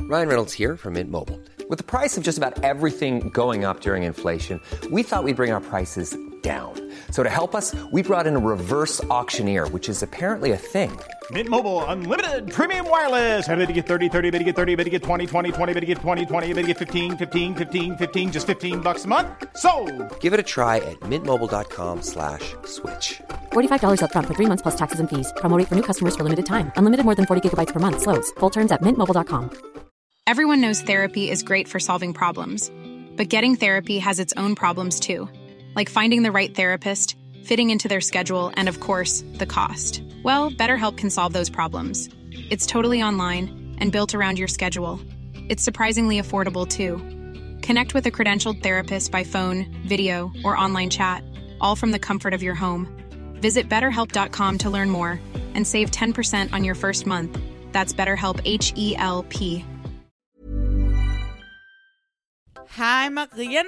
Ryan Reynolds here from Mint Mobile. With the price of just about everything going up during inflation, we thought we'd bring our prices down. So to help us, we brought in a reverse auctioneer, which is apparently a thing. Mint Mobile Unlimited Premium Wireless. How to get 30, 30, bit to get 30, bit to get 20, 20, 20, bit to get 20, 20, bit to get 15, 15, 15, 15, just $15 a month? Sold! Give it a try at mintmobile.com/switch. $45 up front for 3 months plus taxes and fees. Promo rate for new customers for limited time. Unlimited more than 40 gigabytes per month. Slows full terms at mintmobile.com. Everyone knows therapy is great for solving problems. But getting therapy has its own problems too. Like finding the right therapist, fitting into their schedule, and of course, the cost. Well, BetterHelp can solve those problems. It's totally online and built around your schedule. It's surprisingly affordable too. Connect with a credentialed therapist by phone, video, or online chat, all from the comfort of your home. Visit BetterHelp.com to learn more and save 10% on your first month. That's BetterHelp, H-E-L-P. Hej Maria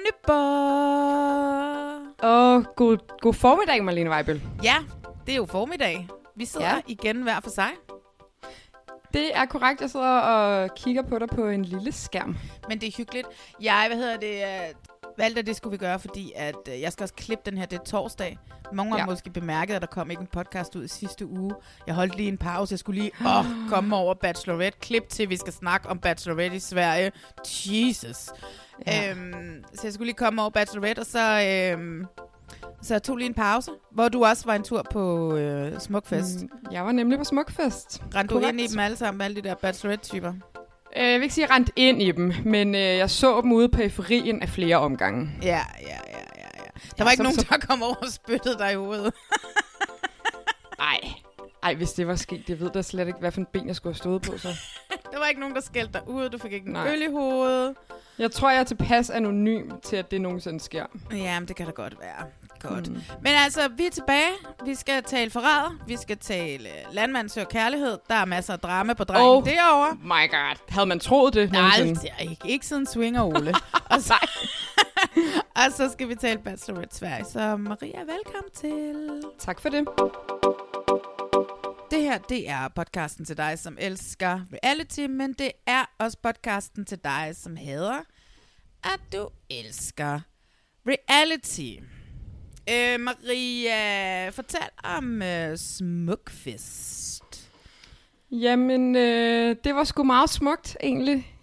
Nyborg. God formiddag, Marlene Weibel. Ja, det er jo formiddag. Vi sidder igen hver for sig. Det er korrekt. Jeg sidder og kigger på dig på en lille skærm. Men det er hyggeligt. Jeg valgte, at det skulle vi gøre, fordi at jeg skal også klippe den her. Det er torsdag. Mange har måske bemærket, at der kom ikke en podcast ud i sidste uge. Jeg holdt lige en pause. Jeg skulle lige komme over Bachelorette. Klip til, vi skal snakke om Bachelorette i Sverige. Jesus. Ja. Så jeg skulle lige komme over Bachelorette, og så jeg tog lige en pause, hvor du også var en tur på Smukfest. Jeg var nemlig på Smukfest. Rendte du ind i dem alle sammen, alle de der Bachelorette-typer? Jeg vil ikke sige, at jeg rendte ind i dem, men jeg så dem ude på periferien af flere omgange. Ja. Der var ikke nogen, der kom over og spyttede dig i hovedet. Ej, hvis det var sket, jeg ved da slet ikke, hvad for en ben jeg skulle have stået på, så. Der var ikke nogen, der skældte dig ud, du fik ikke en øl i hovedet. Jeg tror, jeg er tilpas anonym til, at det nogensinde sker. Jamen, det kan da godt være. Godt. Men altså, vi er tilbage. Vi skal tale forræder. Vi skal tale landmand søger kærlighed. Der er masser af drama på drengen derovre. My god. Havde man troet det? Nej, ikke siden Swinger Ole. Og så skal vi tale Bachelorette Sverige. Så Maria, velkommen til. Tak for det. Det her, det er podcasten til dig, som elsker reality, men det er også podcasten til dig, som hader, at du elsker reality. Maria, fortæl om Smukfest. Jamen, det var sgu meget smukt, egentlig.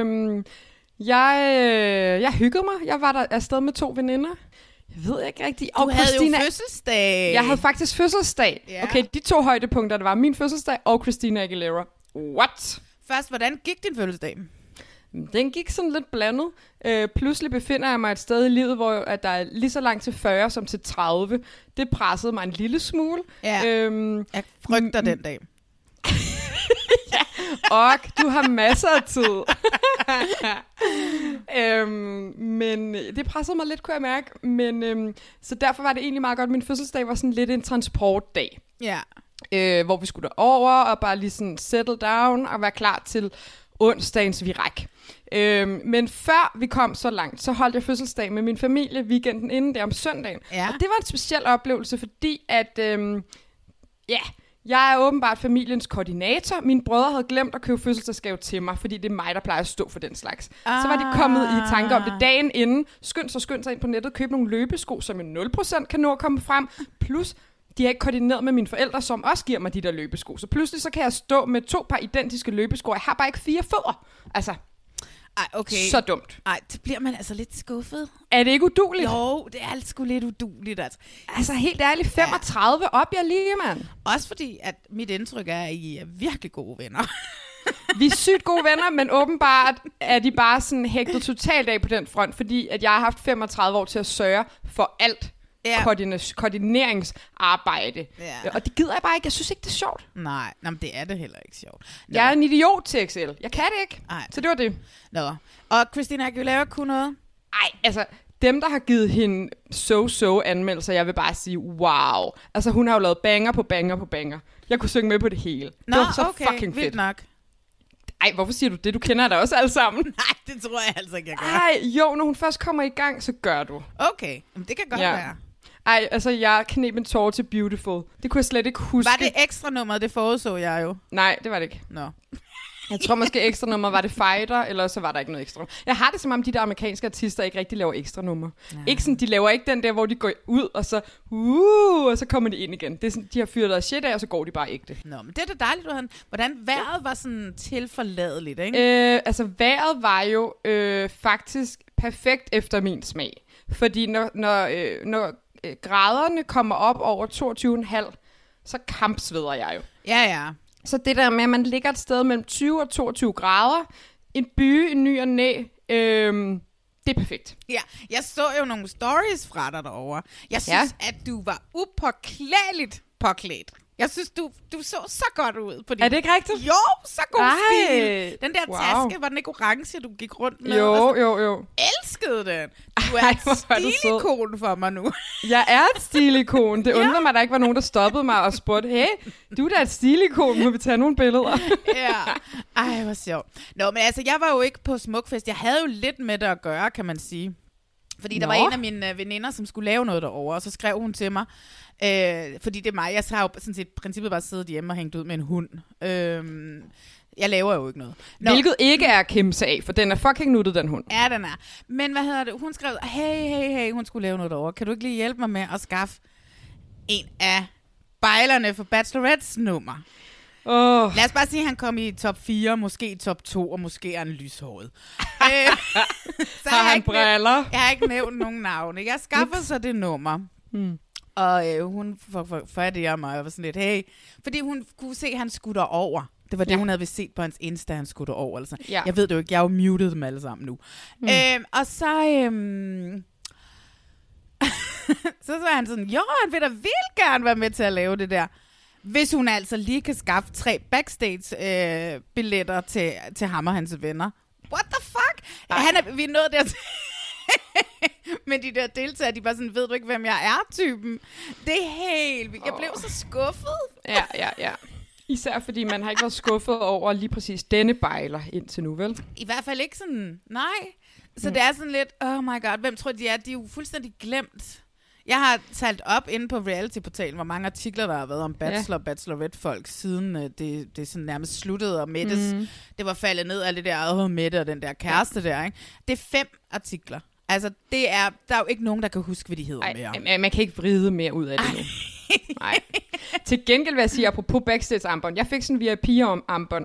Jeg hyggede mig. Jeg var der afsted med 2 veninder. Jeg ved ikke rigtigt. Du havde Christina, jo fødselsdag. Jeg havde faktisk fødselsdag. Ja. Okay, de 2 højdepunkter, det var min fødselsdag og Christina Aguilera. What? Først, hvordan gik din fødselsdag? Den gik sådan lidt blandet. Pludselig befinder jeg mig et sted i livet, hvor at der er lige så langt til 40 som til 30. Det pressede mig en lille smule. Ja. Jeg frygter den dag. Og du har masser af tid. Men det pressede mig lidt, kunne jeg mærke. Men så derfor var det egentlig meget godt. Min fødselsdag var sådan lidt en transportdag. Ja. Hvor vi skulle derover og bare lige sådan settle down og være klar til onsdagens virak. Men før vi kom så langt, så holdt jeg fødselsdag med min familie weekenden inden der om søndagen. Ja. Og det var en speciel oplevelse, fordi at jeg er åbenbart familiens koordinator. Mine brødre havde glemt at købe fødselsdagsgave til mig, fordi det er mig, der plejer at stå for den slags. Så var de kommet i tanke om det dagen inden. Skynd sig ind på nettet, købe nogle løbesko, som jo 0% kan nå at komme frem. Plus, de har ikke koordineret med mine forældre, som også giver mig de der løbesko. Så pludselig så kan jeg stå med 2 par identiske løbesko. Jeg har bare ikke 4 fødder. Altså, okay. Så dumt. Ej, det bliver man altså lidt skuffet. Er det ikke udueligt? Jo, det er sgu lidt udueligt, altså. Altså, helt ærligt, 35 op jeg lige, mand. Også fordi, at mit indtryk er, at I er virkelig gode venner. Vi er sygt gode venner, men åbenbart er de bare sådan hægtet totalt af på den front, fordi at jeg har haft 35 år til at sørge for alt. Koordineringsarbejde. Ja. Og det gider jeg bare ikke. Jeg synes ikke, det er sjovt. Nej, men det er det heller ikke sjovt. Jeg er en idiot til Excel. Jeg kan det ikke. Ej. Så det var det. Nå. Og Christina Aguilera kunne noget? Ej, altså, dem, der har givet hende so anmeldelser, jeg vil bare sige, wow. Altså, hun har jo lavet banger på banger på banger. Jeg kunne synge med på det hele. Nå, det var så okay, fucking fedt. Vildt nok. Ej, hvorfor siger du det? Du kender dig også alle sammen. Nej, det tror jeg altså ikke, jeg gør. Ej, jo, når hun først kommer i gang, så gør du. Okay, men det kan godt være. Ej, altså, jeg kneb en tårer til Beautiful. Det kunne jeg slet ikke huske. Var det ekstra nummer, det forudså jeg jo? Nej, det var det ikke. Nå. Jeg tror måske ekstra nummer var det Fighter, eller så var der ikke noget ekstra nummer. Jeg har det som om, de der amerikanske artister ikke rigtig laver ekstra nummer. Ikke sådan, de laver ikke den der, hvor de går ud, og så kommer de ind igen. Det er sådan, de har fyret deres shit af, og så går de bare ægte. Nå, men det er da dejligt, du havde. Hvordan vejret var sådan tilforladeligt, ikke? Altså, vejret var jo faktisk perfekt efter min smag. Fordi når graderne kommer op over 22,5, så kampsveder jeg jo. Ja. Så det der med, at man ligger et sted mellem 20 og 22 grader, en by, en ny og næ, det er perfekt. Ja, jeg så jo nogle stories fra dig derovre. Jeg synes, at du var upåklædeligt påklædt. Jeg synes, du så godt ud på din... Er det ikke rigtigt? Jo, så god stil. Den der taske, var den ikke orange, du gik rundt med? Jo. Elskede den. Du er et stilikon for mig nu. Jeg er et stilikon. Det undrer mig, at der ikke var nogen, der stoppede mig og spurgte, hey, du er da et stilikon, må vi tage nogle billeder? Ja. Ej, hvor sjovt. Nå, men altså, jeg var jo ikke på Smukfest. Jeg havde jo lidt med det at gøre, kan man sige. Fordi der var en af mine veninder, som skulle lave noget derovre, og så skrev hun til mig, fordi det er mig, jeg har jo sådan set princippet bare siddet hjemme og hængt ud med en hund. Jeg laver jo ikke noget. Hvilket ikke er kæmpe af, for den er fucking nuttet, den hund. Ja, den er. Men hvad hedder det? Hun skrev, hey, hun skulle lave noget derovre. Kan du ikke lige hjælpe mig med at skaffe en af bejlerne for Bachelorettes nummer? Lad os bare sige, at han kom i top 4, måske i top 2, og måske er han lyshåret. Så har han briller? Jeg har ikke nævnt nogen navne. Jeg skaffer så det nummer. Og hun får fat i mig og var sådan lidt, hey. Fordi hun kunne se, at han skulle over. Det var det, hun havde set på hans Insta, han skulle over. Altså. Ja. Jeg ved det jo ikke, jeg har jo muted dem alle sammen nu. Og så... så var han sådan, jo, han vil da vildt gerne være med til at lave det der. Hvis hun altså lige kan skaffe 3 backstage-billetter til ham og hans venner. What the fuck? Vi er nået der til... Men de der deltagere, de bare sådan, ved du ikke, hvem jeg er, typen. Det er helt vildt. Jeg blev så skuffet. Ja. Især fordi man har ikke været skuffet over lige præcis denne bejler indtil nu, vel? I hvert fald ikke sådan, nej. Så det er sådan lidt, oh my god, hvem tror de er? De er jo fuldstændig glemt. Jeg har talt op inde på Reality-portalen, hvor mange artikler, der har været om Bachelor og Bachelorette-folk, siden det sådan nærmest sluttede, og Mettes, det var faldet ned af det der, Mette og den der kæreste der, ikke? Det er 5 artikler. Altså, der er jo ikke nogen, der kan huske, hvad de hedder mere. Man kan ikke vride mere ud af det nu. Nej. Til gengæld vil jeg sige, apropos backstage-armbånd, jeg fik sådan en VIP-armbånd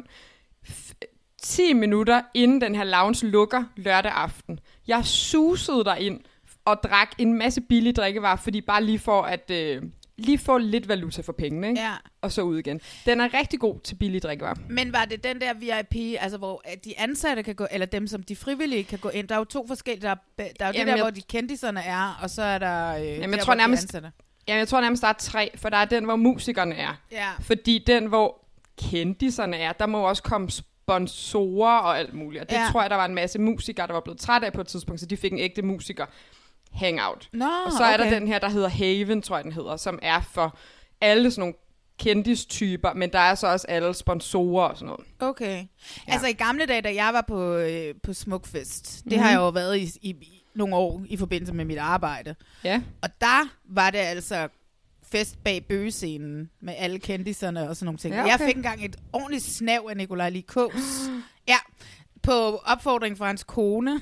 10 minutter inden den her lounge lukker lørdag aften. Jeg susede derind og drak en masse billige drikkevarer, fordi bare lige for at lige få lidt valuta for pengene, ikke? Ja. Og så ud igen. Den er rigtig god til billige drikkevarer. Men var det den der VIP, altså hvor de ansatte kan gå, eller dem som de frivillige kan gå ind? Der er jo 2 forskellige. Der er jo det der, hvor de kendiserne er, og så er der jeg tror nærmest der er 3, for der er den, hvor musikerne er. Ja. Fordi den, hvor kendiserne er, der må også komme sponsorer og alt muligt. Og det tror jeg, der var en masse musikere, der var blevet træt af på et tidspunkt, så de fik en ægte musiker hangout. Og så er der den her, der hedder Haven, tror jeg den hedder, som er for alle sådan nogle kendistyper, men der er så også alle sponsorer og sådan noget. Okay. Ja. Altså i gamle dage, da jeg var på Smukfest, det har jeg jo været i nogle år i forbindelse med mit arbejde. Ja. Og der var det altså fest bag bøgescenen med alle kendiserne og sådan nogle ting. Ja, okay. Jeg fik engang et ordentligt snav af Nikolaj Likås. Ja, på opfordring fra hans kone.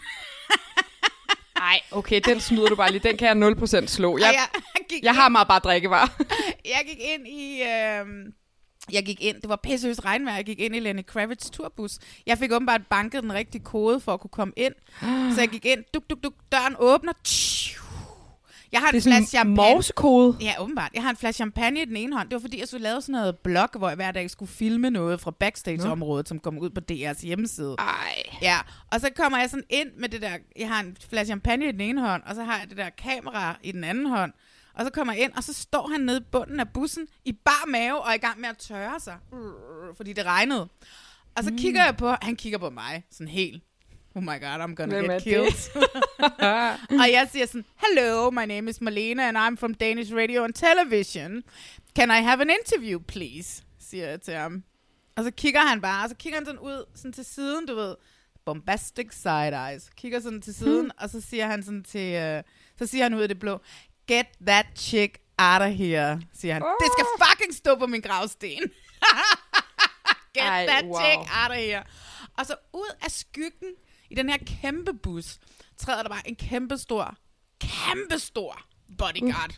Nej, okay, den smider du bare lige. Den kan jeg 0% slå. Jeg har meget bare drikkevarer. Jeg gik ind, det var pissøs regnvejr, jeg gik ind i Lenny Kravitz turbus. Jeg fik åbenbart banket den rigtige kode for at kunne komme ind. Så jeg gik ind, døren åbner. Jeg har en flaske champagne. Morsekode? Ja, åbenbart. Jeg har en flaske champagne i den ene hånd. Det var fordi, jeg skulle lave sådan noget blog, hvor jeg hver dag skulle filme noget fra backstage-området, som kom ud på DR's hjemmeside. Ej. Ja, og så kommer jeg sådan ind med det der, jeg har en flaske champagne i den ene hånd, og så har jeg det der kamera i den anden hånd. Og så kommer jeg ind, og så står han nede i bunden af bussen i bar mave og er i gang med at tørre sig, fordi det regnede. Og så kigger jeg på, han kigger på mig, sådan helt, oh my god, I'm gonna get killed. Og jeg siger sådan, hello, my name is Malena, and I'm from Danish Radio and Television. Can I have an interview, please? Siger jeg til ham. Og så kigger han bare, og så kigger han sådan ud, sådan til siden, du ved, bombastic side eyes. Kigger sådan til siden, og så siger han sådan til, så siger han ud af det blå, get that chick out of here, siger han. Det skal fucking stå på min gravsten. Get that chick out of here. Og så ud af skyggen i den her kæmpe bus, træder der bare en kæmpestor bodyguard.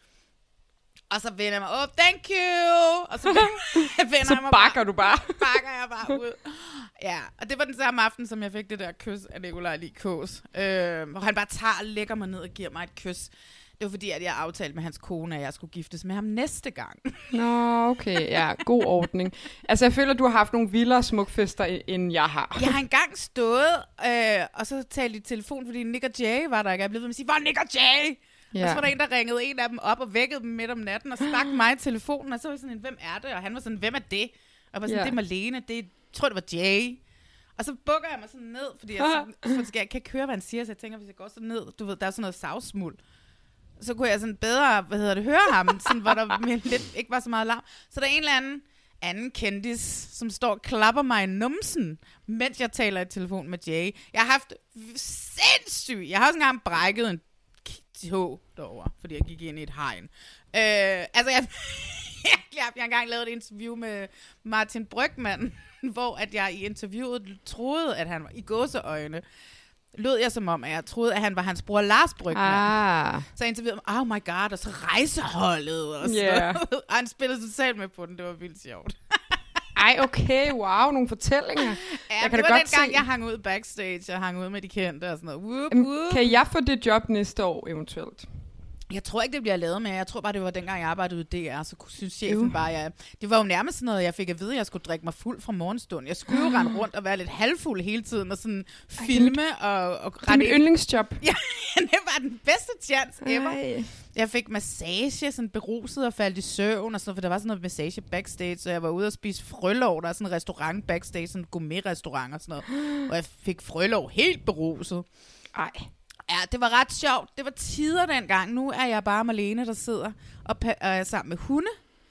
Og så vender jeg mig op, thank you! Og så vender så jeg mig bakker du bare. Bakker jeg bare ud. Ja, og det var den samme aften, som jeg fik det der kys af Nikolaj Likås. Hvor han bare tager og lægger mig ned og giver mig et kys. Det var fordi, at jeg aftalte med hans kone, at jeg skulle giftes med ham næste gang. Nå, okay. Ja, god ordning. Altså, jeg føler, at du har haft nogle vildere smukfester, end jeg har. Jeg har engang stået, og så talte i telefon, fordi Nick og Jay var der ikke. Jeg blev ved med at sige, hvor er Nick og Jay? Ja. Og så var der en, der ringede en af dem op og vækkede dem midt om natten og stak mig i telefonen. Og så var jeg sådan, hvem er det? Og han var sådan, hvem er det? Og jeg var sådan, det er Marlene. Jeg tror, det var Jay. Og så bukker jeg mig sådan ned, fordi jeg kan ikke høre, hvad han siger. Så jeg tænker, hvis jeg går så ned, du ved, der er sådan noget savsmuld. Så kunne jeg sådan bedre, høre ham, sådan, hvor der lidt ikke var så meget larm. Så der er en eller anden kendis, som står og klapper mig i numsen, mens jeg taler i telefon med Jay. Jeg har haft sindssygt. Jeg har også engang brækket en tog derovre, fordi jeg gik ind i et hegn. Jeg har engang lavet et interview med Martin Brygmann, hvor at jeg i interviewet troede, at han var i gåseøjne. Lød jeg som om, at jeg troede, at han var hans bror Lars Brygmann. Så jeg interviewede ham, oh my god, og så rejseholdet og sådan noget. Og han spillede totalt med på den, det var vildt sjovt. Ej, okay, wow, nogle fortællinger. Ja, jeg kan det var den gang, jeg hang ud backstage, jeg hang ud med de kendte og sådan noget. Kan jeg få det job næste år eventuelt? Jeg tror ikke, det bliver lavet med. Jeg tror bare, det var dengang, jeg arbejdede ude i DR, så synes chefen bare, det var jo nærmest sådan noget, jeg fik at vide, at jeg skulle drikke mig fuld fra morgenstunden. Jeg skulle jo rende rundt og være lidt halvfuld hele tiden, og sådan filme og det er mit yndlingsjob. Ja, det var den bedste chance ever. Jeg fik massage, sådan beruset og faldt i søvn, og sådan, for der var sådan noget massage backstage, så jeg var ude og spise frølov. Der er sådan en restaurant backstage, sådan en gourmet-restaurant og sådan noget, og jeg fik frølov helt beruset. Ej. Ja, det var ret sjovt. Det var tider dengang. Nu er jeg bare Marlene, der sidder og er sammen med hunde.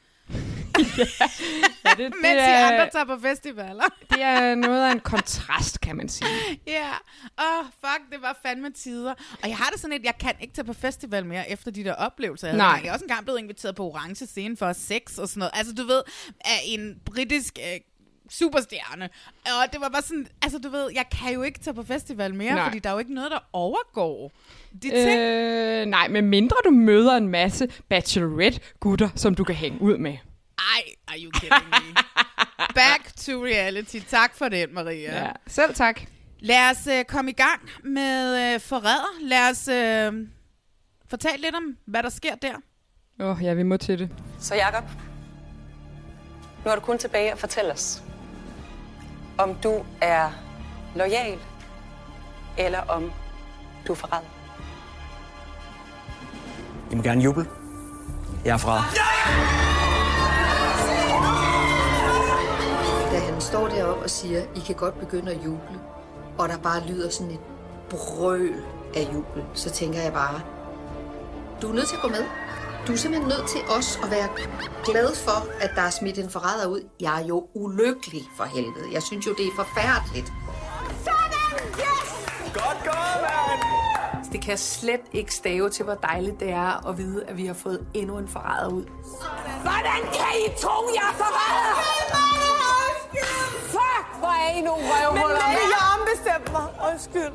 Mens de andre tager på festivaler. Det er noget af en kontrast, kan man sige. Ja, fuck, det var fandme tider. Og jeg har det sådan lidt, jeg kan ikke tage på festival mere efter de der oplevelser. Jeg er også engang blevet inviteret på Orange Scene for sex og sådan noget. Altså, du ved, af en britisk superstjerne. Og det var bare sådan, altså du ved, jeg kan jo ikke tage på festival mere, fordi der er jo ikke noget, der overgår de ting. Nej, med mindre du møder en masse bachelorette-gutter, som du kan hænge ud med. Ej, are you kidding me? Back to reality. Tak for det, Maria. Ja, selv tak. Lad os komme i gang med Forræder. Lad os fortælle lidt om, hvad der sker der. Ja, vi må til det. Så Jakob, nu er du kun tilbage at fortælle os, om du er loyal, eller om du er forræder. I må gerne juble. Jeg er forræder. Da han står deroppe og siger, I kan godt begynde at juble, og der bare lyder sådan et brøl af jubel, så tænker jeg bare, du er nødt til at gå med. Du er simpelthen nødt til også at være glad for, at der er smidt en forræder ud. Jeg er jo ulykkelig for helvede. Jeg synes jo, det er forfærdeligt. Sådan! Yes! Godt gået, mand! Det kan slet ikke stave til, hvor dejligt det er at vide, at vi har fået endnu en forræder ud. Hvordan kan I tro, jeg er forræder? Fuck, hvor er I nogle røvhuller. Men jeg ombestemte mig. Undskyld.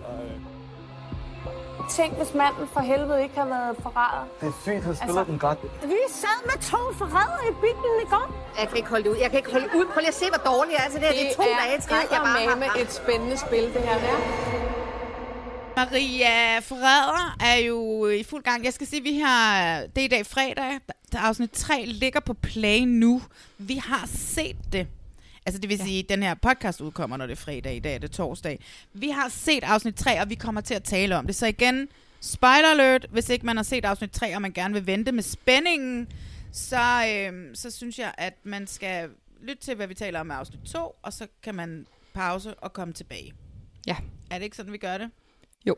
Tænk, hvis manden for helvede ikke har været forræder. Det er sygt, han spiller den godt. Vi sad med 2 forrædere i bilen i går. Jeg kan ikke holde det ud. Jeg kan ikke holde ud. Prøv lige at se, hvor dårligt jeg er. Altså, det er 2 dage træk, jeg bare har. Det er et spændende spil, det her der. Maria, Forræder er jo i fuld gang. Jeg skal sige, det er i dag fredag. Der er afsnit 3 ligger på play nu. Vi har set det. Altså det vil sige, at den her podcast udkommer, når det er fredag. I dag er det torsdag. Vi har set afsnit 3, og vi kommer til at tale om det. Så igen, spoiler alert, hvis ikke man har set afsnit 3, og man gerne vil vente med spændingen, så synes jeg, at man skal lytte til, hvad vi taler om i afsnit 2, og så kan man pause og komme tilbage. Ja. Er det ikke sådan, vi gør det? Jo.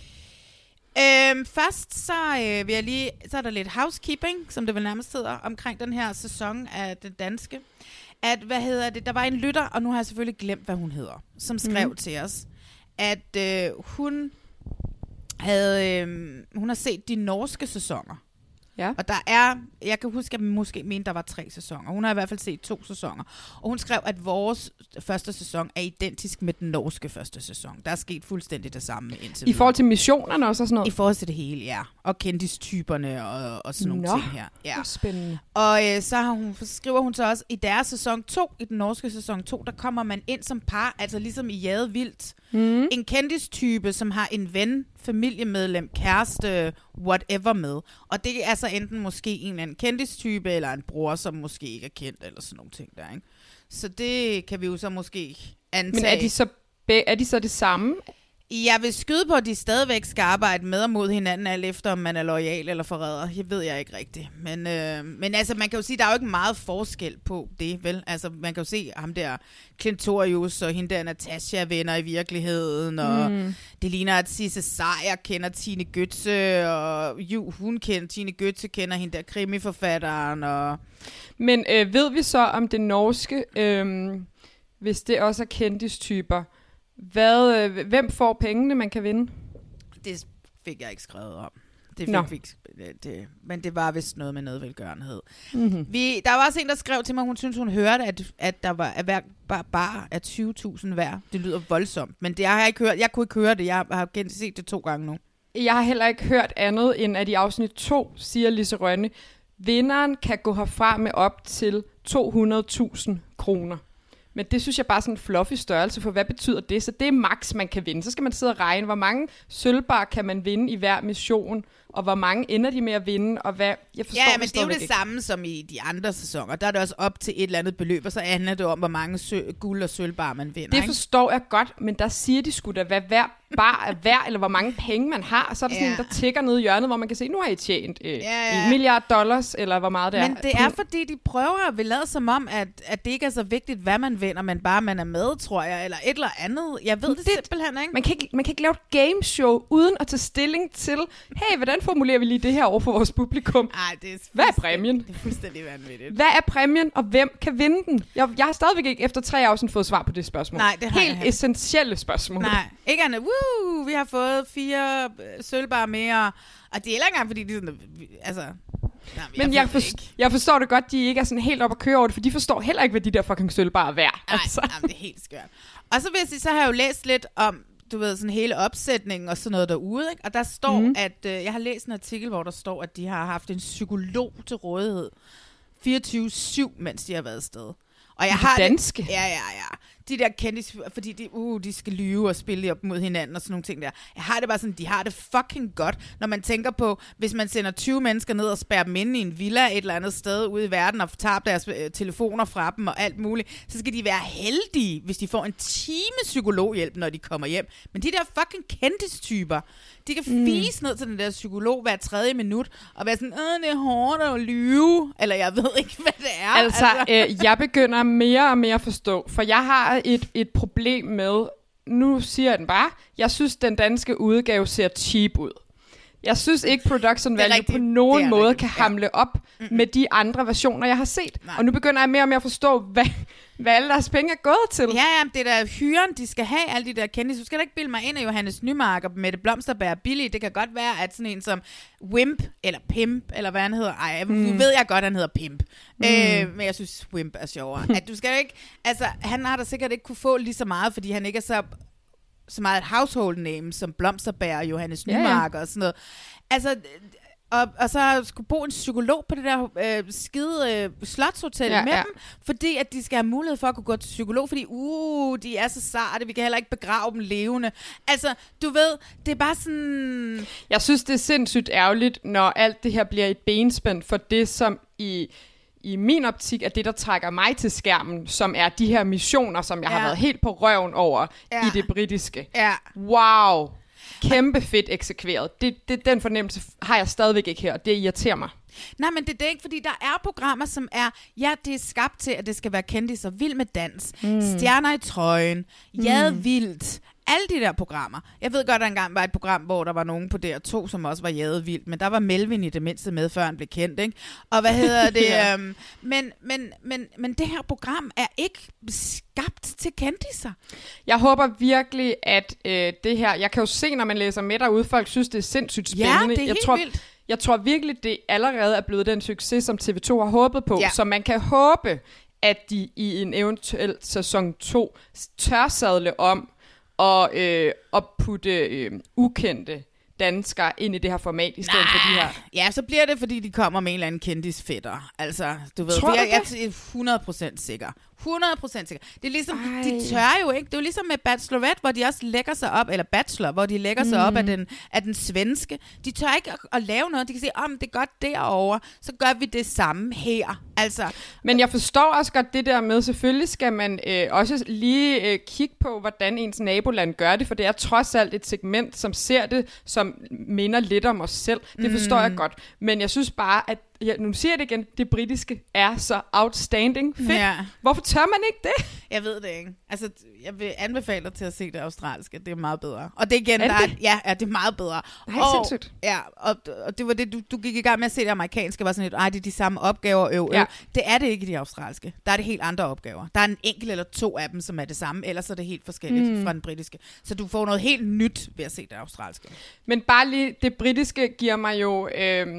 Først så så er der lidt housekeeping, som det vel nærmest hedder, omkring den her sæson af det danske. At, der var en lytter, og nu har jeg selvfølgelig glemt, hvad hun hedder, som skrev til os, at hun har set de norske sæsoner. Ja. Og der er, jeg kan huske, at måske mente, der var 3 sæsoner. Hun har i hvert fald set 2 sæsoner. Og hun skrev, at vores første sæson er identisk med den norske første sæson. Der er sket fuldstændig det samme indtil I forhold til missionerne også og sådan noget? I forhold til det hele, ja. Og kendistyperne og sådan nogle ting her. Ja. Spændende. Og så skriver hun så også, i deres sæson 2, i den norske sæson 2, der kommer man ind som par, altså ligesom i Jade Vildt. En kendistype, som har en ven, familiemedlem, kæreste, whatever med. Og det er så enten måske en eller anden kendistype, eller en bror, som måske ikke er kendt, eller sådan nogle ting der, ikke? Så det kan vi jo så måske antage. Men er de så det samme? Jeg vil skyde på, at de stadigvæk skal arbejde med og mod hinanden, alt efter om man er loyal eller forræder. Det ved jeg ikke rigtigt. Men altså, man kan jo sige, der er jo ikke meget forskel på det, vel? Altså, man kan jo se ham der Klintorius og hende der Natasha venner i virkeligheden, og det ligner, at Sisse Sejer kender Tine Götze, og Tine Götze kender hende der krimiforfatteren. Og Men ved vi så om det norske, hvis det også er kendistyper, hvem får pengene, man kan vinde? Det fik jeg ikke skrevet om. Men det var vist noget med noget velgørenhed. Mm-hmm. Der var også en, der skrev til mig, hun synes, hun hørte, at der var bare 20.000 hver. Det lyder voldsomt, men det har jeg ikke hørt. Jeg kunne ikke høre det. Jeg har set det 2 gange nu. Jeg har heller ikke hørt andet, end at i afsnit 2 siger Lise Rønne, vinderen kan gå herfra med op til 200.000 kroner. Men det synes jeg bare er sådan en fluffy størrelse, for hvad betyder det? Så det er max, man kan vinde. Så skal man sidde og regne, hvor mange sølvbar kan man vinde i hver mission, og hvor mange ender de med at vinde, og hvad... Jeg forstår men det er jo det samme som i de andre sæsoner. Der er det også op til et eller andet beløb, og så handler det om, hvor mange guld og sølvbar man vinder. Det forstår jeg godt, men der siger de sgu da, hvad hver bar er værd, eller hvor mange penge man har, og så er der sådan en, der tigger ned i hjørnet, hvor man kan se, nu har I tjent $1 milliard, eller hvor meget det er. Men det er, fordi de prøver at lade som om, at det ikke er så vigtigt, hvad man vinder, men bare man er med, tror jeg, eller et eller andet. Jeg ved det simpelthen ikke. Man kan ikke lave et gameshow, uden at tage stilling til, hey, hvordan formulerer vi lige det her over for vores publikum? Hvad er præmien? Det er fuldstændig vanvittigt. Hvad er præmien, og hvem kan vinde den? Jeg har stadigvæk ikke efter 3 afsnit fået svar på det spørgsmål. Nej, det har helt essentielle spørgsmål. Nej, ikke andet. Vi har fået 4 sølvbar mere, og det er ikke engang, fordi de sådan, altså... Men jeg forstår det godt, de ikke er sådan helt op at køre over det, for de forstår heller ikke, hvad de der fucking sølvbar er værd. Nej, det er helt skørt. Og så vil jeg sige, så har jeg jo læst lidt om, du ved, sådan hele opsætningen og sådan noget derude, ikke? Og der står, at jeg har læst en artikel, hvor der står, at de har haft en psykolog til rådighed 24/7, mens de har været afsted. Og jeg har danske? Ja. De der kendis, fordi de skal lyve og spille op mod hinanden og sådan nogle ting der. Jeg har det bare sådan, de har det fucking godt, når man tænker på, hvis man sender 20 mennesker ned og spærrer dem inde i en villa et eller andet sted ude i verden og tager deres telefoner fra dem og alt muligt, så skal de være heldige, hvis de får en time psykologhjælp, når de kommer hjem. Men de der fucking kendistyper, de kan fise ned til den der psykolog hver 3. minut og være sådan, det er hårdt at lyve, eller jeg ved ikke, hvad det er. Altså, jeg begynder mere og mere at forstå, for jeg har et problem med, nu siger jeg den bare, jeg synes, den danske udgave ser cheap ud. Jeg synes ikke, production value på nogen måde kan hamle op med de andre versioner, jeg har set. Nej. Og nu begynder jeg mere og mere at forstå, hvad alle deres penge er gået til. Ja, det der hyren, de skal have, alle de der kendte. Du skal da ikke bilde mig ind af Johannes Nymark og Mette Blomsterberg billig. Det kan godt være, at sådan en som Wimp, eller Pimp, eller hvad han hedder. Nu ved jeg godt, han hedder Pimp. Men jeg synes, Wimp er sjovere. At du skal ikke, altså, han har da sikkert ikke kunne få lige så meget, fordi han ikke er så meget et household name, som Blomsterberg og Johannes Nymark og sådan noget. Altså... Og så skulle bo en psykolog på det der skide slotshotel med dem, fordi at de skal have mulighed for at kunne gå til psykolog, fordi de er så sarte, vi kan heller ikke begrave dem levende. Altså, du ved, det er bare sådan... Jeg synes, det er sindssygt ærgerligt, når alt det her bliver et benspænd for det, som i min optik er det, der trækker mig til skærmen, som er de her missioner, som jeg har været helt på røven over i det britiske. Ja. Wow! Kæmpe fedt eksekveret. Den fornemmelse har jeg stadigvæk ikke her, og det irriterer mig. Nej, men det er ikke, fordi der er programmer, som er, det er skabt til, at det skal være kendiser, Vild med dans, Stjerner i trøjen, Jade Vildt, alle de der programmer. Jeg ved godt, at der engang var et program, hvor der var nogen på DR2, som også var Jade Vildt, men der var Melvin i det mindste med, før han blev kendt, ikke? Og hvad hedder det? Men det her program er ikke skabt til kendiser. Jeg håber virkelig, at det her... Jeg kan jo se, når man læser med derude, folk synes, det er sindssygt spændende. Ja, det er helt vildt. Jeg tror virkelig, det allerede er blevet den succes, som TV2 har håbet på. Så man kan håbe, at de i en eventuel sæson 2 tør sadle om og putte ukendte danskere ind i det her format, i stedet for de her... Ja, så bliver det, fordi de kommer med en eller anden kendisfætter. Altså, du ved, tror jeg er 100% sikker. 100% sikker. Det er ligesom, de tør jo ikke. Det er jo ligesom med Bachelorette, hvor de også lægger sig op, eller Bachelor, hvor de lægger sig op af den svenske. De tør ikke at lave noget. De kan sige, det er godt derovre, så gør vi det samme her. Altså. Men jeg forstår også godt det der med, selvfølgelig skal man også lige kigge på, hvordan ens naboland gør det, for det er trods alt et segment, som ser det, som minder lidt om os selv. Det forstår jeg godt. Men jeg synes bare, at nu siger jeg det igen, det britiske er så outstanding fedt. Ja. Hvorfor tør man ikke det? Jeg ved det ikke. Altså, jeg vil anbefale dig til at se det australske. Det er meget bedre. Og det igen, det er meget bedre. Nej, sindssygt. Ja, og det var det, du gik i gang med at se det amerikanske, var sådan lidt, det er de samme opgaver, Ja. Det er det ikke i de australske. Der er det helt andre opgaver. Der er en enkelt eller 2 af dem, som er det samme, ellers er det helt forskelligt fra den britiske. Så du får noget helt nyt ved at se det australske. Men bare lige, det britiske giver mig jo...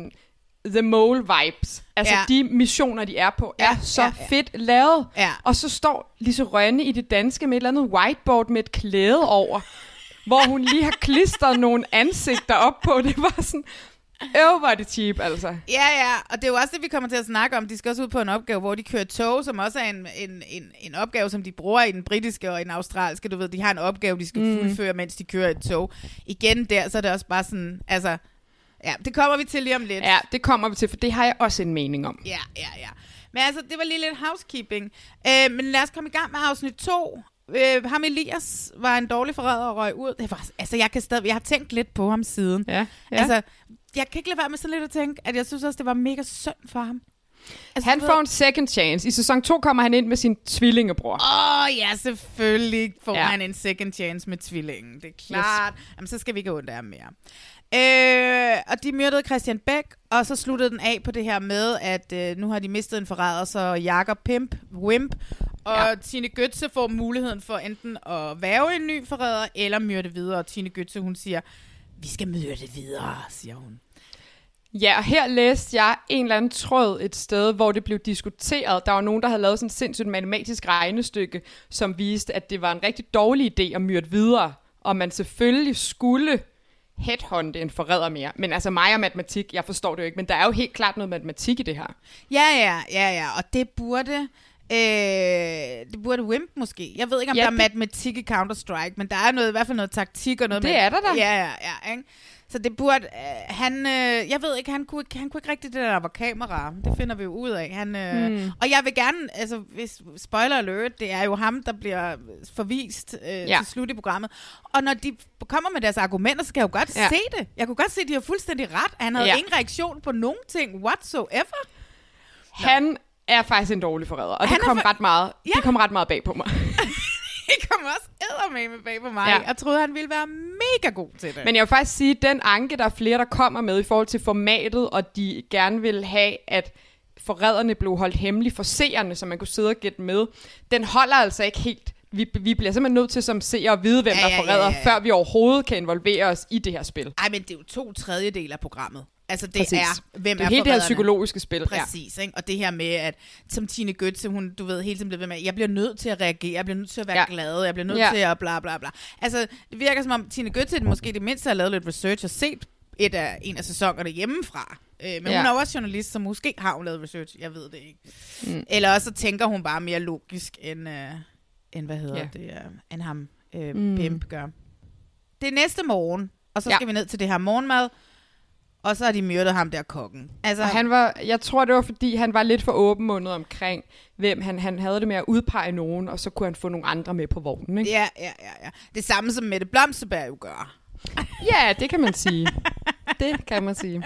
The Mole vibes. Altså de missioner, de er på, er så fedt lavet. Ja. Og så står Lise Rønne i det danske med et eller andet whiteboard med et klæde over, hvor hun lige har klistret nogle ansigter op på. Det var sådan... var det cheap, altså. Ja, og det er jo også det, vi kommer til at snakke om. De skal også ud på en opgave, hvor de kører tog, som også er en opgave, som de bruger i den britiske og i den australske. Du ved, de har en opgave, de skal fuldføre, mens de kører et tog. Igen der, så er det også bare sådan... Altså, ja, det kommer vi til lige om lidt. Ja, det kommer vi til, for det har jeg også en mening om. Ja. Men altså, det var lige lidt housekeeping. Men lad os komme i gang med afsnit 2. Ham Elias var en dårlig forræder og røg ud. Det var, altså, jeg har tænkt lidt på ham siden. Ja. Altså, jeg kan ikke lade være med sådan lidt at tænke, at jeg synes også, det var mega synd for ham. Altså, han får en second chance. I sæson 2 kommer han ind med sin tvillingebror. Ja, selvfølgelig får han en second chance med tvillingen. Det er klart. Yes. Jamen, så skal vi ikke ondt af ham mere. Og de myrdede Christian Bech, og så sluttede den af på det her med, at nu har de mistet en forræder, så Jakob Wimp og Tine Götze får muligheden for enten at værge en ny forræder, eller myrde videre. Og Tine Götze, hun siger, vi skal myrde videre, siger hun. Ja, og her læste jeg en eller anden tråd et sted, hvor det blev diskuteret. Der var nogen, der havde lavet sådan et sindssygt matematisk regnestykke, som viste, at det var en rigtig dårlig idé at myrde videre, og man selvfølgelig skulle headhunte en forræder mere. Men altså mig og matematik, jeg forstår det jo ikke, men der er jo helt klart noget matematik i det her. Ja, og det burde Wimp måske. Jeg ved ikke, om der er matematik i Counter-Strike, men der er noget, i hvert fald noget taktik og noget. Det er der da. Ja, ikke? Så det burde jeg ved ikke, han kunne ikke rigtig det der var kamera. Det finder vi jo ud af. Og jeg vil gerne, altså hvis spoiler alert, det er jo ham, der bliver forvist til slut i programmet. Og når de kommer med deres argumenter, så kan jeg jo godt se det. Jeg kunne godt se, at de har fuldstændig ret. Han havde ingen reaktion på nogen ting whatsoever. Han er faktisk en dårlig forræder, og det kom ret meget. Det kom ret meget bag på mig. Det kom også eddermame bag på mig. Ja. Jeg troede, han ville være mega god til det. Men jeg vil faktisk sige, at den anke, der er flere, der kommer med i forhold til formatet, og de gerne vil have, at forræderne blev holdt hemmeligt for seerne, så man kunne sidde og gætte med, den holder altså ikke helt. Vi bliver simpelthen nødt til som seere at vide, hvem der forræder, før vi overhovedet kan involvere os i det her spil. Ej, men det er jo 2/3 af programmet. Altså det Præcis. er, hvem det er er helt det her psykologiske spil. Præcis, ikke? Og det her med, at som Tine Götze, hun, du ved, hele tiden bliver ved med, jeg bliver nødt til at reagere, jeg bliver nødt til at være glad, jeg bliver nødt til at bla bla bla. Altså, det virker som om Tine Götze måske det mindste har lavet lidt research og set en af sæsonerne hjemmefra. Men hun er også journalist, så måske har hun lavet research, jeg ved det ikke. Eller også så tænker hun bare mere logisk, end hvad hedder det, end ham Pimp gør. Det er næste morgen, og så skal vi ned til det her morgenmad. Og så har de myrdet ham der kokken. Altså, og jeg tror, det var fordi, han var lidt for åbenmundet omkring, hvem han havde det med at udpege nogen, og så kunne han få nogle andre med på vognen, ikke? Ja. Det samme som Mette Blomsterberg jo gør. Ja, det kan man sige. Det kan man sige.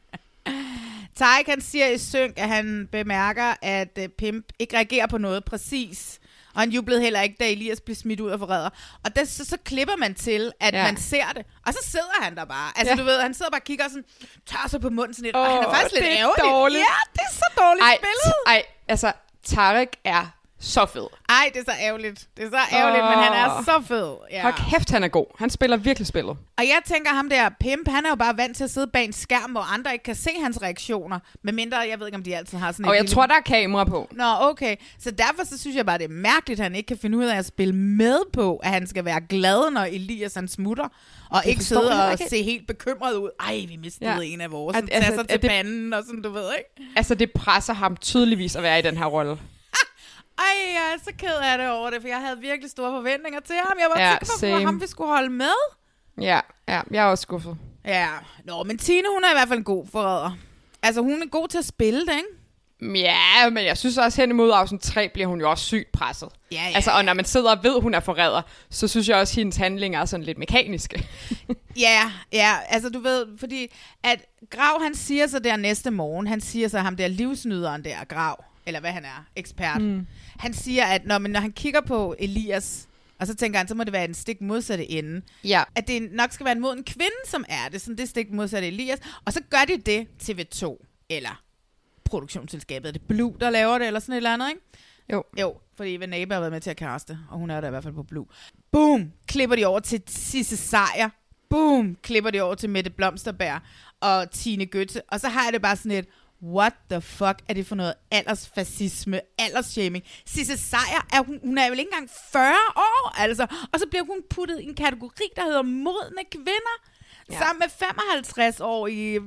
Tarik, han siger i synk, at han bemærker, at Pimp ikke reagerer på noget præcis. Og han jublede heller ikke, da Elias blev smidt ud af forræder. Og så klipper man til, at man ser det. Og så sidder han der bare. Altså du ved, han sidder bare og kigger og sådan, tør sig på munden sådan lidt. Og han er faktisk lidt ærgerlig. Dårligt. Ja, det er så dårligt spillet. Altså Tarik er så fed. Ej, det er så ærgerligt. Det er så ærgerligt, men han er så fed. Ja. Hold kæft, han er god. Han spiller virkelig spillet. Og jeg tænker, ham der Pimp, han er jo bare vant til at sidde bag en skærm, hvor andre ikke kan se hans reaktioner. Medmindre, jeg ved ikke, om de altid har sådan og et jeg tror, der er kamera på. Nå, okay. Så derfor så synes jeg bare, det er mærkeligt, at han ikke kan finde ud af at spille med på, at han skal være glad, når Elias han smutter. Og det ikke sidde og se helt bekymret ud. Ej, vi mistede en af vores. Som tager sig til panden og sådan, du ved, ikke? Altså, det presser ham tydeligvis at være i den her rolle. Ej, jeg er så ked af det over det, for jeg havde virkelig store forventninger til ham. Jeg var sikker på, at ham vi skulle holde med. Ja, jeg er også skuffet. Ja, men Tine, hun er i hvert fald en god forræder. Altså, hun er god til at spille det, ikke? Ja, men jeg synes også hen imod afsnit 3 bliver hun jo også sygt presset. Ja. Altså, og når man sidder og ved, hun er forræder, så synes jeg også, at hendes handlinger er sådan lidt mekaniske. ja, altså du ved, fordi at Grav, han siger så der næste morgen, han siger så ham der livsnyderen der, Grav, eller hvad han er, ekspert. Han siger, at når han kigger på Elias, og så tænker han, så må det være en stik modsatte ende. Ja. At det nok skal være mod en kvinde, som er det, sådan det stik modsatte Elias. Og så gør de det TV2, eller produktionsselskabet. Er det Blue, der laver det, eller sådan et eller andet, ikke? Jo, fordi Vanaba har været med til at kaste, og hun er der i hvert fald på Blue. Boom! Klipper de over til Sisse Sejer. Boom! Klipper de over til Mette Blomsterberg og Tine Götze. Og så har jeg det bare sådan et, what the fuck er det for noget aldersfascisme, aldersshaming? Sisse Sejer, hun er vel ikke engang 40 år, altså. Og så bliver hun puttet i en kategori, der hedder modne kvinder. Ja. Sammen med 55-årige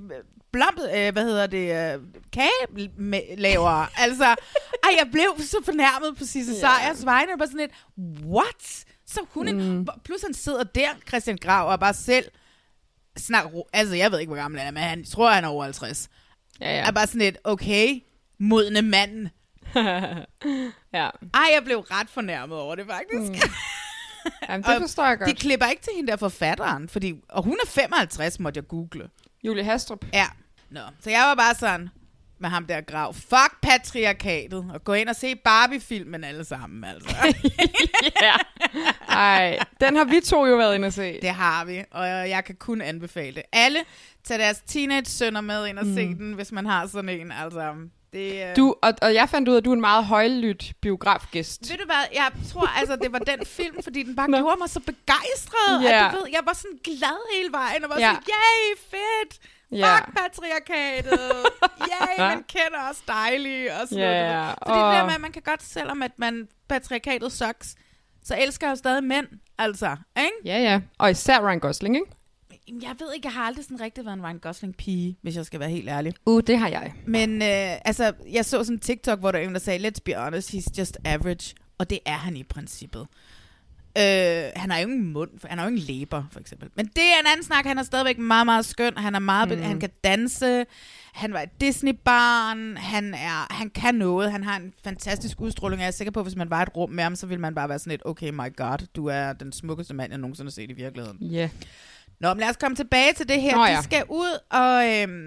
kagelavere. Altså, jeg blev så fornærmet på Sisse Sejers vegne. Jeg var sådan et, what? Så hun plus han sidder der, Christian Grav, og bare selv altså, jeg ved ikke, hvor gammel han er, men han tror, han er over 50. Ja. Er bare sådan et, okay, modne mand. Ja. Jeg blev ret fornærmet over det, faktisk. Jamen, det forstår jeg godt. De klipper ikke til hende der forfatteren, og hun er 55, måtte jeg google. Julie Hastrup. Ja. Så jeg var bare sådan med ham der Grav. Fuck patriarkatet. Og gå ind og se Barbie-filmen alle sammen, altså. Ja. Ej, den har vi to jo været inde at se. Det har vi, og jeg kan kun anbefale det. Alle tager deres teenage-sønner med ind og se den, hvis man har sådan en, altså. Det, og jeg fandt ud af, at du er en meget højlydt biografgæst. Ved du hvad, jeg tror altså, det var den film, fordi den bare gjorde mig så begejstret. Yeah. At, du ved, jeg var sådan glad hele vejen, og var sådan, yay, fedt! Fuck patriarkatet! Yay, man kender os dejlige! Og sådan noget. Fordi det der med, at man kan godt, selvom at man patriarkatet sucks, så elsker jeg jo stadig mænd, altså, ikke? Ja, og især Ryan Gosling, ikke? Jeg ved ikke, jeg har aldrig sådan rigtig været en Ryan Gosling-pige, hvis jeg skal være helt ærlig. Det har jeg. Men altså, jeg så sådan en TikTok, hvor der en, der sagde, let's be honest, he's just average. Og det er han i princippet. Han har jo ingen mund, han har jo ingen læber, for eksempel. Men det er en anden snak, han er stadigvæk meget, meget skøn. Han er meget, han kan danse. Han var et Disney-barn. Han kan noget. Han har en fantastisk udstråling. Jeg er sikker på, at hvis man var i et rum med ham, så ville man bare være sådan et, okay, my god, du er den smukkeste mand, jeg nogensinde har set i virkeligheden. Ja. Yeah. Nå, men lad os komme tilbage til det her. De skal ud, og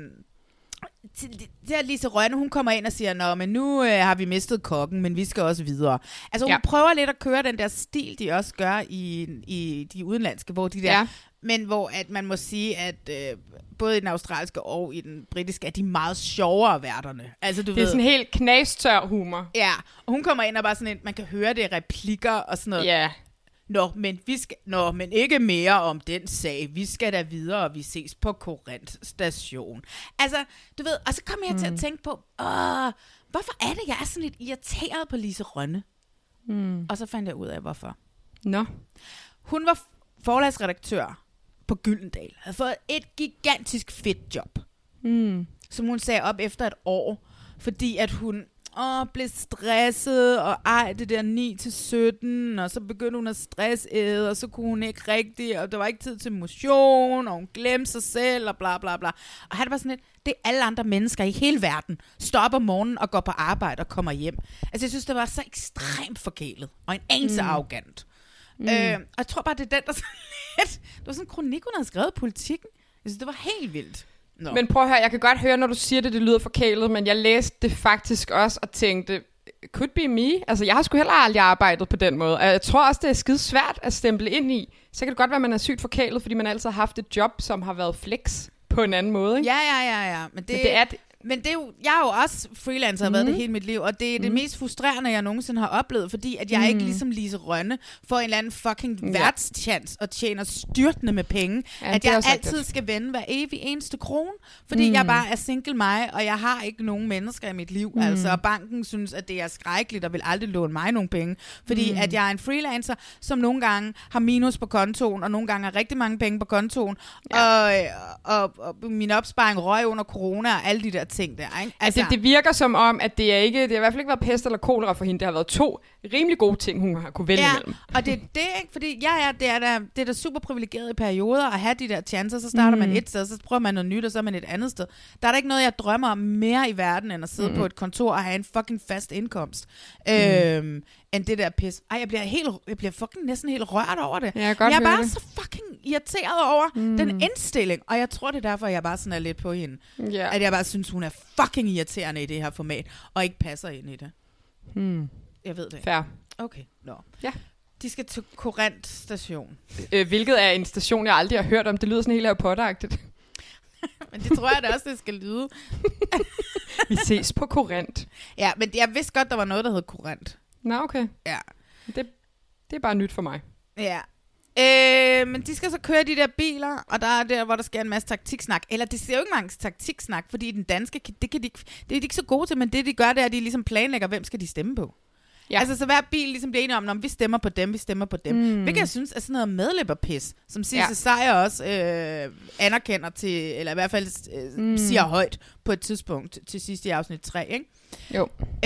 der Lise Rønne, hun kommer ind og siger, men nu har vi mistet kokken, men vi skal også videre. Altså hun prøver lidt at køre den der stil, de også gør i de udenlandske, hvor de der, men hvor at man må sige, at både i den australske og i den britiske, er de meget sjovere værterne. Altså, du det er sådan helt knastør humor. Ja, og hun kommer ind og bare sådan man kan høre det replikker og sådan noget. Ja. Men ikke mere om den sag. Vi skal da videre, og vi ses på Korinth station. Altså, du ved, og så kommer jeg til at tænke på, hvorfor er det, jeg er sådan lidt irriteret på Lise Rønne? Og så fandt jeg ud af, hvorfor. Hun var forlagsredaktør på Gyldendal. Havde fået et gigantisk fedt job. Som hun sagde op efter et år, fordi at hun blev stresset, og det der 9-17, og så begyndte hun at stressæde, og så kunne hun ikke rigtig, og der var ikke tid til motion, og hun glemte sig selv, og bla bla bla. Og han var sådan lidt, det er alle andre mennesker i hele verden, stopper om morgenen og går på arbejde og kommer hjem. Altså jeg synes, det var så ekstremt forkælet, og en anelse arrogant. Og jeg tror bare, det er den, der sådan lidt, det var sådan en kronik, hun havde skrevet i Politikken. Jeg synes, det var helt vildt. Men prøv at høre, jeg kan godt høre, når du siger det lyder forkælet, men jeg læste det faktisk også og tænkte, could be me. Altså, jeg har sgu heller aldrig arbejdet på den måde. Og jeg tror også, det er skide svært at stemple ind i. Så kan det godt være, at man er sygt forkælet, fordi man altid har haft et job, som har været flex på en anden måde, ikke? Ja. Men det er Men det er jo, jeg er jo også freelancer, har været det hele mit liv, og det er det mest frustrerende, jeg nogensinde har oplevet, fordi at jeg ikke ligesom Lise Rønne får en eller anden fucking værtschance og tjener styrtende med penge. Ja, at jeg altid skal vende hver evig eneste krone, fordi jeg bare er single mig, og jeg har ikke nogen mennesker i mit liv. Altså, og banken synes, at det er skrækkeligt og vil aldrig låne mig nogen penge, fordi at jeg er en freelancer, som nogle gange har minus på kontoen, og nogle gange har rigtig mange penge på kontoen, og min opsparing røg under corona og alle de der ting der, ikke? Altså, det virker som om, at det har i hvert fald ikke været pest eller kolera for hende. Det har været 2 rimelig gode ting, hun har kunne vælge imellem. Og det er det, ikke? Fordi det er da super privilegeret i perioder at have de der chancer. Så starter man et sted, så prøver man noget nyt, og så er man et andet sted. Der er der ikke noget, jeg drømmer om mere i verden, end at sidde på et kontor og have en fucking fast indkomst. End det der pis. Jeg bliver fucking næsten helt rørt over det. Jeg er bare så fucking irriteret over den indstilling. Og jeg tror, det er derfor, jeg bare sådan er lidt på hende. Yeah. At jeg bare synes, hun er fucking irriterende i det her format, og ikke passer ind i det. Jeg ved det. Fair. Okay, Ja. De skal til Corinth station. Hvilket er en station, jeg aldrig har hørt om. Det lyder sådan helt Harry Potter-agtigt. Men det tror jeg da også, det skal lyde. Vi ses på Corinth. Ja, men jeg vidste godt, der var noget, der hed Corinth. Nå, okay. Ja. Det er bare nyt for mig. Ja. Men de skal så køre de der biler, og der er der, hvor der sker en masse taktiksnak. Eller det ser jo ikke mange taktiksnak, fordi i den danske, det er de ikke så gode til, men det de gør, det er, at de ligesom planlægger, hvem skal de stemme på. Ja. Altså, så hver bil ligesom bliver enig om, når vi stemmer på dem, Hvilket jeg synes er sådan noget medløberpis, som Sisse Sejer også anerkender til, eller i hvert fald siger højt på et tidspunkt til sidst i afsnit 3, ikke? Jo.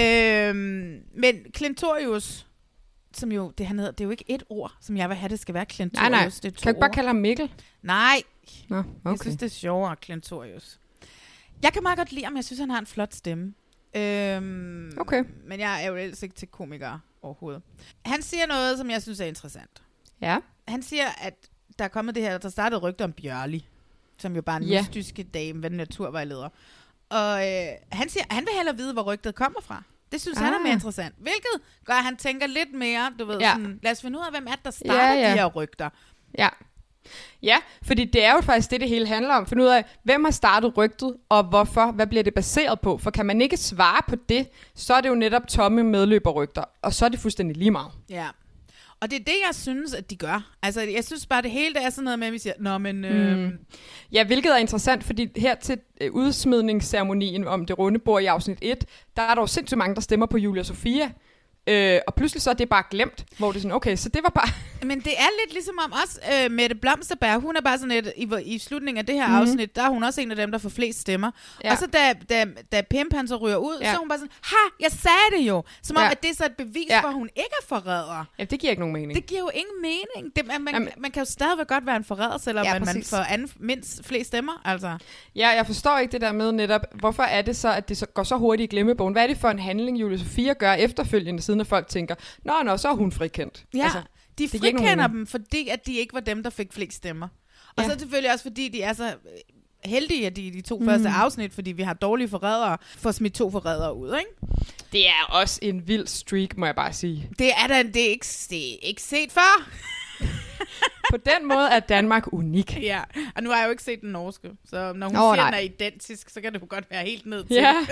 Men Klintorius, som jo, det er jo ikke et ord, som jeg vil have, det skal være Klintorius. Nej. Det er 2 kan du ikke bare kalde ham Mikkel? Nej. Nå, okay. Jeg synes, det er sjovere, Klintorius. Jeg kan meget godt lide ham, jeg synes, han har en flot stemme. Okay. Men jeg er jo ellers ikke til komikere overhovedet. Han siger noget, som jeg synes er interessant. Ja. Han siger, at der er kommet det her, der startede rygter om Bjørli, som jo bare en mystiske dame, hvad naturvejleder. Og han siger, han vil hellere vide, hvor rygtet kommer fra. Det synes han er mere interessant. Hvilket gør, at han tænker lidt mere, du ved, sådan, lad os finde ud af, hvem er der starter de her rygter. Ja. Ja, fordi det er jo faktisk det hele handler om. Finde ud af, hvem har startet rygtet, og hvorfor, hvad bliver det baseret på? For kan man ikke svare på det, så er det jo netop tomme medløberrygter, og så er det fuldstændig lige meget. Ja, og det er det, jeg synes, at de gør. Altså, jeg synes bare, det hele det er sådan noget med, at vi siger, Ja, hvilket er interessant, fordi her til udsmidningsceremonien om det runde bord i afsnit 1, der er der jo sindssygt mange, der stemmer på Julia Sofia. Og pludselig så er det bare glemt, hvor det er sådan, okay, så det var bare... Men det er lidt ligesom om os, Mette Blomsterberg, hun er bare sådan et, i slutningen af det her afsnit, der er hun også en af dem, der får flest stemmer. Ja. Og så da Pimp han så ryger ud, så er hun bare sådan, jeg sagde det jo! Som om, at det er så et bevis for, at hun ikke er forræder. Ja, det giver ikke nogen mening. Det giver jo ingen mening. Man kan jo stadigvæk godt være en forræder, selvom man får mindst flest stemmer, altså. Ja, jeg forstår ikke det der med netop, hvorfor er det så, at det så går så hurtigt i glemmebogen? Hvad er det for en handling, Julia Sofia gør efterfølgende, siden at folk tænker, nå, så er hun frikendt. Ja, altså, de frikender dem, fordi at de ikke var dem, der fik flest stemmer. Og så selvfølgelig også, fordi de er så heldige, at de i de 2 første afsnit, fordi vi har dårlige forrædere, får smidt 2 forrædere ud, ikke? Det er også en vild streak, må jeg bare sige. Det er ikke set før. På den måde er Danmark unik. Ja, og nu har jeg jo ikke set den norske, så når hun siger, den er identisk, så kan det jo godt være helt ned til. Ja.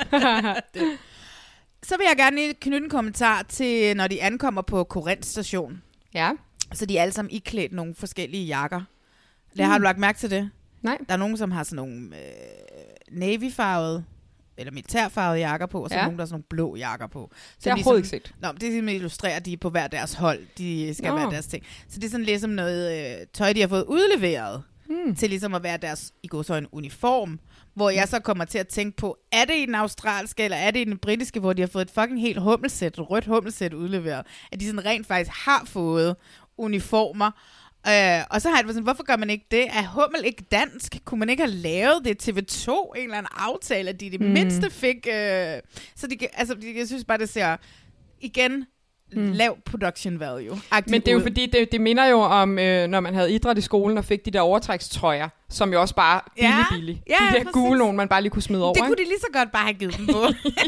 Så vil jeg gerne lige knytte en kommentar til, når de ankommer på Corinth station. Ja. Så de er alle sammen iklædt nogle forskellige jakker. Har du lagt mærke til det? Nej. Der er nogen, som har sådan nogle navy-farvede, eller militærfarvede jakker på, og så er nogen, der har sådan nogle blå jakker på. Så det har jeg overhovedet ikke set. Nå, det er simpelthen illustrerer, de er på hver deres hold. De skal være deres ting. Så det er sådan ligesom noget tøj, de har fået udleveret, til ligesom at være deres, i går så en uniform, hvor jeg så kommer til at tænke på, er det i den australske, eller er det i den britiske, hvor de har fået et fucking helt rødt hummelsæt udleveret, at de sådan rent faktisk har fået uniformer. Og så har jeg sådan, hvorfor gør man ikke det? Er hummel ikke dansk? Kunne man ikke have lavet det TV2, en eller anden aftale, at de det mindste fik? Så jeg synes bare, det ser igen lav production value. Men det er jo fordi, det minder jo om, når man havde idræt i skolen og fik de der overtrækstrøjer, som jo også bare billig. Ja, de der gule nogen, man bare lige kunne smide over. Det kunne de lige så godt bare have givet dem på.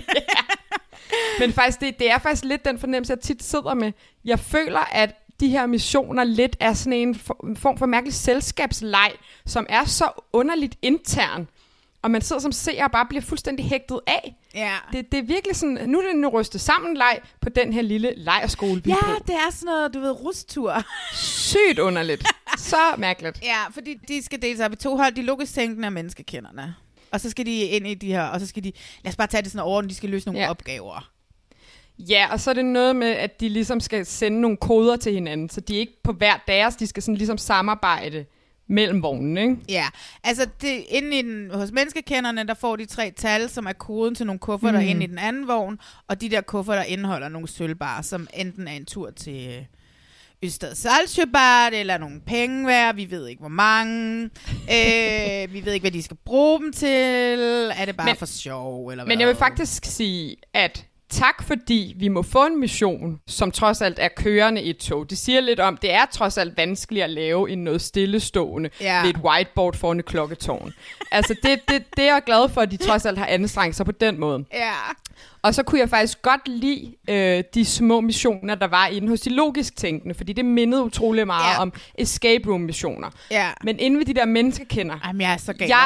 Men faktisk, det er faktisk lidt den fornemmelse, jeg tit sidder med. Jeg føler, at de her missioner lidt er sådan en form for mærkelig selskabsleg, som er så underligt intern. og man sidder som seer og bare bliver fuldstændig hægtet af. Ja. Det er virkelig sådan, nu er det en rystet sammen leg på den her lille lejrskole, vi Ja, på. det er sådan noget, du ved, rustur. Sygt underligt. Så mærkeligt. Ja, fordi de skal deles op i 2 hold, de logisk tænkende og menneskekenderne. Og så skal de ind i de her, og så skal de, lad os bare tage det sådan over, de skal løse nogle opgaver. Ja, og så er det noget med, at de ligesom skal sende nogle koder til hinanden, så de er ikke på hver deres, de skal sådan ligesom samarbejde mellem vognene, ikke? Ja, altså hos menneskekenderne, der får de 3 tal, som er koden til nogle kufferter ind i den anden vogn, og de der kufferter indeholder nogle sølvbarer, som enten er en tur til Ystad Saltsjöbad, eller nogle penge værd, vi ved ikke hvor mange, vi ved ikke, hvad de skal bruge dem til, er det bare for sjov, eller hvad? Men jeg vil faktisk sige, at tak fordi vi må få en mission, som trods alt er kørende i et tog. Det siger lidt om, det er trods alt vanskeligt at lave en noget stillestående ved et whiteboard foran et klokketårn. Altså det er jeg glad for, at de trods alt har anstrengt sig på den måde. Ja. Og så kunne jeg faktisk godt lide de små missioner, der var inde hos de logisk tænkende, fordi det mindede utrolig meget om escape room missioner. Ja. Men inde ved de der menneskekender, jamen, jeg er så gal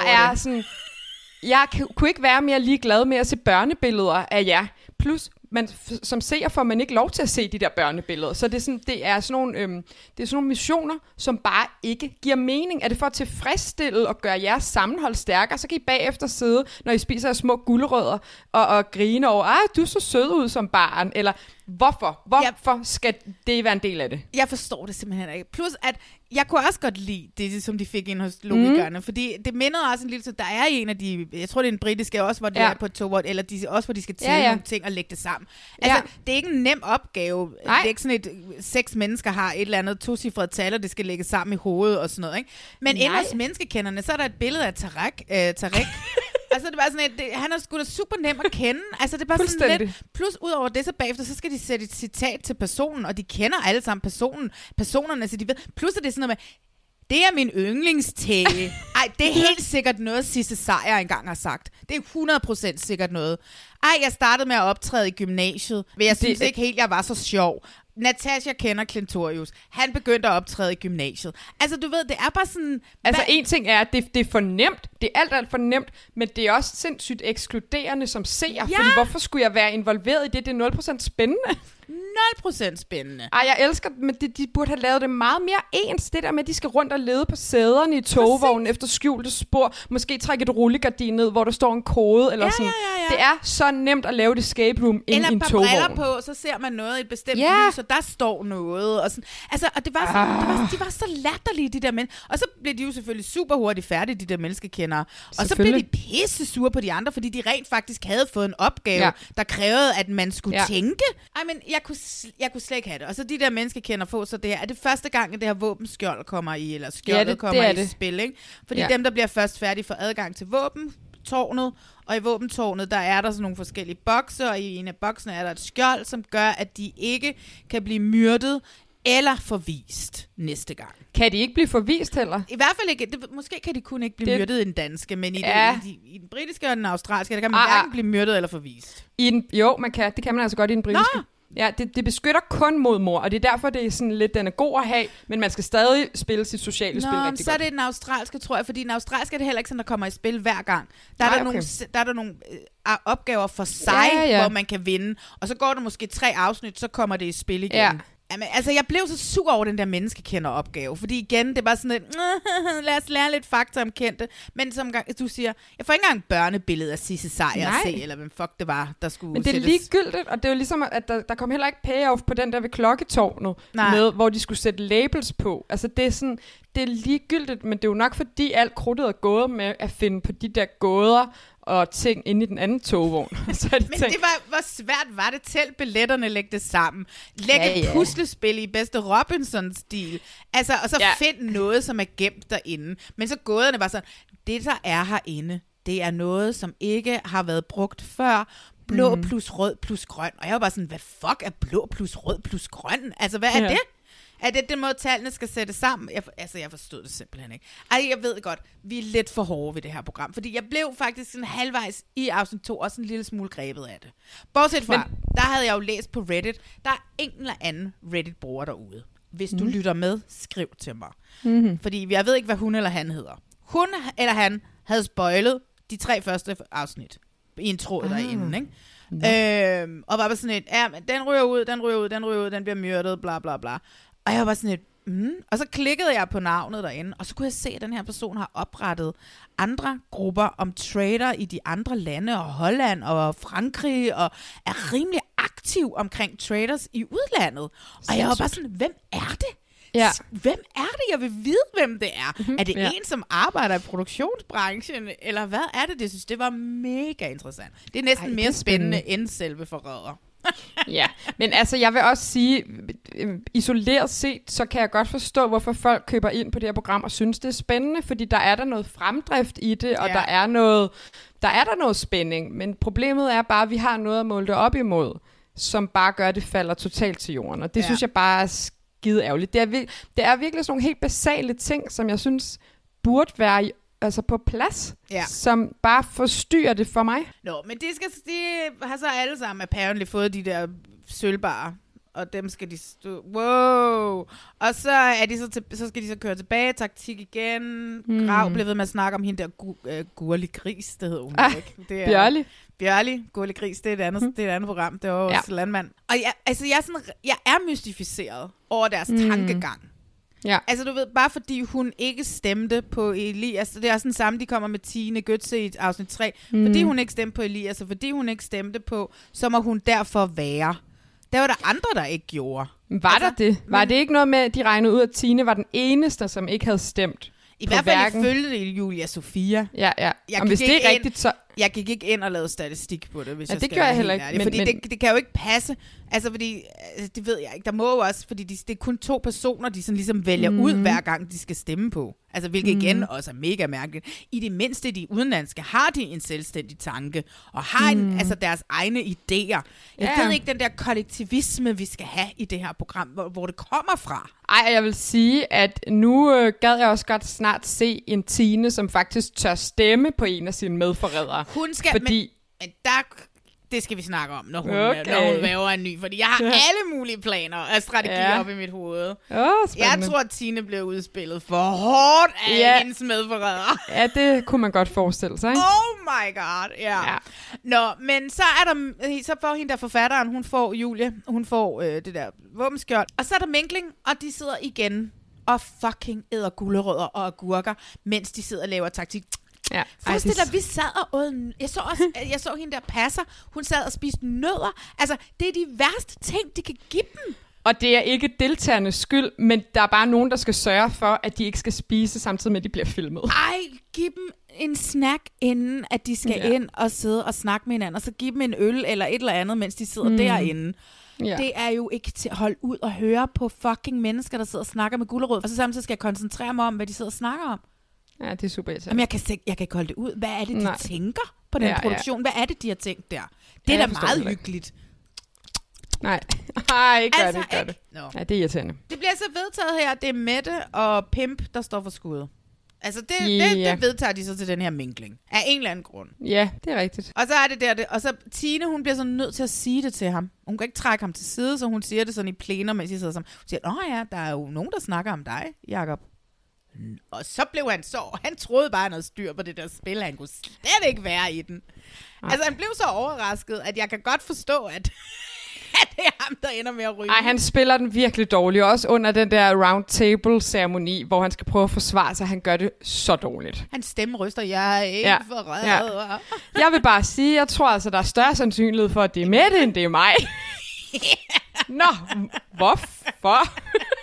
jeg kunne ikke være mere ligeglad med at se børnebilleder af jer. Plus, som seer får man ikke lov til at se de der børnebilleder. Så det er sådan nogle missioner, som bare ikke giver mening. Er det for at tilfredsstille og gøre jeres sammenhold stærkere, så kan I bagefter sidde, når I spiser af små gulerødder, og grine over, du er så sød ud som barn, eller hvorfor skal det være en del af det? Jeg forstår det simpelthen ikke. Plus, at jeg kunne også godt lide det, som de fik ind hos logikerne, fordi det minder også en lille, så der er en af de, jeg tror det er en britiske også, hvor det er på et tog, eller også hvor de skal tælle nogle ting og lægge det sammen. Altså, det er ikke en nem opgave. Nej. Det er ikke sådan et 6 mennesker har et eller andet 2-cifret tal, og det skal lægges sammen i hovedet og sådan noget, ikke? Men inde hos menneskekenderne, så er der et billede af Tarek. Altså, det var sådan han er sgu da super nem at kende. Altså, det er bare sådan lidt. Plus, ud over det, så bagefter, så skal de sætte et citat til personen, og de kender alle sammen personerne, så de ved. Plus, er det sådan noget med, det er min yndlingstæge. Ej, det er helt sikkert noget, Sisse Sejer engang har sagt. Det er 100% sikkert noget. Jeg startede med at optræde i gymnasiet, men jeg synes ikke helt, jeg var så sjov. Natasha kender Klintorius. Han begyndte at optræde i gymnasiet. Altså, du ved, det er bare sådan... Altså, en ting er, at det er for nemt. Det er alt for nemt, men det er også sindssygt ekskluderende som seer. Ja. Fordi hvorfor skulle jeg være involveret i det? Det er 0% spændende. 0% spændende. Jeg elsker det, men de burde have lavet det meget mere ens. Det der med, at de skal rundt og lede på sæderne i togvognen efter skjulte spor. Måske trække et rullegardin ned, hvor der står en kode eller sådan. Ja. Det er så nemt at lave et escape room ind i en togvogn. Eller et par briller på, så ser man noget i et bestemt lys, og der står noget. Og sådan. Altså, og det var sådan, de var så latterlige, de der mænd. Og så blev de jo selvfølgelig super hurtigt færdige, de der menneskekendere. Og så blev de pisse sure på de andre, fordi de rent faktisk havde fået en opgave, der krævede, at man skulle tænke. Men jeg kunne slet ikke have det. Og så de der menneskekender få, så det her er det første gang, at det her våbenskjold kommer i, eller skjoldet kommer i spil, ikke? Fordi dem, der bliver først færdige, får adgang til våbentårnet, og i våbentårnet, der er der sådan nogle forskellige bokse, og i en af boksene er der et skjold, som gør, at de ikke kan blive myrdet eller forvist næste gang. Kan de ikke blive forvist heller? I hvert fald ikke. Måske kan de kun ikke blive myrdet i den danske, men i den britiske og den australske, der kan man hverken blive myrdet eller forvist. Man kan. Det kan man altså godt i den britiske. Nå! Ja, det beskytter kun mod mor, og det er derfor, det er sådan lidt, den er god at have, men man skal stadig spille sit sociale spil rigtig godt. Så er det den australske, tror jeg, fordi den australske er det heller ikke sådan, der kommer i spil hver gang. Der er der nogle opgaver for sig, hvor man kan vinde, og så går der måske 3 afsnit, så kommer det i spil igen. Ja. Jamen, altså, jeg blev så sur over den der menneskekender-opgave, fordi igen, det var sådan lidt, lad os lære lidt fakta om kendte, men som du siger, jeg får ikke engang børnebillede af Sisse Sejer at se, eller hvem fuck det var, der skulle men det er ligegyldigt, og det er jo ligesom, at der kom heller ikke payoff på den der ved klokketårnet, med, hvor de skulle sætte labels på. Altså, det er sådan, det er ligegyldigt, men det er jo nok fordi alt krudtet er gået med at finde på de der gåder, og ting inde i den anden togvogn. Så men det var, hvor svært var det? Tæl billetterne, lægge det sammen. Læg et puslespil i bedste Robinson-stil. Altså, og så find noget, som er gemt derinde. Men så gåderne var sådan, det der er herinde, det er noget, som ikke har været brugt før. Blå plus rød plus grøn. Og jeg var bare sådan, hvad fuck er blå plus rød plus grøn? Altså, hvad er det? Er det den måde, tallene skal sætte sammen? Jeg forstod det simpelthen ikke. Jeg ved godt, vi er lidt for hårde ved det her program, fordi jeg blev faktisk sådan halvvejs i afsnit 2 også en lille smule grebet af det. Bortset fra, der havde jeg jo læst på Reddit, der er en eller anden Reddit-bruger derude. Hvis du lytter med, skriv til mig. Fordi jeg ved ikke, hvad hun eller han hedder. Hun eller han havde spoilet de 3 første afsnit i en tråd derinde, ikke? Og var bare sådan et, ja, men den ryger ud, den bliver myrdet, bla bla bla. Og jeg var bare sådan et, og så klikkede jeg på navnet derinde, og så kunne jeg se, at den her person har oprettet andre grupper om trader i de andre lande, og Holland og Frankrig, og er rimelig aktiv omkring traders i udlandet. Og jeg var bare sådan, hvem er det? Ja. Hvem er det? Jeg vil vide, hvem det er. Er det en, som arbejder i produktionsbranchen, eller hvad er det? Jeg synes, det var mega interessant. Det er næsten mere spændende end selve Forræder. Ja, men altså jeg vil også sige, isoleret set, så kan jeg godt forstå, hvorfor folk køber ind på det her program og synes, det er spændende, fordi der er der noget fremdrift i det, og der er noget spænding, men problemet er bare, at vi har noget at måle det op imod, som bare gør, at det falder totalt til jorden, og det synes jeg bare er skide ærgerligt. Det er virkelig sådan nogle helt basale ting, som jeg synes burde være på plads, som bare forstyrrer det for mig. Nå, men de har så alle sammen apparently fået de der sølvbarer, og dem skal de wow! Og så er de så skal de så køre tilbage, taktik igen. Grav blev ved med at snakke om hende der Gurli Gris, det hedder hun ikke. Det er Bjørli, Gurli Gris, det er et andet program, det var også landmand. Og jeg er mystificeret over deres tankegang. Ja. Altså du ved, bare fordi hun ikke stemte på Elias, det er sådan samme, de kommer med Tine Götze i afsnit 3, fordi hun ikke stemte på Elias, og fordi hun ikke stemte på, så må hun derfor være. Der var der andre, der ikke gjorde. Der det? Var det ikke noget med, at de regnede ud, at Tine var den eneste, som ikke havde stemt? I hvert fald ifølge det Julia Sofia. Ja. Og hvis det er rigtigt, så... Jeg gik ikke ind og lavede statistik på det, hvis jeg det skal gør jeg heller ikke. Men, fordi det kan jo ikke passe. Altså, fordi, det ved jeg ikke. Der må jo også, fordi det er kun 2 personer, de sådan ligesom vælger ud, hver gang de skal stemme på. Altså, hvilket igen også er mega mærkeligt. I det mindste, de udenlandske, har de en selvstændig tanke, og har altså deres egne idéer. Jeg ved ikke den der kollektivisme, vi skal have i det her program, hvor det kommer fra. Ej, jeg vil sige, at nu gad jeg også godt snart se en Tine, som faktisk tør stemme på en af sine medforrædere. Hun skal, fordi... men det skal vi snakke om, når hun laver en ny, fordi jeg har alle mulige planer og strategier op i mit hoved. Jeg tror, at Tine blev udspillet for hårdt af hendes medforrædere. Ja, det kunne man godt forestille sig, ikke? Oh my god, ja. Nå, men så får hende der forfatteren, hun får Julie, hun får det der våbenskjold, og så er der Mingling, og de sidder igen og fucking æder gulerødder og agurker, mens de sidder og laver taktik. Ja. Forestil dig, vi sad og åd. Jeg så hende der passer. Hun sad og spiste nødder. Altså, det er de værste ting, de kan give dem. Og det er ikke deltagernes skyld, men der er bare nogen, der skal sørge for, at de ikke skal spise, samtidig med, at de bliver filmet. Giv dem en snack, inden at de skal ind og sidde og snakke med hinanden. Og så giv dem en øl eller et eller andet, mens de sidder derinde. Ja. Det er jo ikke til at holde ud og høre på fucking mennesker, der sidder og snakker med gulerod. Og så samtidig skal jeg koncentrere mig om, hvad de sidder og snakker om. Ja, det er super irriterende. Jamen, jeg kan ikke holde det ud. Hvad er det, de tænker på den produktion? Hvad er det, de har tænkt der? Det er da meget hyggeligt. Nej, ikke gør det. No. Ja, det er irriterende. Det bliver så vedtaget her. Det er Mette og Pimp, der står for skud. Altså, det vedtager de så til den her Mingling. Af en eller anden grund. Ja, det er rigtigt. Og så er det der, og så Tine, hun bliver så nødt til at sige det til ham. Hun kan ikke trække ham til side, så hun siger det sådan i plenum, mens de sidder sammen. Hun siger, der er jo nogen, der snakker om dig, Jakob. Og så blev han troede bare noget styr på det der spil. Han kunne slet ikke være i den. Altså, han blev så overrasket, at jeg kan godt forstå, at det er ham, der ender med at ryge. Han spiller den virkelig dårligt. Også under den der round table-ceremoni, hvor han skal prøve at forsvare sig. Han gør det så dårligt. Hans stemme ryster, jeg er ikke forræder. Ja. Jeg vil bare sige, jeg tror altså, der er større sandsynlighed for, at det er Mette, end det er mig. Nå, hvorfor?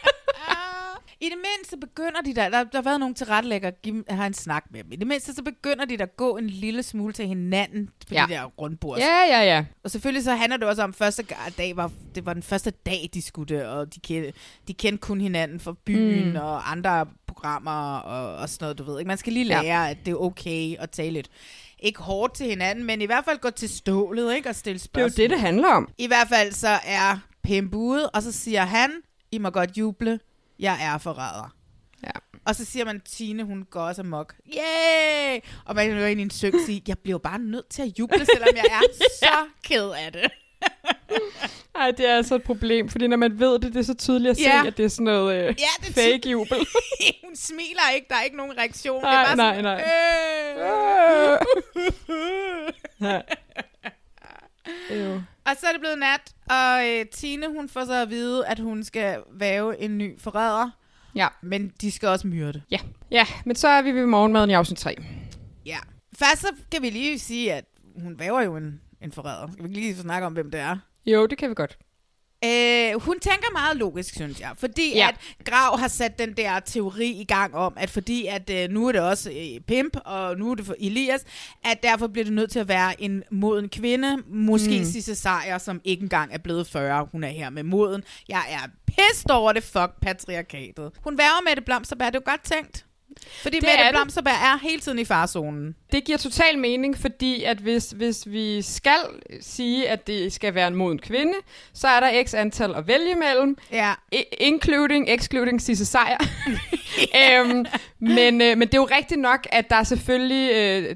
I det mindste begynder de der har været nogen tilrettelægger at have en snak med dem. I det mindste så begynder de der at gå en lille smule til hinanden på de der rundbord. Ja. Og selvfølgelig så handler det også om første dag, det var den første dag, de skulle det, og de kendte kun hinanden fra byen og andre programmer og sådan noget, du ved. Ikke? Man skal lige lære, at det er okay at tale lidt. Ikke hårdt til hinanden, men i hvert fald gå til stålet, ikke? Og stille spørgsmål. Det er jo det handler om. I hvert fald så er Pimp ude, og så siger han, I må godt juble. Jeg er forræder. Ja. Og så siger man, Tine, hun går også amok. Yay! Og man hører ind i en søg sige, jeg bliver bare nødt til at juble, selvom jeg er så ked af det. Ej, det er altså et problem, fordi når man ved det, det er så tydeligt at se, at det er sådan noget fake jubel. Hun smiler ikke, der er ikke nogen reaktion. Nej, det er bare nej. Og så er det blevet nat, og Tine, hun får så at vide, at hun skal væve en ny forræder. Ja. Men de skal også myrde. Ja, men så er vi ved morgenmaden i afsnit 3. Ja. Først så kan vi lige sige, at hun væver jo en forræder. Skal vi lige snakke om, hvem det er? Jo, det kan vi godt. Hun tænker meget logisk, synes jeg. Fordi at Grav har sat den der teori i gang om, at fordi at nu er det også Pimp, og nu er det for Elias, at derfor bliver det nødt til at være en moden kvinde. Måske Sisse Seier, som ikke engang er blevet 40. Hun er her med moden. Jeg er pissed over det patriarkatet. Hun værger Mette Blomsterberg, det er jo godt tænkt. Fordi Mette Blomsterberg er hele tiden i farezonen. Det giver total mening, fordi at hvis vi skal sige, at det skal være en moden kvinde, så er der x antal at vælge mellem. Ja. Excluding Sisse Seier. Men det er jo rigtigt nok, at der er selvfølgelig...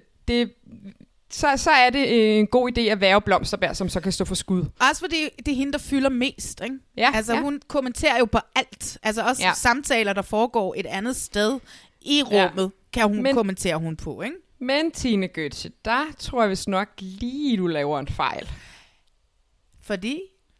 Så er det en god idé at være Blomsterberg, som så kan stå for skud. Også fordi det er hende, der fylder mest, ikke? Ja, altså hun kommenterer jo på alt. Altså også samtaler, der foregår et andet sted i rummet, kommenterer hun på, ikke? Men Tine Götze, der tror jeg vist nok lige, du laver en fejl. Fordi?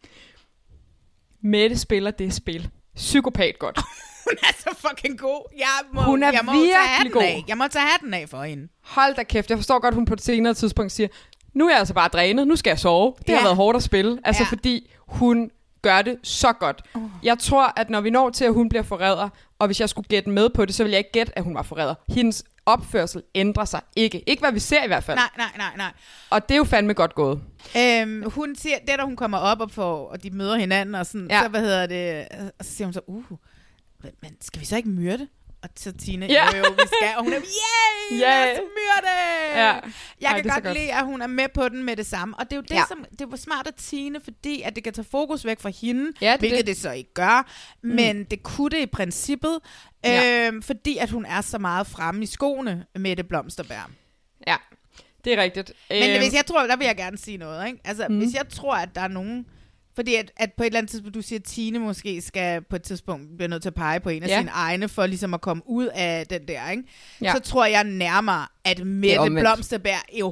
Mette spiller det spil psykopat godt. Hun er så fucking god. Hun er virkelig god. Jeg må tage hatten af for hende. Hold da kæft, jeg forstår godt, hun på et senere tidspunkt siger, nu er jeg altså bare drænet, nu skal jeg sove. Det har været hårdt at spille. Altså fordi hun gør det så godt. Jeg tror, at når vi når til, at hun bliver forræder, og hvis jeg skulle gætte med på det, så vil jeg ikke gætte, at hun var forræder. Hendes opførsel ændrer sig ikke. Ikke hvad vi ser i hvert fald. Nej. Og det er jo fandme godt gået. Hun siger, det da hun kommer op og de møder hinanden, og sådan, så og så siger hun så, men skal vi så ikke myrde? Og så Tine, jo, vi skal. Og hun er, lad os myrde! Ja. Jeg kan godt lide, at hun er med på den med det samme. Og det er jo det, som det var smart af Tine, fordi at det kan tage fokus væk fra hende, hvilket det så ikke gør. Men det kunne det i princippet, fordi at hun er så meget fremme i skoene med det Blomsterberg. Ja, det er rigtigt. Men hvis jeg tror, der vil jeg gerne sige noget, ikke? Altså, hvis jeg tror, at der er nogen... Fordi at på et eller andet tidspunkt, du siger, at Tine måske skal på et tidspunkt blive nødt til at pege på en af sine egne, for ligesom at komme ud af den der, ikke? Så tror jeg nærmere, at Mette Blomsterberg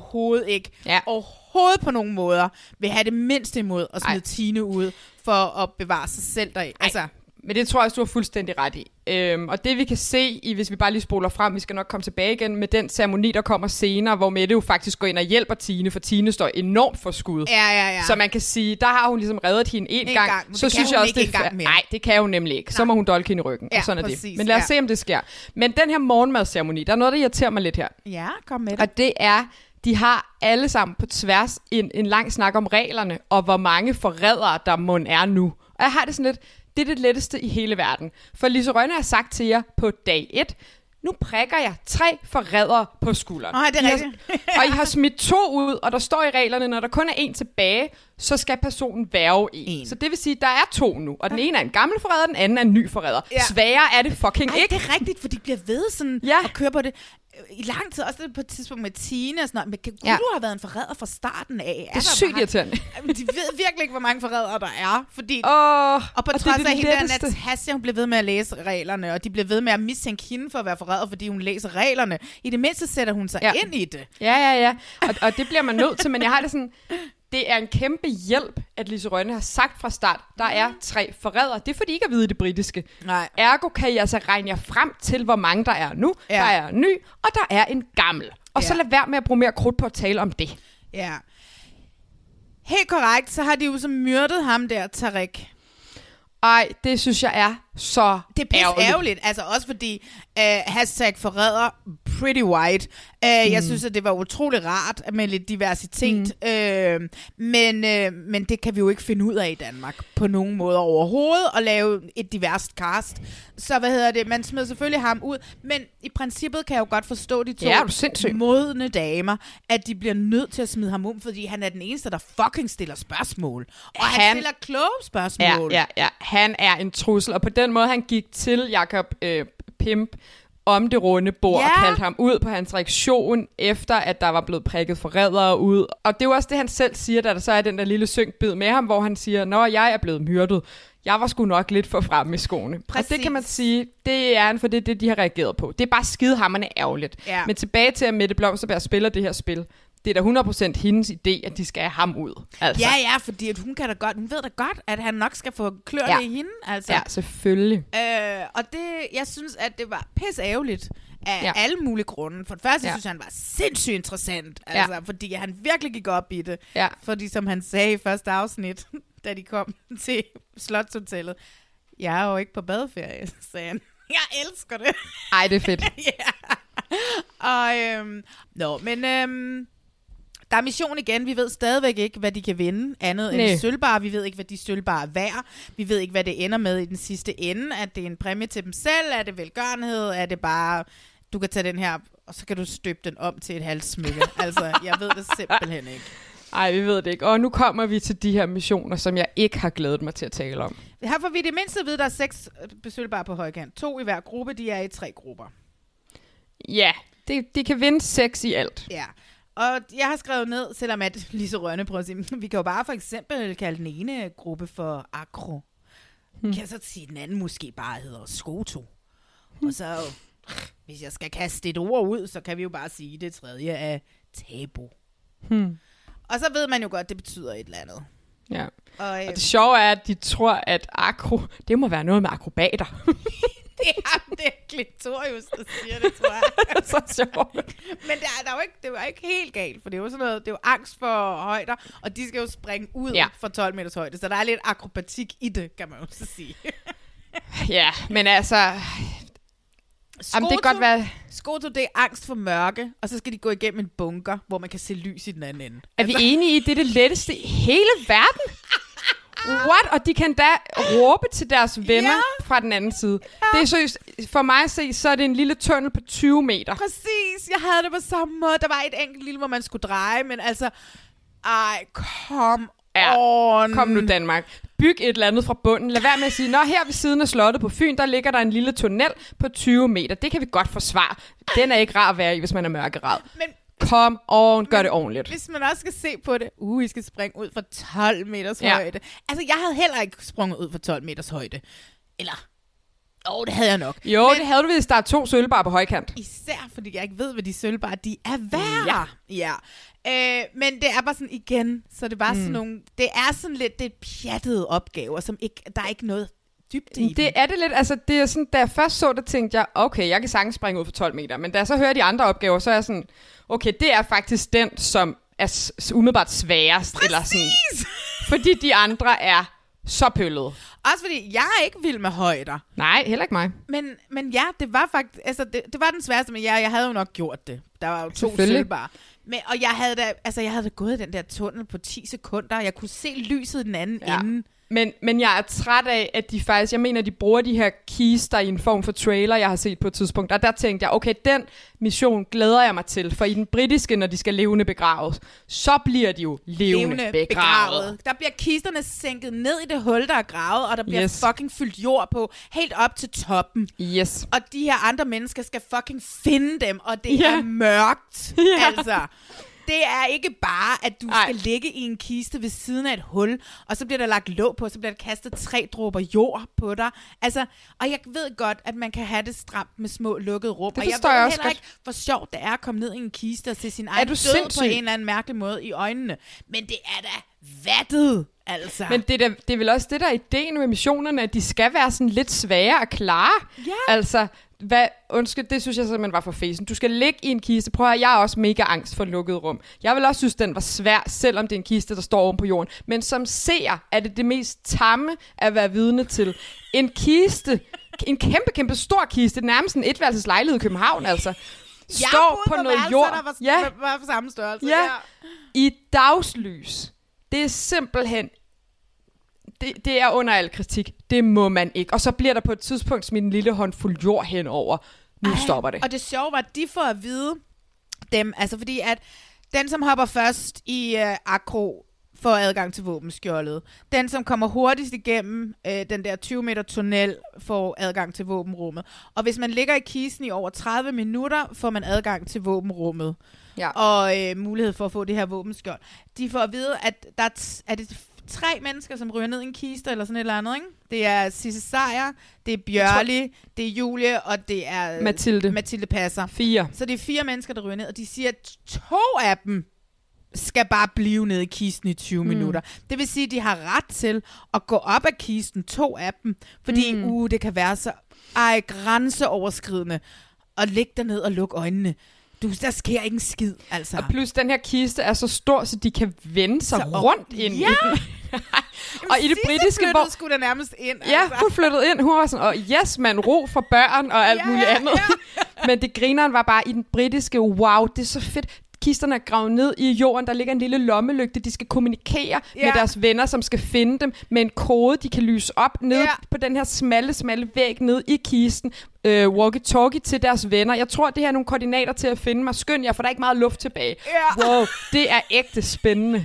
overhovedet på nogen måder vil have det mindste imod at smide Tine ud for at bevare sig selv deri. Altså. Men det tror jeg, du har fuldstændig ret i. Og det vi kan se, hvis vi bare lige spoler frem, vi skal nok komme tilbage igen, med den ceremoni, der kommer senere, hvor Mette jo faktisk går ind og hjælper Tine, for Tine står enormt for skud. Ja. Så man kan sige, der har hun ligesom reddet hende en gang. Så synes jeg også, det er nej, det kan hun nemlig ikke. Så må hun dolke hende i ryggen, og sådan er det. Men lad os se, om det sker. Men den her morgenmadsceremoni, der er noget, der irriterer mig lidt her. Ja, kom med det. Og det er, de har alle sammen på tværs en lang snak om reglerne, og hvor mange forrædere der mon er nu. Og jeg har det sådan lidt, det er det letteste i hele verden. For Lise Rønne har sagt til jer på dag 1, nu prikker jeg 3 forrædere på skulderen. Det er rigtigt. Og I har smidt 2 ud, og der står i reglerne, når der kun er 1 tilbage, så skal personen værge 1. Så det vil sige, at der er 2 nu. Og den ene er en gammel forræder, den anden er en ny forræder. Sværere er det fucking ikke. Det er rigtigt, for de bliver ved sådan at køre på det. I lang tid, også på et tidspunkt med Tine og sådan noget, men kunne du have været en forræder fra starten af? Det er sygt irriterende. De ved virkelig ikke, hvor mange forrædere der er, fordi og på trods af hende der Natasja, hun bliver ved med at læse reglerne, og de bliver ved med at mistænke hende for at være forræder, fordi hun læser reglerne. I det mindste sætter hun sig ind i det. Ja. Og det bliver man nødt til, men jeg har det sådan, det er en kæmpe hjælp, at Lise Rønne har sagt fra start, der er 3 forrædere. Det er fordi, I ikke at vide det britiske. Nej. Ergo kan I altså regne jer frem til, hvor mange der er nu. Der er en ny, og der er en gammel. Og så lad være med at bruge mere krudt på at tale om det. Ja. Helt korrekt, så har de jo så myrdet ham der, Tarek. Ej, det synes jeg er så det er ærgerligt. Altså også fordi #forræder pretty white. Jeg synes, at det var utrolig rart med lidt diversitet. Men det kan vi jo ikke finde ud af i Danmark på nogen måde overhovedet, at lave et diverst cast. Så man smed selvfølgelig ham ud. Men i princippet kan jeg jo godt forstå de 2 modne damer, at de bliver nødt til at smide ham om, fordi han er den eneste, der fucking stiller spørgsmål. Og han stiller kloge spørgsmål. Ja. Han er en trussel, og på den måde, han gik til Jakob Pimp om det runde bord og kaldte ham ud på hans reaktion, efter at der var blevet prikket forrædere ud. Og det er jo også det, han selv siger, da der så er den der lille synkbid med ham, hvor han siger, nå, jeg er blevet myrdet. Jeg var sgu nok lidt for fremme i skoene. Præcis. Og det kan man sige, det er for det, de har reageret på. Det er bare skidehamrende ærgerligt. Ja. Men tilbage til, at Mette Blomsterberg spiller det her spil. Det er da 100% hendes idé, at de skal have ham ud. Altså. Ja, fordi at hun ved da godt, at han nok skal få kløerne i hende. Altså. Ja, selvfølgelig. Og jeg synes, at det var pisse ærgerligt af alle mulige grunde. For det første synes jeg, han var sindssygt interessant. Altså, fordi han virkelig gik op i det. Ja. Fordi som han sagde i første afsnit, da de kom til Slotshotellet, jeg er jo ikke på badeferie, sagde han. Jeg elsker det. Ej, det er fedt. Der er mission igen. Vi ved stadigvæk ikke, hvad de kan vinde. Andet end sølvbar. Vi ved ikke, hvad de sølvbare er værd. Vi ved ikke, hvad det ender med i den sidste ende. At det er en præmie til dem selv. Er det velgørenhed? Er det bare, du kan tage den her, og så kan du støbe den om til et halssmykke. Altså, jeg ved det simpelthen ikke. Ej, vi ved det ikke. Og nu kommer vi til de her missioner, som jeg ikke har glædet mig til at tale om. Her får vi det mindste at vide, der er 6 besølgbare på højkant. 2 i hver gruppe. De er i 3 grupper. Ja, de kan vinde 6 i alt. Ja. Og jeg har skrevet ned, selvom at Lise Rønne prøver at sige, vi kan jo bare for eksempel kalde den ene gruppe for Akro. Vi kan så sige, den anden måske bare hedder Skoto. Og så, hvis jeg skal kaste et ord ud, så kan vi jo bare sige, det tredje er Tabu. Og så ved man jo godt, det betyder et eller andet. Ja. Og det sjove er, at de tror, at akro, det må være noget med akrobater. Det er Klitorius, der siger det, tror jeg. Så sjovt. Men det var ikke helt galt, for det er jo sådan noget, det er jo angst for højder, og de skal jo springe ud fra 12 meters højde, så der er lidt akrobatik i det, kan man jo så sige. Ja, men altså... Skoto, det kan godt være... Skoto, det er angst for mørke, og så skal de gå igennem en bunker, hvor man kan se lys i den anden ende. Er vi enige i, det er det letteste i hele verden? What? Og de kan da råbe til deres venner fra den anden side. Ja. Det er seriøst, for mig at se, så er det en lille tunnel på 20 meter. Præcis, jeg havde det på samme måde. Der var et enkelt lille, hvor man skulle dreje, men altså, kom on. Kom nu Danmark. Byg et eller andet fra bunden. Lad være med at sige, her ved siden af slottet på Fyn, der ligger der en lille tunnel på 20 meter. Det kan vi godt forsvare. Den er ikke rar at være i, hvis man er mørkerad. Men kom on, gør det ordentligt. Hvis man også skal se på det, I skal springe ud fra 12 meters højde. Altså, jeg havde heller ikke sprunget ud fra 12 meters højde. Eller, det havde jeg nok. Jo, men det havde du, hvis der er 2 sølvbare på højkant. Især, fordi jeg ikke ved, hvad de sølvbare, de er værd. Ja. Men det er bare sådan igen, så det er bare sådan nogle, det er sådan lidt, det er pjattede opgaver, som ikke, der er ikke noget dybde i. Det er det lidt, altså det er sådan, da jeg først så det, tænkte jeg, okay, jeg kan sagtens springe ud for 12 meter, men da jeg så hører de andre opgaver, så er jeg sådan, okay, det er faktisk den, som er umiddelbart sværest. Præcis! Eller sådan, fordi de andre er så pøllede. Også fordi jeg er ikke vild med højder. Nej, heller ikke mig. Men ja, det var faktisk, altså det var den sværeste, men jeg havde jo nok gjort det. Der var jo 2 sølvbare. Og jeg havde da gået i den der tunnel på 10 sekunder, og jeg kunne se lyset i den anden ende. Men jeg er træt af, at de faktisk, jeg mener, de bruger de her kister i en form for trailer, jeg har set på et tidspunkt. Og der tænkte jeg, okay, den mission glæder jeg mig til. For i den britiske, når de skal levende begraves, så bliver de jo levende begravet. Der bliver kisterne sænket ned i det hul, der er gravet, og der bliver fucking fyldt jord på, helt op til toppen. Yes. Og de her andre mennesker skal fucking finde dem, og det er mørkt. Altså... Det er ikke bare, at du skal ligge i en kiste ved siden af et hul, og så bliver der lagt låg på, så bliver der kastet 3 dråber jord på dig. Altså, og jeg ved godt, at man kan have det stramt med små lukkede rum. Det og jeg ved heller ikke, hvor sjovt det er at komme ned i en kiste og se sin egen død på en eller anden mærkelig måde i øjnene. Men det er da vattet, altså. Men det er vel også det, der er ideen med missionerne, at de skal være sådan lidt svære at klare. Ja. Altså... Undskyld, det synes jeg simpelthen var for fesen. Du skal ligge i en kiste. Prøv at jeg er også mega angst for lukket rum. Jeg vil også synes, den var svær, selvom det er en kiste, der står oven på jorden. Men som seer er det mest tamme at være vidne til. En kiste, en kæmpe, kæmpe stor kiste, nærmest en etværelses lejlighed i København, altså. Står på noget jord. Der var på samme størrelse. Ja. I dagslys. Det er simpelthen... Det er under al kritik. Det må man ikke. Og så bliver der på et tidspunkt smidt en lille håndfuld jord henover. Nu stopper det. Og det sjove var, at de får at vide dem, altså fordi at den, som hopper først i akro, får adgang til våbenskjoldet. Den, som kommer hurtigst igennem den der 20 meter tunnel, får adgang til våbenrummet. Og hvis man ligger i kisten i over 30 minutter, får man adgang til våbenrummet. Ja. Og mulighed for at få det her våbenskjold. De får at vide, at der er det 3 mennesker, som ryger ned i en kiste, eller sådan et eller andet, ikke? Det er Sisse Sejer, det er Bjørli, det er Julie, og det er Mathilde Passer. 4. Så det er 4 mennesker, der ryger ned, og de siger, at 2 af dem skal bare blive nede i kisten i 20 minutter. Det vil sige, at de har ret til at gå op af kisten, 2 af dem, fordi det kan være så grænseoverskridende at ligge derned og lukke øjnene. Der sker ikke en skid, altså. Og plus, den her kiste er så stor, så de kan vende sig rundt ind i den. Og i det britiske, hvor skulle der nærmest ind. Altså. Ja, hun flyttede ind. Hun var sådan, og yes, man, ro for børn og alt muligt andet. Men det grineren var bare i den britiske, wow, det er så fedt. Kisterne er gravet ned i jorden, der ligger en lille lommelygte, de skal kommunikere med deres venner, som skal finde dem med en kode, de kan lyse op ned på den her smalle væg ned i kisten, walkie-talkie til deres venner. Jeg tror, det her er nogle koordinater til at finde mig. Skynd jer, for der er ikke meget luft tilbage. Wow, det er ægte spændende.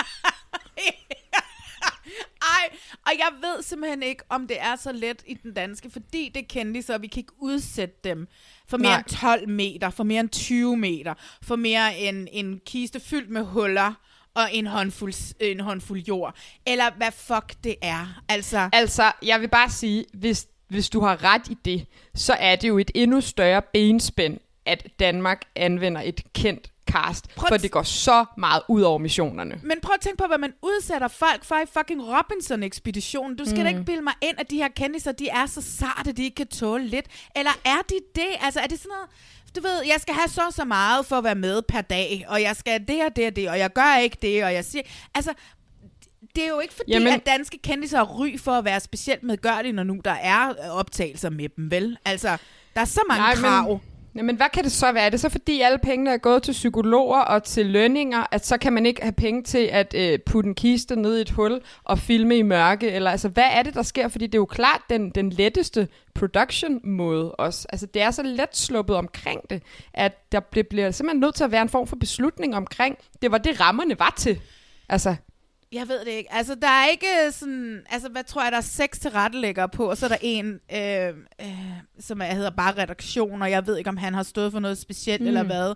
Og jeg ved simpelthen ikke, om det er så let i den danske, fordi det kendte så, vi kan ikke udsætte dem for mere end 12 meter, for mere end 20 meter, for mere end en kiste fyldt med huller og en håndfuld jord. Eller hvad fuck det er. Altså, jeg vil bare sige, hvis du har ret i det, så er det jo et endnu større benspænd, at Danmark anvender et kendt cast, for det går så meget ud over missionerne. Men prøv at tænke på, hvad man udsætter folk for i fucking Robinson-ekspeditionen. Du skal da ikke bilde mig ind, at de her kendiser, de er så sarte, de ikke kan tåle lidt. Eller er de det? Altså, er det sådan noget... Du ved, jeg skal have så meget for at være med per dag, og jeg skal det og det og det, og jeg gør ikke det, og jeg siger... Altså, det er jo ikke fordi, at danske kendiser ry for at være specielt medgørlige, når nu der er optagelser med dem, vel? Altså, der er så mange krav. Men hvad kan det så være? Er det så fordi alle pengene er gået til psykologer og til lønninger, at så kan man ikke have penge til at putte en kiste ned i et hul og filme i mørke? Eller altså, hvad er det, der sker? Fordi det er jo klart den letteste production-måde også. Altså, det er så let sluppet omkring det, at der bliver simpelthen nødt til at være en form for beslutning omkring. Det var det, rammerne var til. Altså... Jeg ved det ikke. Altså, der er ikke sådan... Altså, hvad tror jeg, der er 6 tilrettelæggere på, og så er der en, som hedder bare redaktion, og jeg ved ikke, om han har stået for noget specielt eller hvad.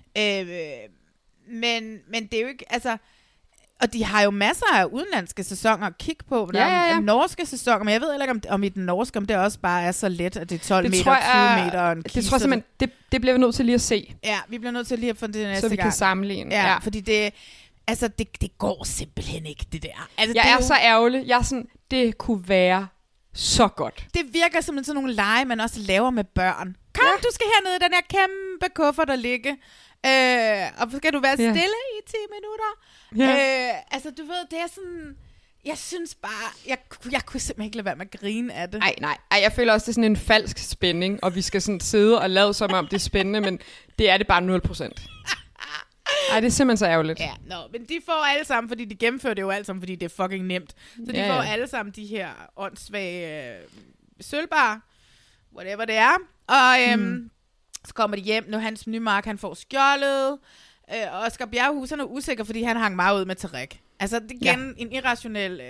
Men det er jo ikke... Altså... Og de har jo masser af udenlandske sæsoner at kigge på. Der er norske sæsoner, men jeg ved ikke, om i den norske, om det også bare er så let, at det er 12 meter, 20 meter og en kiste. Det tror jeg simpelthen, det bliver vi nødt til lige at se. Ja, vi bliver nødt til lige at få det næste gang. Så vi kan sammenligne. Ja, fordi det... Altså, det går simpelthen ikke, det der. Altså, jeg er så ærgerlig. Jeg er sådan, det kunne være så godt. Det virker som sådan nogle lege, man også laver med børn. Kom, du skal hernede i den her kæmpe kuffert, der ligger. Og så skal du være stille i 10 minutter. Altså, du ved, det er sådan... Jeg synes bare... Jeg kunne simpelthen ikke lade være med at grine af det. Nej. Jeg føler også, det er sådan en falsk spænding, og vi skal sådan sidde og lade som om, det er spændende, men det er det bare 0%. Ej, det er simpelthen så ærgerligt. Ja, men de får alle sammen, fordi de gennemfører det jo alle sammen, fordi det er fucking nemt. Så de får alle sammen de her åndssvage sølvbar, whatever det er. Og så kommer de hjem. Nu hans nye mark, han får skjoldet. Og Oscar Bjerrehus, han er usikker, fordi han hang meget ud med Tarek. Altså, det er igen en irrationel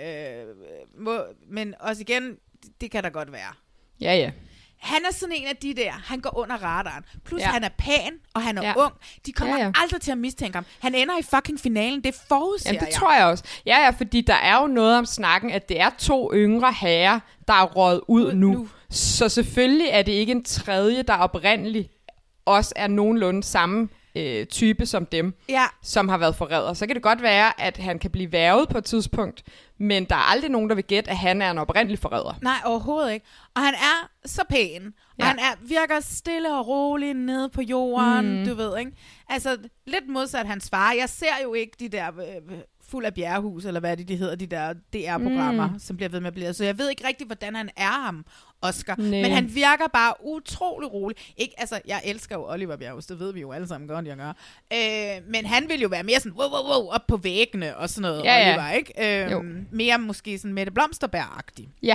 men også igen, det kan da godt være. Ja. Han er sådan en af de der, han går under radaren. Plus han er pæn, og han er ung. De kommer aldrig til at mistænke ham. Han ender i fucking finalen, det forudser jeg. Det tror jeg også. Ja, fordi der er jo noget om snakken, at det er 2 yngre herrer, der er røget ud nu. Så selvfølgelig er det ikke en tredje, der oprindeligt også er nogenlunde samme type som dem, som har været forræder. Så kan det godt være, at han kan blive værget på et tidspunkt, men der er aldrig nogen, der vil gætte, at han er en oprindelig forræder. Nej, overhovedet ikke. Og han er så pæn, og han virker stille og rolig nede på jorden, du ved, ikke? Altså, lidt modsat hans far. Jeg ser jo ikke de der fuld af Bjerrehus, eller hvad de hedder, de der DR-programmer, som bliver ved med at blive. Så jeg ved ikke rigtig, hvordan han er ham, Oscar. Men han virker bare utrolig rolig. Ikke, altså, jeg elsker jo Oliver Bjerrehus, det ved vi jo alle sammen godt, jeg gør. Men han vil jo være mere sådan, wow, op på væggene og sådan noget, Oliver, ikke? Mere måske sådan Mette Blomsterberg-agtig. Ja.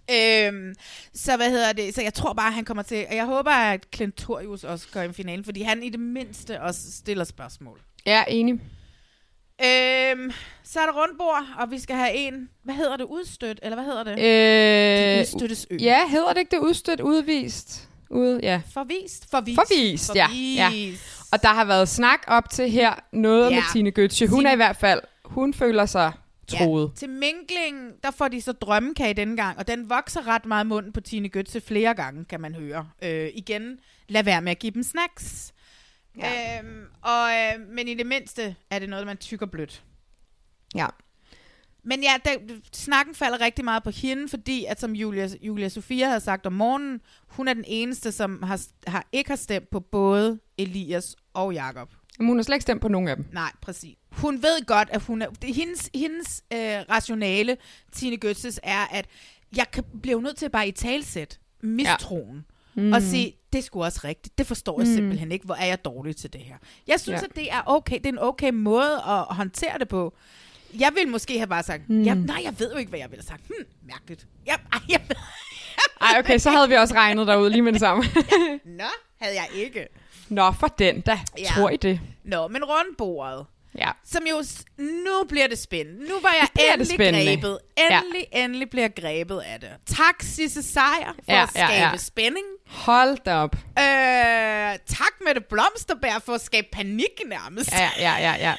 Så hvad hedder det? Så jeg tror bare, han kommer til, og jeg håber, at Klentorius også går i finalen, fordi han i det mindste også stiller spørgsmål. Ja, enig. Så er der rundbord, og vi skal have en... Hvad hedder det? Udstødt? Eller hvad hedder det? De udstøttes ø. Ja, hedder det ikke det? Udstødt, udvist? Ja. Forvist, ja. Og der har været snak op til her, noget med Tine Gøtzsche. Hun er i hvert fald... Hun føler sig troet. Ja, til minkling, der får de så drømmekage denne gang, og den vokser ret meget munden på Tine Gøtzsche flere gange, kan man høre. Igen, lad være med at give dem snacks. Ja. Men i det mindste er det noget, man tykker blødt. Ja. Men ja, snakken falder rigtig meget på hende, fordi at som Julia Sofia havde sagt om morgenen, hun er den eneste, som ikke har stemt på både Elias og Jakob. Men hun har slet ikke stemt på nogen af dem. Nej, præcis. Hun ved godt, at hendes rationale, Tine Gøtzsches, er, at jeg bliver nødt til at bare italesætte mistroen. Og sige, det er sgu også rigtigt. Det forstår jeg simpelthen ikke. Hvor er jeg dårlig til det her? Jeg synes, at det er okay. Det er en okay måde at håndtere det på. Jeg ville måske have bare sagt, nej, jeg ved jo ikke, hvad jeg ville have sagt. Mærkeligt. Ej, okay, så havde vi også regnet derude lige med det samme. Nå, havde jeg ikke. Nå, for den da. Tror I det? Nå, men rundbordet. Ja. Som jo, nu bliver det spændende. Nu var jeg grebet. Endelig bliver jeg grebet af det. Tak, Sisse Seier, for at skabe spænding. Hold da op. Tak, Mette Blomsterberg, for at skabe panik nærmest. Ja.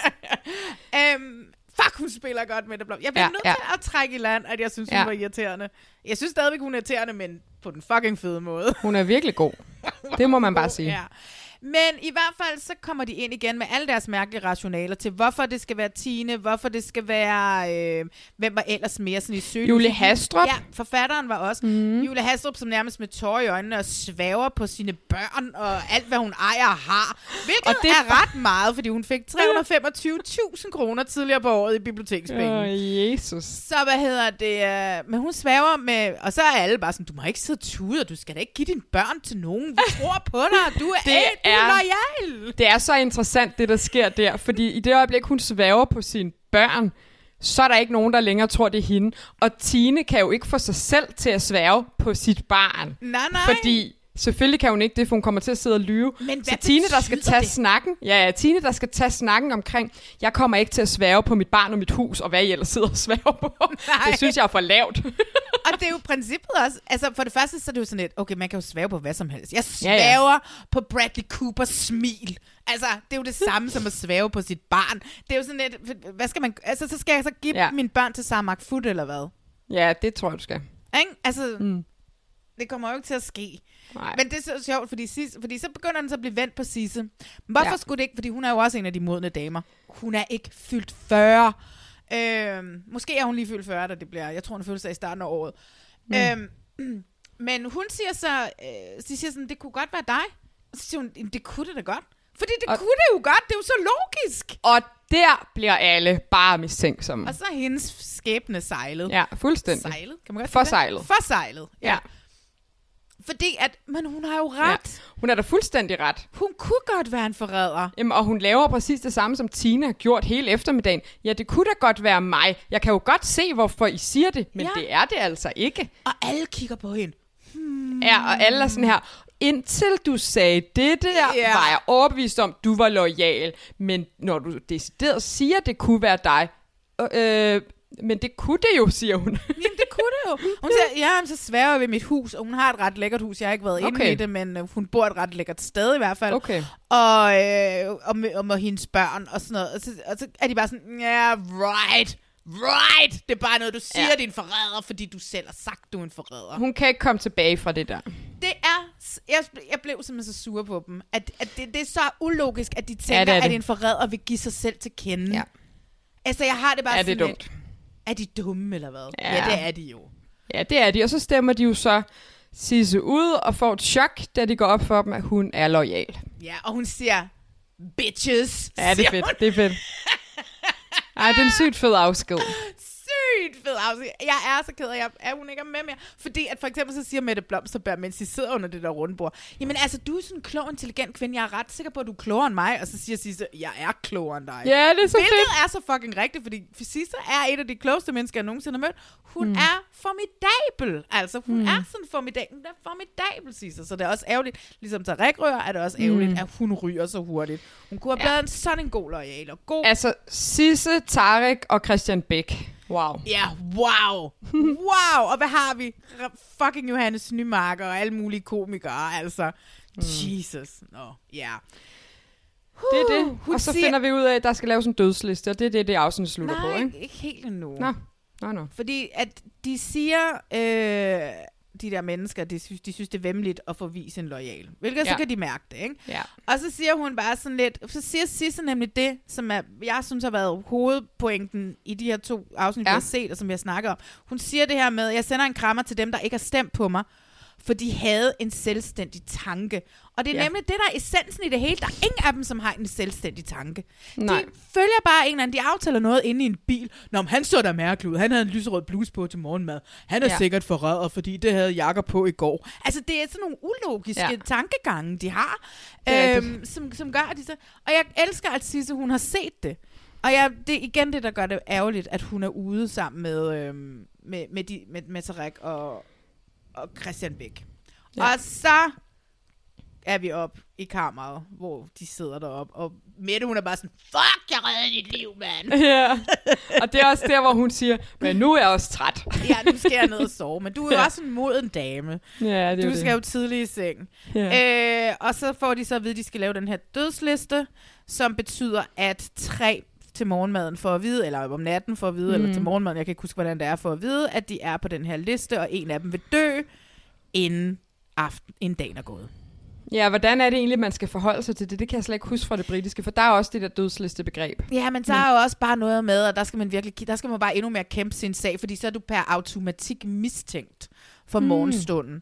Fuck, hun spiller godt, Mette Blomsterberg. Jeg bliver nødt til at trække i land, at jeg synes, hun var irriterende. Jeg synes stadigvæk, hun er irriterende, men på den fucking fede måde. Hun er virkelig god. Det må man bare sige. Ja. Men i hvert fald, så kommer de ind igen med alle deres mærkelige rationaler til, hvorfor det skal være Tine, hvorfor det skal være, hvem var ellers mere sådan i søgelys. Julie Hastrup. Ja, forfatteren var også. Julie Hastrup, som nærmest med tårer i øjnene og svæver på sine børn og alt, hvad hun ejer og har. Hvilket og det er ret meget, fordi hun fik 325.000 kroner tidligere på året i bibliotekspenge. Jesus. Så hvad hedder det? Men hun svæver med, og så er alle bare sådan, du må ikke sidde og tude, og du skal da ikke give dine børn til nogen. Vi tror på dig, du er loyal. Det er så interessant, det der sker der, fordi i det øjeblik, hun sværger på sine børn, så er der ikke nogen, der længere tror, det er hende. Og Tine kan jo ikke få sig selv til at sværge på sit barn. Nej. Fordi selvfølgelig kan hun ikke det, for hun kommer til at sidde og lyve. Men så Tine, der skal tage snakken. Ja, Tine, der skal tage snakken omkring, jeg kommer ikke til at sværge på mit barn og mit hus, og hvad I ellers sidder og sværger på. Nej. Det synes jeg er for lavt. Og det er jo princippet også. Altså for det første, så er det jo sådan lidt, okay, man kan jo svæve på hvad som helst. Jeg svæver på Bradley Coopers smil. Altså, det er jo det samme som at svæve på sit barn. Det er jo sådan lidt, hvad skal man, altså så skal jeg så give mine børn til Samark Foot, eller hvad? Ja, det tror jeg, du skal. Ikke? Altså, det kommer jo ikke til at ske. Nej. Men det er så sjovt, fordi så begynder den så at blive vendt på Sisse. Hvorfor skulle det ikke? Fordi hun er jo også en af de modne damer. Hun er ikke fyldt 40. Måske er hun lige fyldt 40, da det bliver. Jeg tror, hun føler sig i starten af året. Men hun siger så, de siger sådan, det kunne godt være dig. Og så siger hun, det kunne det da godt. Fordi det kunne det jo godt. Det er jo så logisk. Og der bliver alle bare mistænksomme. Og så er hendes skæbne sejlet. Ja, fuldstændig. Sejlet? Kan man godt Forsejlet. Forsejlet, ja. Fordi men hun har jo ret. Ja. Hun er da fuldstændig ret. Hun kunne godt være en forræder. Jamen, og hun laver præcis det samme, som Tina har gjort hele eftermiddagen. Ja, det kunne da godt være mig. Jeg kan jo godt se, hvorfor I siger det, men det er det altså ikke. Og alle kigger på hende. Ja, og alle er sådan her. Indtil du sagde det der, var jeg overbevist om, du var loyal. Men når du decideret siger, det kunne være dig... men det kunne det jo, siger hun. Jamen, det kunne det jo. Hun siger, så sværger jeg ved mit hus, og hun har et ret lækkert hus. Jeg har ikke været inde i det, men hun bor et ret lækkert sted i hvert fald. Okay. Og med hendes børn og sådan noget. Og så er de bare sådan, right. Det er bare noget, du siger, din forræder, fordi du selv har sagt, du er en forræder. Hun kan ikke komme tilbage fra det der. Det er... Jeg blev simpelthen så sur på dem. At det er så ulogisk, at de tænker, at en forræder vil give sig selv til kende. Ja. Altså, jeg har det bare sådan dumt. Er de dumme, eller hvad? Ja, det er de jo. Ja, det er de. Og så stemmer de jo så Sisse ud og får et chok, da de går op for dem, at hun er loyal. Ja, og hun siger, bitches. Ja, det er fedt. Det er fedt. Ej, det er en sygt fed afsked. sygt fed afsnit. Jeg er så ked af, at hun ikke er med mere. Fordi at for eksempel så siger Mette Blomsterberg, mens de sidder under det der rundbord, jamen altså, du er sådan en klog, intelligent kvinde. Jeg er ret sikker på, at du er klogere end mig. Og så siger Sisse, jeg er klogere end dig. Ja, det er så Hvilket fedt. er så fucking rigtigt, fordi Sisse er et af de klogeste mennesker, jeg nogensinde har mødt. Hun er formidabel. Altså, hun er sådan formidabel. Hun er formidabel, Sisse. Så det er også ærgerligt. Ligesom Tarek ryger, er det også ærgerligt, at hun ryger så hurtigt. Hun kunne have blevet sådan en god loyal og god. Altså, Sisse, Tarek og Christian Bech. Wow. Ja, wow. Wow. Og hvad har vi? Fucking Johannes Nymarker og alle mulige komikere, altså. Jesus. Ja. Det er det. Og så finder vi ud af, at der skal laves en dødsliste, og det er det afsnit slutter på, ikke? Nej, ikke helt endnu. Nå. Fordi at de siger, de der mennesker, de synes det er væmmeligt at få vist en loyal. Hvilket så kan de mærke det, ikke? Ja. Og så siger hun bare sådan lidt, så siger Sisse nemlig det, som jeg synes har været hovedpointen i de her 2 afsnit, vi har set, og som jeg snakker om. Hun siger det her med, jeg sender en krammer til dem, der ikke har stemt på mig, for de havde en selvstændig tanke. Og det er nemlig det, der er essensen i det hele. Der er ingen af dem, som har en selvstændig tanke. Nej. De følger bare en eller anden, de aftaler noget inde i en bil. Nå, men han så der mærkelig ud. Han havde en lyserød bluse på til morgenmad. Han er sikkert forræder, fordi det havde jakker på i går. Altså, det er sådan nogle ulogiske tankegange, de har, som gør, at de så... Og jeg elsker, at Sisse, hun har set det. Og det er igen det, der gør det ærgerligt, at hun er ude sammen med Tarek og Christian Bech. Ja. Og så er vi op i kammeret, hvor de sidder deroppe, og Mette, hun er bare sådan, fuck, jeg reddede dit liv, mand. Ja, og det er også der, hvor hun siger, men nu er jeg også træt. Ja, nu skal jeg ned og sove, men du er jo også en moden dame. Ja, det du skal jo tidligt i seng. Ja. Og så får de så at vide, at de skal lave den her dødsliste, som betyder, at 3 til morgenmaden for at vide, eller om natten for at vide, eller til morgenmaden, jeg kan ikke huske, hvordan det er for at vide, at de er på den her liste, og en af dem vil dø, inden dagen er gået. Ja, hvordan er det egentlig, man skal forholde sig til det? Det kan jeg slet ikke huske fra det britiske, for der er også det der dødslistebegreb. Ja, men der er jo også bare noget med, at der skal man bare endnu mere kæmpe sin sag, fordi så er du per automatik mistænkt for morgenstunden.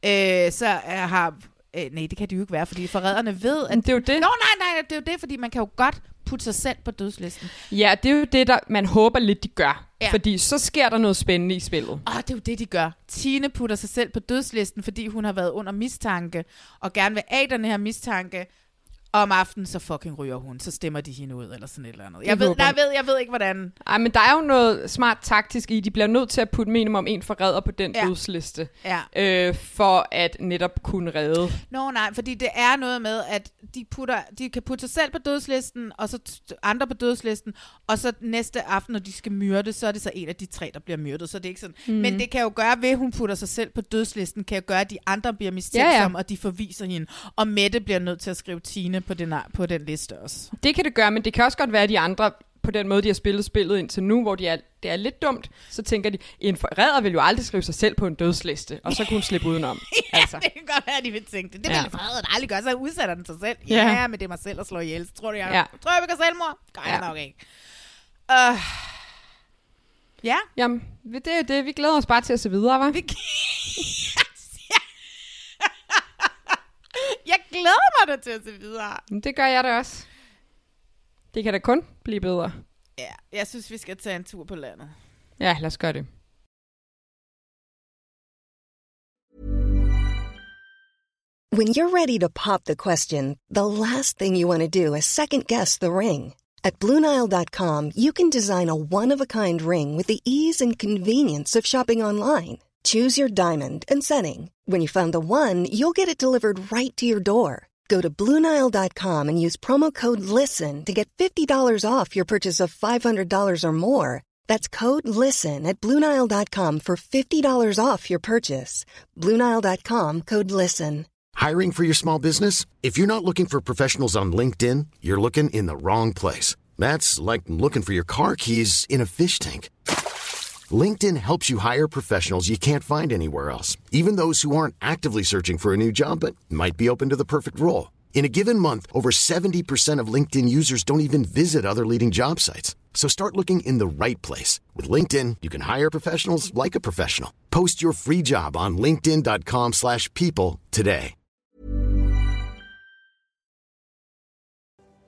Nej, det kan det jo ikke være, fordi forræderne ved, at... Det er jo det. Nej, det er jo det, fordi man kan jo godt putte sig selv på dødslisten. Ja, det er jo det, der man håber lidt, de gør. Ja. Fordi så sker der noget spændende i spillet. Det er jo det, de gør. Tine putter sig selv på dødslisten, fordi hun har været under mistanke, og gerne vil af den her mistanke, og om aftenen, så fucking ryger hun. Så stemmer de hende ud, eller sådan et eller andet. Jeg ved ikke, hvordan. Ej, men der er jo noget smart taktisk i. De bliver nødt til at putte minimum 1 forræder på den dødsliste. Ja. For at netop kunne redde. Nej, fordi det er noget med, at de kan putte sig selv på dødslisten, og så andre på dødslisten, og så næste aften, når de skal myrde, så er det så en af de 3, der bliver myrdet. Så det er ikke sådan. Men det kan jo gøre, ved hun putter sig selv på dødslisten, kan jo gøre, at de andre bliver mistænksomme, og de forviser hende. Og Mette bliver nødt til at skrive Tine på den liste også. Det kan det gøre, men det kan også godt være, at de andre, på den måde, de har spillet spillet indtil nu, hvor det er lidt dumt, så tænker de, en forræder vil jo aldrig skrive sig selv på en dødsliste, og så kunne hun slippe udenom. Altså. Det kan godt være, at de vil tænke det. Det vil en forræder aldrig gøre, så udsætter den sig selv. Ja, men det er mig selv at slå ihjel. Så tror du, jeg vil gøre selvmord? Gør jeg nok ikke. Ja. Jamen, det er jo det. Vi glæder os bare til at se videre, hva'? Jeg glæder mig da til at se videre. Det gør jeg da også. Det kan da kun blive bedre. Ja, jeg synes, vi skal tage en tur på landet. Ja, lad os gøre det. When you're ready to pop the question, the last thing you want to do is second-guess the ring. At BlueNile.com, you can design a one-of-a-kind ring with the ease and convenience of shopping online. Choose your diamond and setting. When you find the one, you'll get it delivered right to your door. Go to BlueNile.com and use promo code LISTEN to get $50 off your purchase of $500 or more. That's code LISTEN at BlueNile.com for $50 off your purchase. BlueNile.com, code LISTEN. Hiring for your small business? If you're not looking for professionals on LinkedIn, you're looking in the wrong place. That's like looking for your car keys in a fish tank. LinkedIn helps you hire professionals you can't find anywhere else, even those who aren't actively searching for a new job but might be open to the perfect role. In a given month, over 70% of LinkedIn users don't even visit other leading job sites. So start looking in the right place. With LinkedIn, you can hire professionals like a professional. Post your free job on linkedin.com/people today.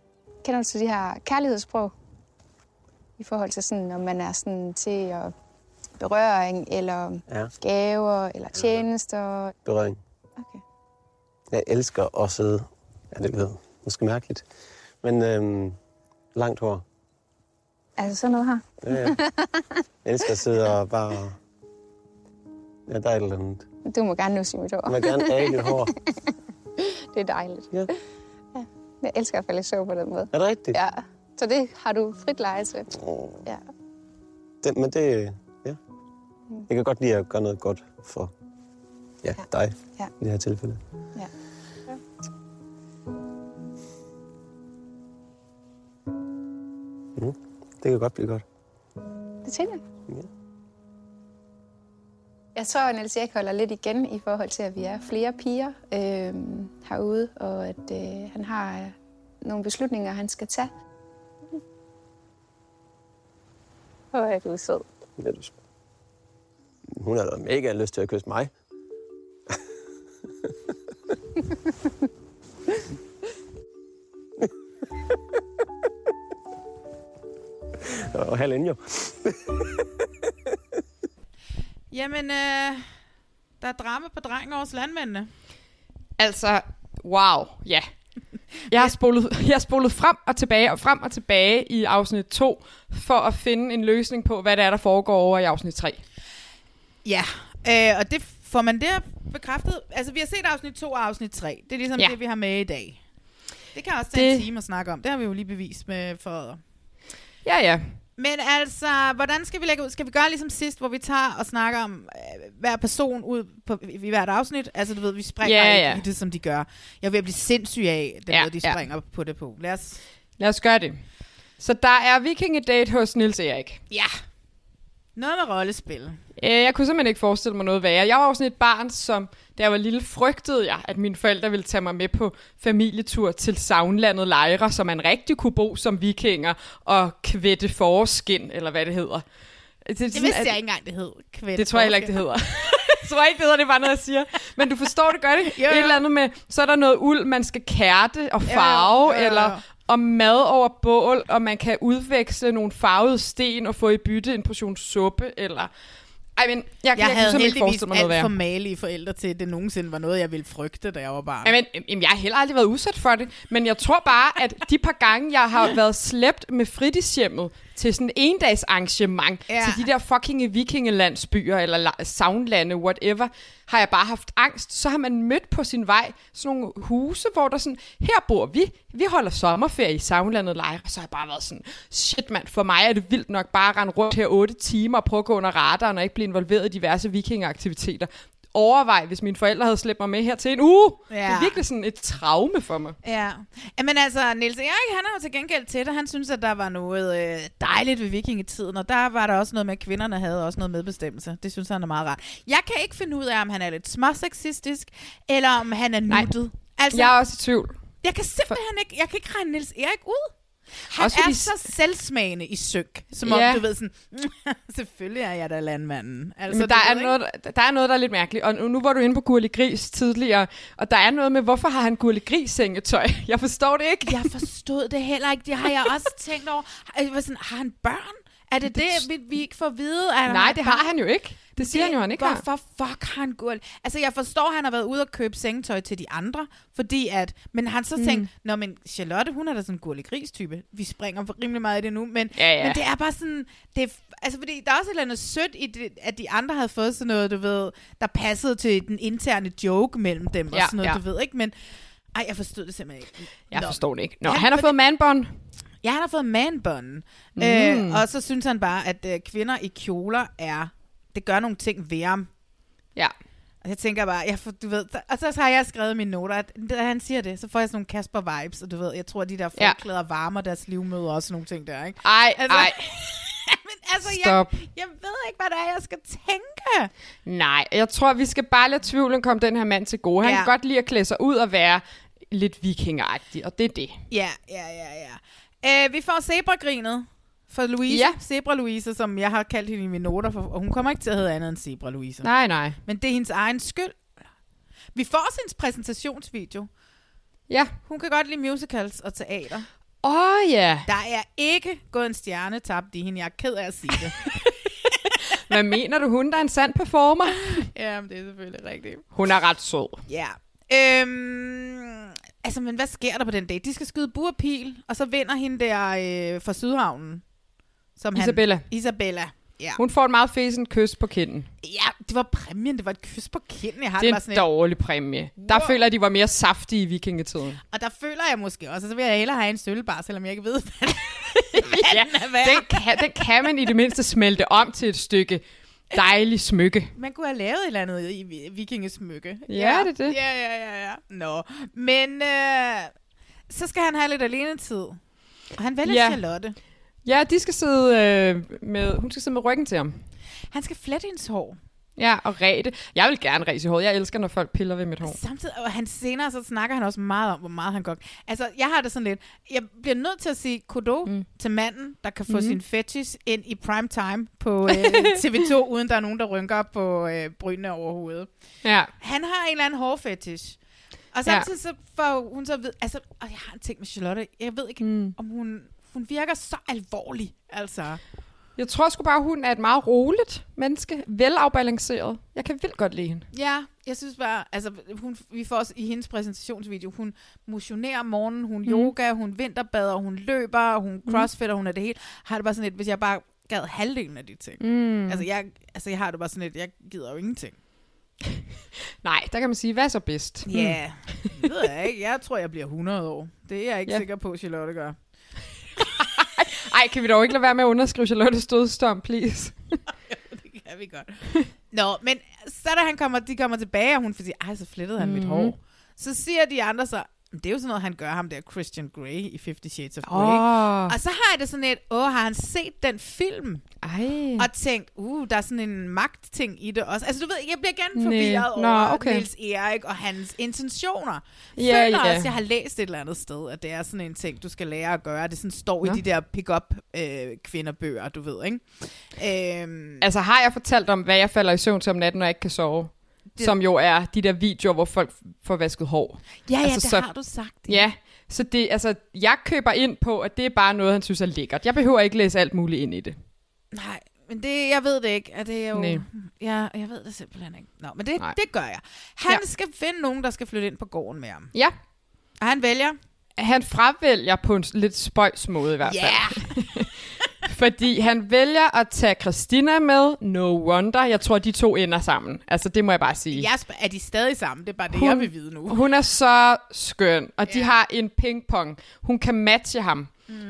Kender du til de her kærlighedssprog? I forhold til sådan, når man er sådan til at berøring, eller gaver, eller tjenester? Berøring. Okay. Jeg elsker at sidde, det lyder måske mærkeligt, men langt hår. Altså sådan noget her? Ja. Jeg elsker at sidde og bare... Ja, der er et eller andet. Du må gerne nusse i mit hår. Jeg må gerne af dit hår. Det er dejligt. Ja. Jeg elsker at falde i søvn på den måde. Er det rigtigt? Ja. Så det har du frit leje til. Ja. Ja. Jeg kan godt lide at gøre noget godt for dig i det her tilfælde. Ja. Det kan godt blive godt. Det tænker jeg. Ja. Jeg tror, at Niels Erik holder lidt igen i forhold til, at vi er flere piger herude, og at han har nogle beslutninger, han skal tage. Hvor er du sød. Ja, du... Hun har da mega lyst til at kysse mig. Og halvende jo. Jamen, der er drama på drengen over landmændene. Altså, wow, ja. Jeg har spolet frem og tilbage i afsnit 2, for at finde en løsning på, hvad det er, der foregår over i afsnit 3. Ja, og det får man der bekræftet. Altså, vi har set afsnit 2 og afsnit 3. Det er ligesom det, vi har med i dag. Det kan også tage en time at snakke om. Det har vi jo lige bevist med forræder. Ja. Men altså, hvordan skal vi lægge ud? Skal vi gøre ligesom sidst, hvor vi tager og snakker om hver person ud i hvert afsnit? Altså, du ved, vi springer ikke i det, som de gør. Jeg er ved at blive sindssyg af, den måde, de springer på det på. Lad os gøre det. Så der er vikingedate hos Niels Erik. Ja. Noget med rollespil. Jeg kunne simpelthen ikke forestille mig noget værre. Jeg var jo sådan et barn, som da jeg var lille, frygtede jeg, at mine forældre ville tage mig med på familietur til Sagnlandet Lejre, så man rigtig kunne bo som vikinger og kvætte foreskin, eller hvad det hedder. Det vidste jeg ikke engang, det hed. Det tror jeg heller ikke, det hedder. Jeg tror ikke, det hedder, det er bare noget, jeg siger. Men du forstår det, gør det? Jo. Et eller andet med, så er der noget uld, man skal kærte og farve, eller... og mad over bål, og man kan udveksle nogle farvede sten og få i bytte en portion suppe, eller... Jeg havde heldigvis alt for malige forældre til, at det nogensinde var noget, jeg ville frygte, da jeg var barn. Jeg har heller aldrig været udsat for det, men jeg tror bare, at de par gange, jeg har været slæbt med fritidshjemmet til sådan en endags arrangement, til de der fucking vikingelandsbyer, eller sagnlande, whatever, har jeg bare haft angst. Så har man mødt på sin vej sådan nogle huse, hvor der sådan, her bor vi holder sommerferie i Sagnlandet Lejre, og så har jeg bare været sådan, shit mand, for mig er det vildt nok bare at rende rundt her 8 timer og prøve at gå under radaren og ikke blive involveret i diverse vikingeaktiviteter. Overvej, hvis mine forældre havde slæbt mig med her til en uge. Ja. Det er virkelig sådan et traume for mig. Ja. Men altså, Niels Erik, han har jo til gengæld til det. Han synes, at der var noget dejligt ved vikingetiden, og der var der også noget med, at kvinderne havde også noget medbestemmelse. Det synes han er meget rart. Jeg kan ikke finde ud af, om han er lidt småsexistisk, eller om han er nuttet. Altså, jeg er også i tvivl. Jeg kan simpelthen ikke, jeg kan ikke regne Niels Erik ud. Han også er så selvsmagende i synk, som om du ved sådan, selvfølgelig er jeg da landmanden. Altså, men der er noget, der er lidt mærkeligt. Og nu var du inde på Gurli Gris tidligere, og der er noget med, hvorfor har han Gurli Gris sengetøj? Jeg forstår det ikke. Jeg forstod det heller ikke. Det har jeg også tænkt over. Sådan, har han børn? Er det vi ikke får at vide? Nej, det har han jo ikke. Det siger han jo, han ikke har. Hvorfor fuck har han Gurli? Altså, jeg forstår, at han har været ude og købe sengetøj til de andre, fordi at... Men han så tænkt, men Charlotte, hun er da sådan en Gurli Gris-type. Vi springer rimelig meget i det nu, men det er bare sådan... Altså, fordi der er også et eller andet sødt i det, at de andre havde fået sådan noget, du ved, der passede til den interne joke mellem dem, og sådan noget, du ved, ikke? Men... Ej, jeg forstod det simpelthen ikke. Jeg forstår det ikke. Han har fået manbånd. Ja, han har fået manbånd. Og så synes han bare, at kvinder i kjoler det gør nogle ting ved ham. Ja. Og jeg tænker bare, du ved, og så har jeg skrevet i mine noter, at da han siger det, så får jeg sådan nogle Kasper-vibes, og du ved, jeg tror, at de der forklæder varmer deres livmøder og sådan nogle ting der, ikke? Ej. Men altså, jeg ved ikke, hvad det er, jeg skal tænke. Nej, jeg tror, vi skal bare lade tvivlen komme den her mand til gode. Han kan godt lide at klæde sig ud og være lidt vikingeragtig, og det er det. Ja. Vi får zebragrinet for Louise. Zebra Louise, som jeg har kaldt hende i mine noter, og hun kommer ikke til at hedde andet end Zebra Louise. Nej. Men det er hendes egen skyld. Vi får også hendes præsentationsvideo. Ja. Hun kan godt lide musicals og teater. Ja. Der er ikke gået en stjerne tabt i hende. Jeg er ked af at sige det. Hvad mener du? Hun der er en sand performer? Ja, det er selvfølgelig rigtigt. Hun er ret sød. Ja. Altså, men hvad sker der på den dag? De skal skyde bur og pil, og så vinder hende der fra Sydhavnen. Som Isabella. Ja. Hun får et meget fæsent kys på kinden. Ja, det var præmien. Det var et kys på kinden. Det er en dårlig præmie. Der føler jeg, de var mere saftige i vikingetiden. Og der føler jeg måske også, så vil jeg hellere have en sølvbar, selvom jeg ikke ved, hvad ja, den kan man i det mindste smelte om til et stykke dejlig smykke. Man kunne have lavet et eller andet i vikingesmykke. Ja, det er det. Ja. Nå. Men så skal han have lidt alenetid. Og han vælger Charlotte. Ja, de skal sidde hun skal sidde med ryggen til ham. Han skal flette hendes hår. Ja, og ræde. Jeg vil gerne ræse i håret. Jeg elsker, når folk piller ved mit hår. Samtidig, og senere så snakker han også meget om, hvor meget han godt. Altså, jeg har det sådan lidt. Jeg bliver nødt til at sige kudo til manden, der kan få sin fetish ind i prime time på TV2, uden der er nogen, der rynker på brynene over hovedet. Ja. Han har en eller anden hårfetish. Og samtidig så får hun så ved, altså, og jeg har en ting med Charlotte. Jeg ved ikke, om hun virker så alvorlig, altså. Jeg tror sgu bare, hun er et meget roligt menneske. Velafbalanceret. Jeg kan vildt godt lide hende. Ja, jeg synes bare, altså, vi får også i hendes præsentationsvideo, hun motionerer om morgenen, hun yoga, hun vinterbader, hun løber, hun crossfitter, hun er det hele. Har det bare sådan lidt, hvis jeg bare gad halvdelen af de ting. Jeg har det bare sådan lidt, jeg gider jo ingenting. Nej, der kan man sige, hvad er så bedst? Ja, det ved jeg ikke. Jeg tror, jeg bliver 100 år. Det er jeg ikke sikker på, Charlotte gør. Ej, kan vi dog ikke lade være med at underskrive Charlottes dødsdom, please? Det kan vi godt. Nå, men så da de kommer tilbage, og hun siger, ej, så flettede han mit hår. Så siger de andre så, det er jo sådan noget, han gør ham der, Christian Grey i 50 Shades of Grey. Og så har jeg det sådan et, har han set den film? Ej. Og tænkt, der er sådan en magtting i det også. Altså du ved, jeg bliver gerne forvirret over Niels Erik og hans intentioner. Føler også, jeg har læst et eller andet sted, at det er sådan en ting, du skal lære at gøre. Det sådan står i de der pick-up kvinderbøger, du ved, ikke? Altså har jeg fortalt om, hvad jeg falder i søvn til om natten, når jeg ikke kan sove? Som jo er de der videoer, hvor folk får vasket hår. Ja, det har du sagt. Ja, så det, altså, jeg køber ind på, at det er bare noget, han synes er lækkert. Jeg behøver ikke læse alt muligt ind i det. Nej, men jeg ved det ikke. Er det jo, jeg ved det simpelthen ikke. Nå, men det gør jeg. Han skal finde nogen, der skal flytte ind på gården med ham. Ja. Og han vælger? Han fravælger på en lidt spøjs måde i hvert fald. Fordi han vælger at tage Christina med. No wonder. Jeg tror, de to ender sammen. Altså, det må jeg bare sige. Er de stadig sammen? Det er bare det, jeg vil vide nu. Hun er så skøn, og de har en pingpong. Hun kan matche ham.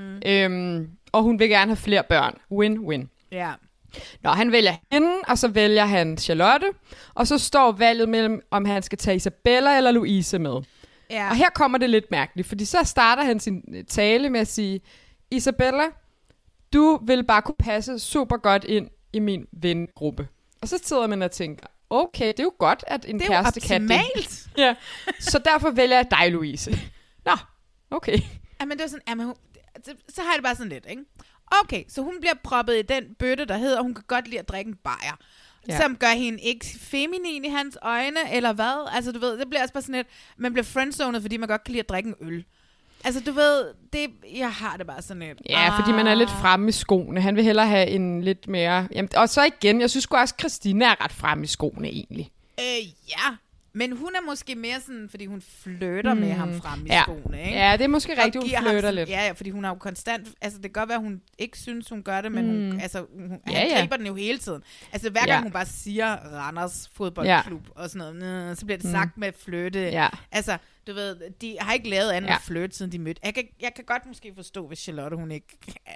Og hun vil gerne have flere børn. Win-win. Ja. Nå, han vælger hende, og så vælger han Charlotte. Og så står valget mellem, om han skal tage Isabella eller Louise med. Ja. Og her kommer det lidt mærkeligt, fordi så starter han sin tale med at sige, Isabella, du vil bare kunne passe super godt ind i min vennegruppe. Og så sidder man og tænker, okay, det er jo godt, at en kæreste kan det. Det er jo optimalt. Ja, så derfor vælger jeg dig, Louise. Nå, okay. Jamen, det var sådan, så har jeg det bare sådan lidt, ikke? Okay, så hun bliver proppet i den bøtte, der hedder, hun kan godt lide at drikke en bajer. Ja. Som gør hende ikke feminin i hans øjne, eller hvad? Altså, du ved, det bliver også bare sådan lidt, man bliver friendzonet, fordi man godt kan lide at drikke en øl. Altså, du ved, jeg har det bare sådan lidt. Ja, fordi man er lidt fremme i skoene. Han vil hellere have en lidt mere... Jamen, og så igen, jeg synes sgu også, Christina er ret fremme i skoene, egentlig. Ja, men hun er måske mere sådan, fordi hun flytter med ham fremme i skoene, ikke? Ja, det er måske rigtigt, hun flytter lidt. Ja, fordi hun har jo konstant... Altså, det kan godt være, at hun ikke synes, hun gør det, men han griber den jo hele tiden. Altså, hver gang hun bare siger Randers fodboldklub og sådan noget, så bliver det sagt med flytte. Ja. Altså... Du ved, de har ikke lavet andet at flytte, siden de mødte. Jeg kan godt måske forstå, hvis Charlotte, hun ikke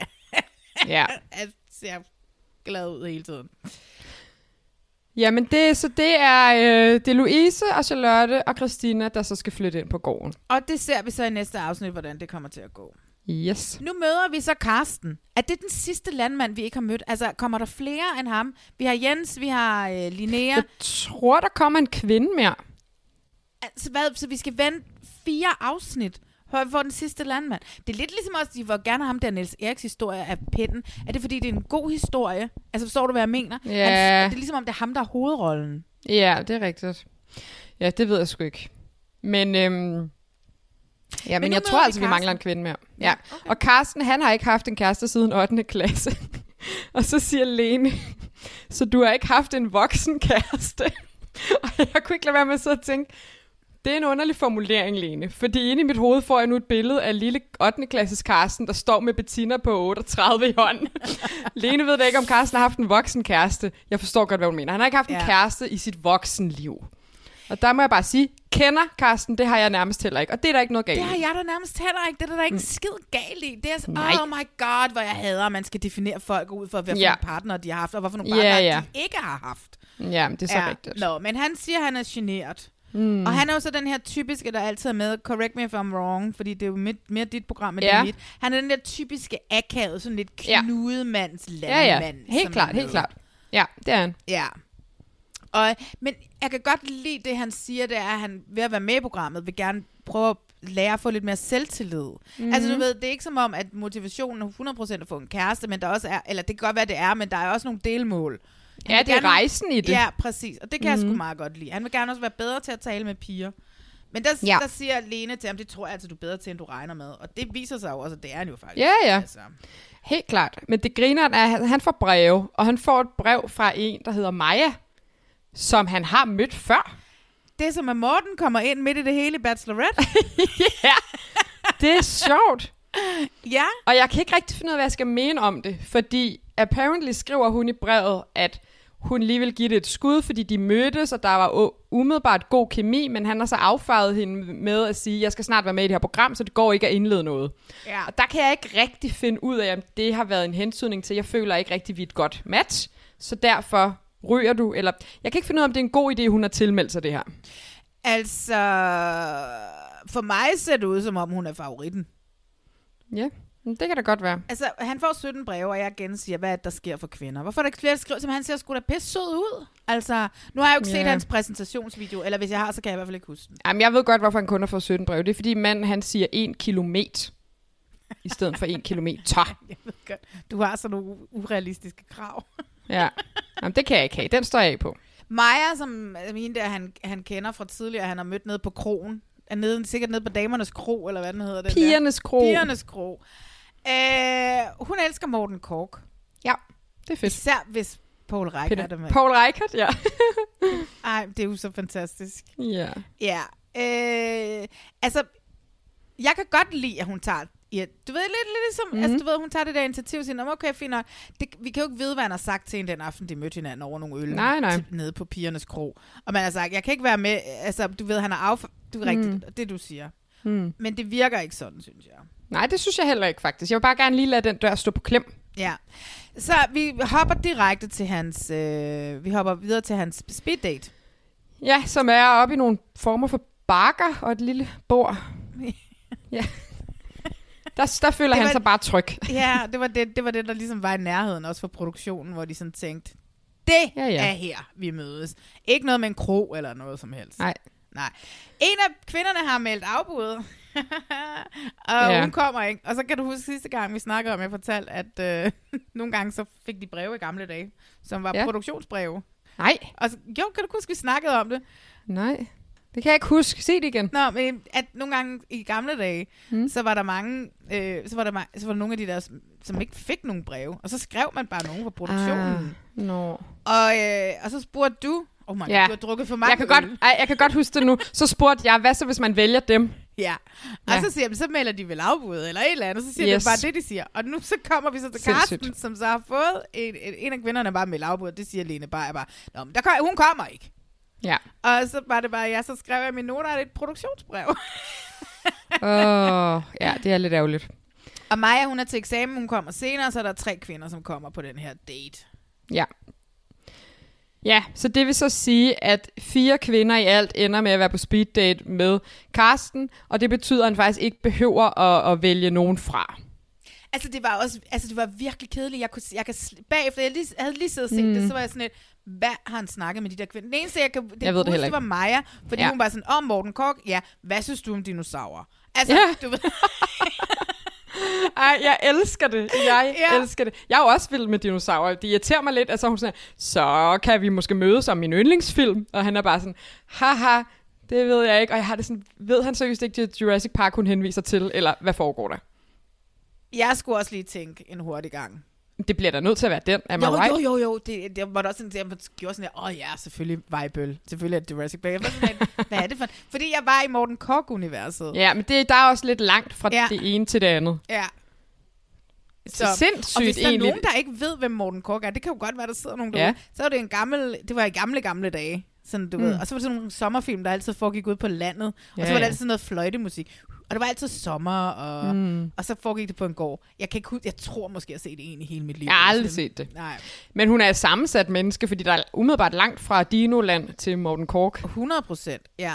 ser glad ud hele tiden. Jamen, det er Louise og Charlotte og Christina, der så skal flytte ind på gården. Og det ser vi så i næste afsnit, hvordan det kommer til at gå. Yes. Nu møder vi så Karsten. Er det den sidste landmand, vi ikke har mødt? Altså, kommer der flere end ham? Vi har Jens, vi har Linnea. Jeg tror, der kommer en kvinde mere. Altså, så vi skal vente 4 afsnit for den sidste landmand. Det er lidt ligesom også, de vil gerne have ham der Niels Eriks historie af pinden. Er det fordi, det er en god historie? Altså, forstår du, hvad jeg mener? Ja. Det er ligesom om, det er ham, der er hovedrollen. Ja, det er rigtigt. Ja, det ved jeg sgu ikke. Men jeg tror altså, vi mangler en kvinde mere. Ja. Okay. Og Karsten, han har ikke haft en kæreste siden 8. klasse. Og så siger Lene, Så du har ikke haft en voksen kæreste. Og jeg kunne ikke lade være med at sidde og tænke, det er en underlig formulering, Lene. Fordi inde i mit hoved får jeg nu et billede af lille 8. klasses Karsten, der står med Bettina på 38 i hånden. Lene ved da ikke, om Karsten har haft en voksen kæreste. Jeg forstår godt, hvad hun mener. Han har ikke haft en kæreste i sit voksenliv. Og der må jeg bare sige, kender Karsten, det har jeg nærmest heller ikke. Og det er der ikke noget galt i. Det har jeg da nærmest heller ikke. Det er der ikke skid galt i. Det er så, oh my god, hvor jeg hader, at man skal definere folk ud for, hvad for nogle partnere de har haft, og hvad for nogle partnere de ikke har haft. Ja, det er så rigtigt. Men han siger, at han er genert. Og han er jo så den her typiske, der altid er med, correct me if I'm wrong, fordi det er jo mere dit program, men det er mit. Han er den der typiske akavet, sådan lidt knudemands landmand. Helt klart. Ja, det er han. Ja. Men jeg kan godt lide det, han siger, det er, at han ved at være med i programmet, vil gerne prøve at lære at få lidt mere selvtillid. Altså du ved, det er ikke som om, at motivationen er 100% at få en kæreste, men der også er, eller det kan godt være, det er, men der er også nogle delmål. Ja, det er rejsen i det. Ja, præcis. Og det kan jeg sgu meget godt lide. Han vil gerne også være bedre til at tale med piger. Men der siger Lene til ham, det tror jeg altså, du er bedre til, end du regner med. Og det viser sig jo også, at det er han jo faktisk. Ja. Altså. Helt klart. Men det griner, at han får breve, og han får et brev fra en, der hedder Maja, som han har mødt før. Det som at Morten kommer ind midt i det hele Bachelorette. Ja, det er sjovt. Ja. Og jeg kan ikke rigtig finde ud af, hvad jeg skal mene om det, fordi apparently skriver hun i brevet, at hun lige vil give det et skud, fordi de mødtes, og der var umiddelbart god kemi, men han har så affejet hende med at sige, jeg skal snart være med i det her program, så det går ikke at indlede noget. Ja. Og der kan jeg ikke rigtig finde ud af, om det har været en hentydning til, jeg føler ikke rigtig, vi er et godt match, så derfor ryger du, eller jeg kan ikke finde ud af, om det er en god idé, hun har tilmeldt sig det her. Altså, for mig ser det ud, som om hun er favoritten. Ja, det kan da godt være. Altså, han får 17 breve, og jeg igen siger, hvad er det, der sker for kvinder? Hvorfor er der ikke flere, der skriver, som han ser sgu da pisse sød ud? Altså, nu har jeg jo ikke set hans præsentationsvideo, eller hvis jeg har, så kan jeg i hvert fald ikke huske den. Jamen, jeg ved godt, hvorfor han kun har fået 17 breve. Det er, fordi manden, han siger 1 kilometer, i stedet for 1 kilometer. Jeg ved godt, du har sådan nogle urealistiske krav. Ja, jamen, det kan jeg ikke have. Den står jeg af på. Maja, som hende der, han kender fra tidligere, han har mødt nede på krogen. Sikkert nede på Damernes Kro, eller hvad den hedder. Pigernes Kro. Pigernes Kro. Hun elsker Morten Korch. Ja, det er fedt. Især hvis Poul Reichhardt er med. Poul Reichhardt, ja. Ej, det er jo så fantastisk. Ja. Ja. Altså, jeg kan godt lide, at hun tager... Ja, du ved, lidt ligesom, altså du ved, hun tager det der initiativ og siger, okay, fint nok. Vi kan jo ikke vide, hvad han har sagt til hende den aften, de mødte hinanden over nogle øl. Nej. Nede på Pigernes Kro. Og man har sagt, jeg kan ikke være med, altså du ved, han er du er rigtigt, det du siger. Men det virker ikke sådan, synes jeg. Nej, det synes jeg heller ikke, faktisk. Jeg vil bare gerne lige lade den dør stå på klem. Ja. Så vi hopper direkte til hans, vi hopper videre til hans speed date. Ja, som er oppe i nogle former for bakker og et lille bord. Ja. Der føler han sig bare tryg. Ja, det var det, der ligesom var i nærheden, også for produktionen, hvor de sådan tænkte, det er her, vi mødes. Ikke noget med en kro eller noget som helst. Nej. En af kvinderne har meldt afbud, og hun kommer ikke. Og så kan du huske sidste gang, vi snakkede om, jeg fortalte, at nogle gange så fik de breve i gamle dage, som var produktionsbreve. Nej. Og så, jo, kan du huske, vi snakkede om det? Nej. Det kan jeg ikke huske. Se det igen. Nå, men at nogle gange i gamle dage, så var der mange, så var der nogle af de der, som ikke fik nogen breve. Og så skrev man bare nogen på produktionen. Og så spurgte du, du har drukket for mange jeg kan godt huske det nu. Så spurgte jeg, hvad så hvis man vælger dem? Ja. Og så siger jeg, så melder de vel afbud eller et eller andet. Så siger de bare det, de siger. Og nu så kommer vi så til Karsten, som så har fået en af kvinderne bare meldt afbud. Det siger Lene bare. Nå, men hun kommer ikke. Ja. Og så var det bare, så skrev jeg i mine noter, et produktionsbrev. Ja, det er lidt ærgerligt. Og Maja, hun er til eksamen, hun kommer senere, så er der 3 kvinder, som kommer på den her date. Ja. Ja, så det vil så sige, at 4 kvinder i alt ender med at være på speed date med Karsten, og det betyder, at han faktisk ikke behøver at vælge nogen fra. Altså, det var virkelig kedeligt. Bagefter, jeg havde lige siddet og set det, så var jeg sådan lidt, hvad har han snakket med de der kvinder? Det eneste, jeg ved det var Maja, fordi hun var sådan, Morten Korch, hvad synes du om dinosaurer? Altså, du ved... Ej, jeg elsker det. Elsker det. Jeg er jo også vild med dinosaurer. Det irriterer mig lidt, altså hun siger, så kan vi måske mødes om min yndlingsfilm, og han er bare sådan, haha, det ved jeg ikke, og jeg har det sådan, ved han seriøst ikke, det Jurassic Park, hun henviser til, eller hvad foregår der? Jeg skulle også lige tænke en hurtig gang. Det bliver da nødt til at være den, am I right? Jo. Det var da også sådan, at jeg gjorde sådan her, ja, selvfølgelig Vejbøl. Selvfølgelig er det Jurassic Park. Hvad er det for? Fordi jeg var i Morten Korch-universet. Ja, men der er også lidt langt fra det ene til det andet. Ja. Så sindssygt og hvis der er egentlig. nogen, der ikke ved, hvem Morten Korch er, det kan jo godt være, der sidder nogen derude. Så var det var i gamle dage. Sådan, du ved. Og så var det sådan nogle sommerfilm, der altid foregik ud på landet. Og så var det altid sådan noget fløjtemusik. Og det var altid sommer, og så foregik det på en gård. Jeg kan ikke huske, jeg tror måske, jeg har set det en i hele mit liv. Jeg har aldrig set det. Nej. Men hun er et sammensat menneske, fordi der er umiddelbart langt fra Dinoland til Morten Korch. 100%, ja.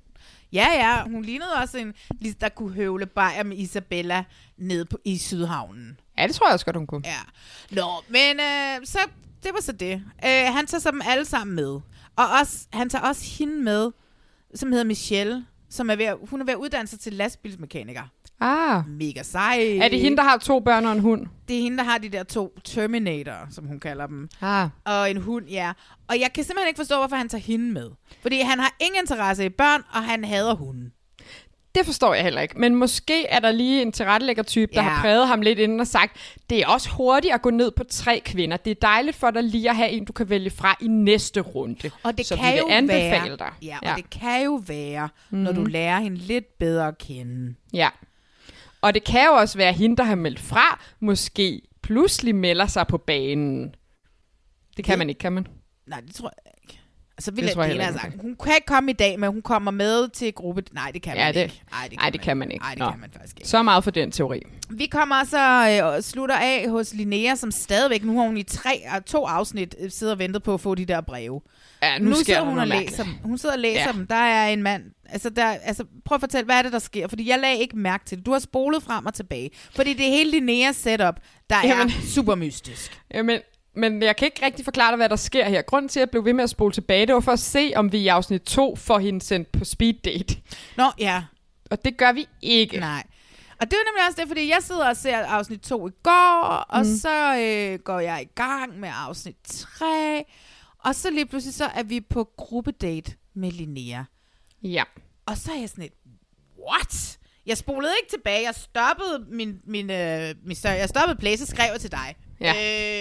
Ja, hun lignede også en, der kunne høvle bajer med Isabella nede i Sydhavnen. Ja, det tror jeg også godt, hun kunne. Ja. Nå, men så, det var så det. Han tager så dem alle sammen med. Og han tager også hende med, som hedder Michelle, som hun er ved at uddanne sig til lastbilsmekaniker. Mega sej. Er det hende, der har 2 børn og en hund? Det er hende, der har de der 2 Terminator, som hun kalder dem. Og en hund, ja. Og jeg kan simpelthen ikke forstå, hvorfor han tager hende med. Fordi han har ingen interesse i børn, og han hader hunden. Det forstår jeg heller ikke. Men måske er der lige en tilrettelæggertype, der har præget ham lidt inden og sagt, det er også hurtigt at gå ned på 3 kvinder. Det er dejligt for dig lige at have en, du kan vælge fra i næste runde. Og det så kan vi jo vil anbefale være, dig. Ja, og det kan jo være, når du lærer hende lidt bedre at kende. Ja. Og det kan jo også være hende, der har meldt fra, måske pludselig melder sig på banen. Det kan man ikke, kan man? Nej, det tror jeg ikke. Altså, hun kan ikke komme i dag, men hun kommer med til gruppe. Nej, det kan man ikke. Nej, det kan man ikke. Nej, det kan man faktisk ikke. Så meget for den teori. Vi kommer så slutter af hos Linnea, som stadigvæk, nu har hun i 2 afsnit sidder og ventet på at få de der breve. Ja, nu sker hun og læser dem. Hun sidder og læser dem. Der er en mand. Prøv at fortælle, hvad er det, der sker? Fordi jeg lagde ikke mærke til det. Du har spolet frem og tilbage. Fordi det er hele Linneas setup, der er super mystisk. Men jeg kan ikke rigtig forklare dig, hvad der sker her. Grunden til, at jeg blev ved med at spole tilbage, det var for at se, om vi i afsnit 2 får hende sendt på speed date. Nå, ja. Og det gør vi ikke. Nej. Og det er nemlig også det, fordi jeg sidder og ser afsnit 2 i går, og så går jeg i gang med afsnit 3, og så lige pludselig så er vi på gruppedate med Linnea. Ja. Og så er jeg sådan et, what? Jeg spolede ikke tilbage, jeg stoppede jeg stoppede play, så skrev jeg til dig. Ja.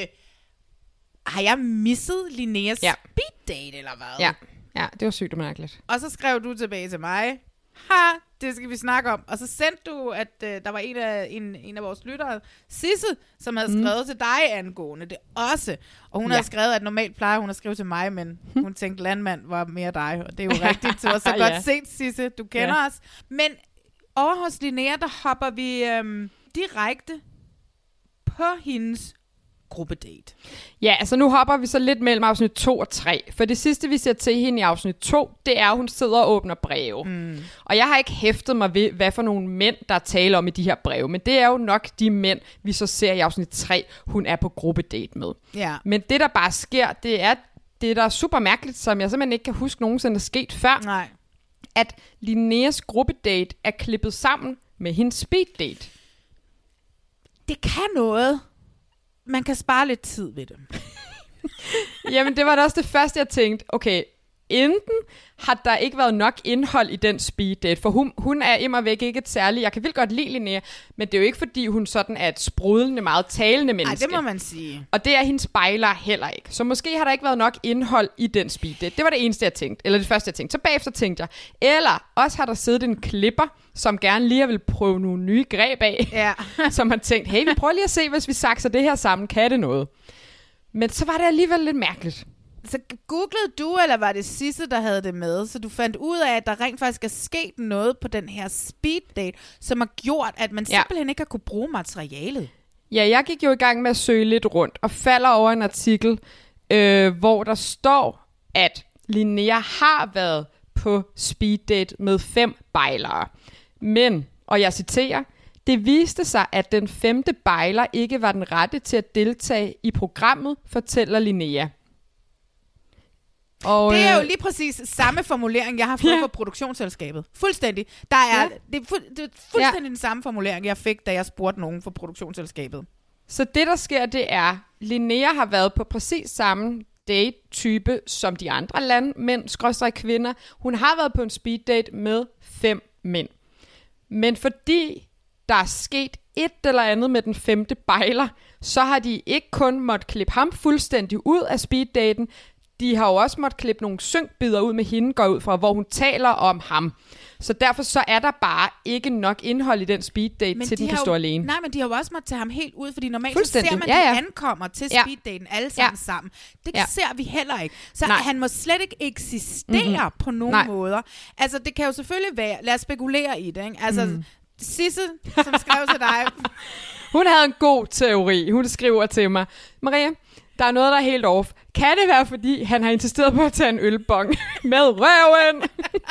Har jeg misset Linneas speed date, eller hvad? Ja, det var sygt og mærkeligt. Og så skrev du tilbage til mig, det skal vi snakke om. Og så sendte du, at der var en af vores lyttere, Sisse, som havde skrevet til dig angående det også. Og hun havde skrevet, at normalt plejer hun at skrive til mig, men hun tænkte, landmand var mere dig. Og det er jo rigtigt. Så også godt set, Sisse. Du kender os. Men over hos Linnea, der hopper vi direkte på hendes gruppedate. Ja, altså nu hopper vi så lidt mellem afsnit 2 og 3. For det sidste, vi ser til hende i afsnit 2, det er, at hun sidder og åbner breve. Og jeg har ikke hæftet mig ved, hvad for nogle mænd, der taler om i de her breve. Men det er jo nok de mænd, vi så ser i afsnit 3, hun er på gruppedate med. Ja. Men det, der bare sker, det er det, der er super mærkeligt, som jeg simpelthen ikke kan huske nogensinde er sket før. Nej. At Linneas gruppedate er klippet sammen med hendes speeddate. Det kan noget. Man kan spare lidt tid ved det. Jamen, det var da også det første, jeg tænkte. Okay, enten har der ikke været nok indhold i den speed date, for hun er immervæk ikke et særligt. Jeg kan vildt godt lide Linnea, men det er jo ikke, fordi hun sådan er et sprudlende, meget talende menneske. Nej, det må man sige. Og det er hendes spejler heller ikke. Så måske har der ikke været nok indhold i den speed date. Det var det eneste, jeg tænkte. Eller det første, jeg tænkte. Så bagefter tænkte jeg. Eller også har der siddet en klipper, som gerne lige vil prøve nogle nye greb af. Ja. Som har tænkt, hey, vi prøver lige at se, hvis vi sakser det her sammen. Kan det noget? Men så var det alligevel lidt mærkeligt. Så googlede du, eller var det Sisse, der havde det med? Så du fandt ud af, at der rent faktisk er sket noget på den her speed date, som har gjort, at man simpelthen ikke har kunne bruge materialet. Ja, jeg gik jo i gang med at søge lidt rundt, og falder over en artikel, hvor der står, at Linnea har været på speed date med 5 bejlere. Men, og jeg citerer, det viste sig, at den 5. bejler ikke var den rette til at deltage i programmet, fortæller Linnea. Og, det er jo lige præcis samme formulering, jeg har fået fra produktionsselskabet. Fuldstændig. Det er fuldstændig den samme formulering, jeg fik, da jeg spurgte nogen fra produktionsselskabet. Så det, der sker, det er, Linnea har været på præcis samme date-type som de andre landmænd/kvinder. Hun har været på en speed date med 5 mænd. Men fordi der er sket et eller andet med den 5. bejler, så har de ikke kun måtte klippe ham fuldstændig ud af speeddaten, de har jo også måtte klippe nogle synkbider ud med hende, går ud fra, hvor hun taler om ham. Så derfor så er der bare ikke nok indhold i den speeddate, til den kan stå alene. Nej, men de har jo også måtte tage ham helt ud, fordi normalt så ser man, de ankommer til speeddaten alle sammen. Det ser vi heller ikke. Så han må slet ikke eksistere på nogen måder. Altså, det kan jo selvfølgelig være, lad os spekulere i det, ikke? Altså, Sisse, som skrev til dig. Hun havde en god teori. Hun skriver til mig, Maria, der er noget, der er helt off. Kan det være, fordi han har insisteret på at tage en ølbong med røven?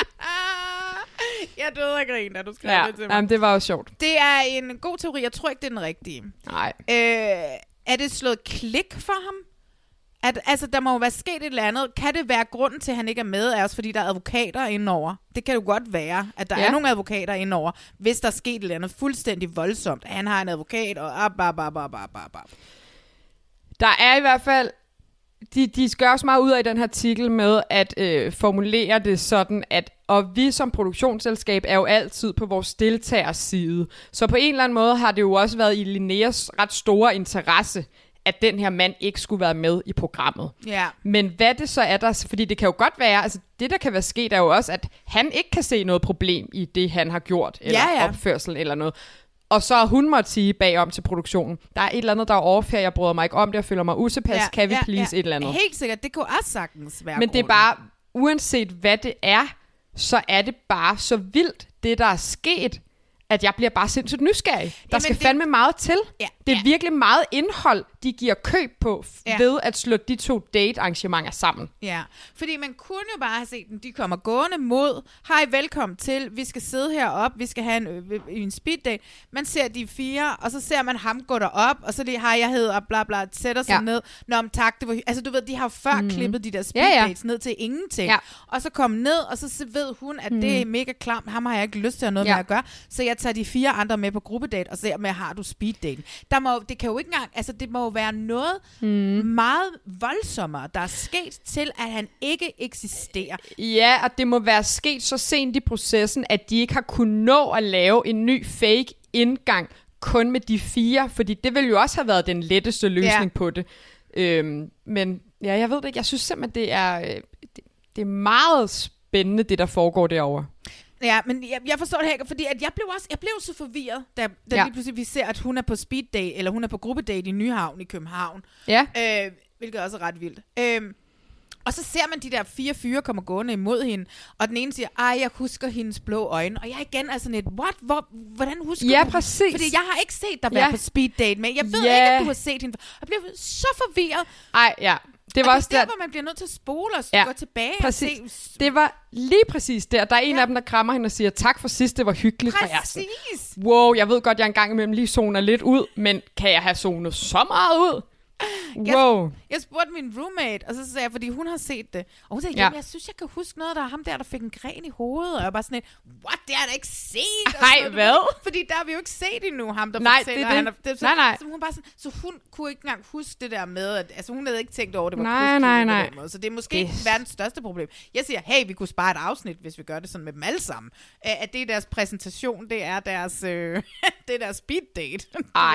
Jeg døde af grin, da du skrev det til mig. Jamen, det var jo sjovt. Det er en god teori. Jeg tror ikke, det er den rigtige. Nej. Er det slået klik for ham? Altså, der må jo være sket et eller andet. Kan det være grunden til, at han ikke er med, er også fordi, der er advokater indenover? Det kan jo godt være, at der er nogle advokater indenover, hvis der er sket et eller andet fuldstændig voldsomt. Han har en advokat, og Der er i hvert fald, de gør også meget ud af i den her artikel med at formulere det sådan, at og vi som produktionsselskab er jo altid på vores deltagers side. Så på en eller anden måde har det jo også været i Linneas ret store interesse, at den her mand ikke skulle være med i programmet. Ja. Men hvad det så er der, fordi det kan jo godt være, altså det der kan være sket er jo også, at han ikke kan se noget problem i det, han har gjort, eller opførsel eller noget. Og så har hun måtte sige bagom til produktionen, der er et eller andet, der er overfærd, jeg bryder mig ikke om det, jeg føler mig utilpas, kan vi please et eller andet? Helt sikkert, det kunne også sagtens være. Men det er bare, uanset hvad det er, så er det bare så vildt, det der er sket, at jeg bliver bare sindssygt nysgerrig. Der skal fandme meget til. Ja, det er virkelig meget indhold, de giver køb på ved at slå de 2 date-arrangementer sammen. Ja, fordi man kunne jo bare have set dem. De kommer gående mod, hej, velkommen til, vi skal sidde heroppe, vi skal have en speeddate. Man ser de 4, og så ser man ham gå derop, og så det, hej, jeg hedder, bla bla, sætter sig ned. Nå, om tak, det var altså du ved, de har jo før klippet de der speeddates ned til ingenting. Ja. Og så kom ned, og så ved hun, at det er mega klamt. Ham har jeg ikke lyst til at have noget med at gøre. Så jeg tager de 4 andre med på gruppedate, og ser med, har du speeddaten. Det kan jo ikke engang, altså det må jo være noget meget voldsommere, der er sket til, at han ikke eksisterer. Ja, og det må være sket så sent i processen, at de ikke har kunnet nå at lave en ny fake indgang kun med de 4, fordi det ville jo også have været den letteste løsning på det. Men ja, jeg ved det ikke. Jeg synes simpelthen, det er meget spændende, det der foregår derovre. Ja, men jeg forstår det ikke, fordi at jeg blev så forvirret, da lige pludselig vi ser, at hun er på speeddate, eller hun er på gruppedate i Nyhavn i København. Ja. Hvilket også er ret vildt. Og så ser man de der 4 fyre komme gående imod hende, og den ene siger, jeg husker hendes blå øjne. Og jeg igen er sådan et, hvordan husker du? Ja, præcis. Fordi jeg har ikke set dig være på speeddate med. Jeg ved ikke, at du har set hende. Jeg blev så forvirret. Det var også der, hvor man bliver nødt til at spole og gå tilbage præcis. og se. Det var lige præcis der. Der er en af dem, der krammer hende og siger, tak for sidst, det var hyggeligt. Præcis. Wow, jeg ved godt, jeg engang imellem lige zoner lidt ud, men kan jeg have zonet så meget ud? Wow. Jeg spurgte min roommate, og så sagde jeg, fordi hun har set det. Og hun sagde, jamen, jeg synes, jeg kan huske noget, der er ham der fik en gren i hovedet. Og jeg bare sådan et, what, det har jeg da ikke set. Nej, hvad? Fordi der har vi jo ikke set endnu, ham der fortæller. Nej. Så hun bare sådan, så hun kunne ikke engang huske det der med, at altså, hun havde ikke tænkt over, det var nej. Så det er måske verdens største problem. Jeg siger, hey, vi kunne spare et afsnit, hvis vi gør det sådan med dem alle sammen. At det er deres præsentation, det er deres, det er deres speed date.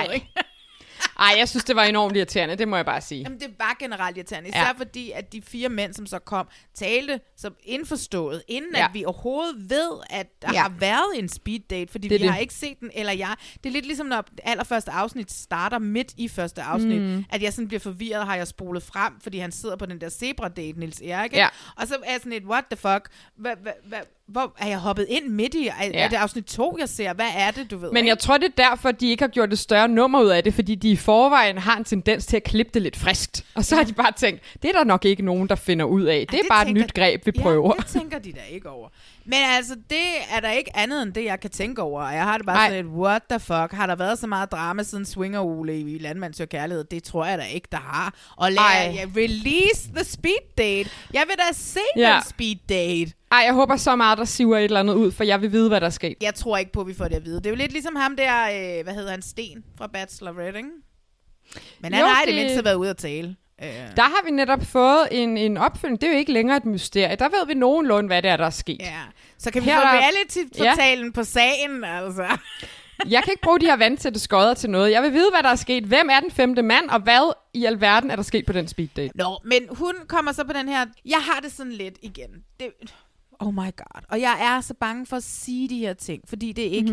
Ej, jeg synes, det var enormt irriterende, det må jeg bare sige. Jamen, det var generelt irriterende, især fordi, at de 4 mænd, som så kom, talte som indforstået, inden at vi overhovedet ved, at der har været en speed date, fordi vi har ikke set den, eller det er lidt ligesom, når allerførste afsnit starter midt i første afsnit, at jeg sådan bliver forvirret, har jeg spolet frem, fordi han sidder på den der zebra-date, Niels Erik, og så er jeg sådan et, what the fuck, hvor er jeg hoppet ind midt i? Er det afsnit 2, jeg ser? Hvad er det, du ved? Men jeg tror, det er derfor, de ikke har gjort et større nummer ud af det, fordi de i forvejen har en tendens til at klippe det lidt friskt. Og så har de bare tænkt, det er der nok ikke nogen, der finder ud af. Det er bare et nyt greb, vi prøver. Det tænker de da ikke over. Men altså, det er der ikke andet end det, jeg kan tænke over. Og jeg har det bare sådan et, what the fuck? Har der været så meget drama siden Swinger-Ole i Landmand søger kærlighed? Det tror jeg da ikke, der har. Og release the speed date. Jeg vil da se den speed date. Ej, jeg håber så meget, der siver et eller andet ud, for jeg vil vide, hvad der sker. Jeg tror ikke på, at vi får det at vide. Det er jo lidt ligesom ham der, hvad hedder han, Sten fra Bachelorette, ikke? Men han har i det mindste været ude at tale. Der har vi netop fået en opfølgning. Det er jo ikke længere et mysterie. Der ved vi nogenlunde, hvad det er, der er sket. Ja. Så kan vi få reality-fortalen på sagen, altså. Jeg kan ikke bruge de her vandtætte skodder til noget. Jeg vil vide, hvad der er sket. Hvem er den 5. mand, og hvad i alverden er der sket på den speed date? Nå, men hun kommer så på den her... Jeg har det sådan lidt igen. Oh my god. Og jeg er så bange for at sige de her ting, fordi det er ikke...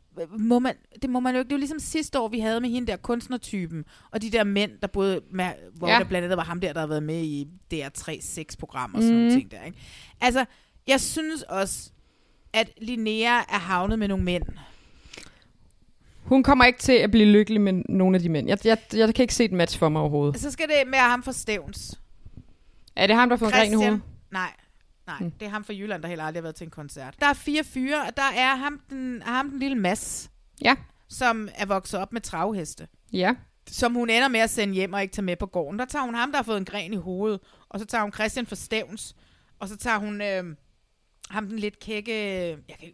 Det må man jo ikke. Det er jo ligesom sidste år, vi havde med hende der kunstnertypen, og de der mænd, der både med, hvor der blandt andet var ham der har været med i DR3-6-program og sådan nogle ting der, ikke? Altså, jeg synes også, at Linnea er havnet med nogle mænd. Hun kommer ikke til at blive lykkelig med nogle af de mænd. Jeg kan ikke se et match for mig overhovedet. Så skal det med ham fra Stevns. Er det ham, der har fået en gren i hovedet? Nej, det er ham fra Jylland, der heller aldrig har været til en koncert. Der er 4 fyre, og der er ham den lille Mads, som er vokset op med travheste. Ja. Som hun ender med at sende hjem og ikke tage med på gården. Der tager hun ham, der har fået en gren i hovedet, og så tager hun Christian fra Stevns, og så tager hun ham den lidt kække...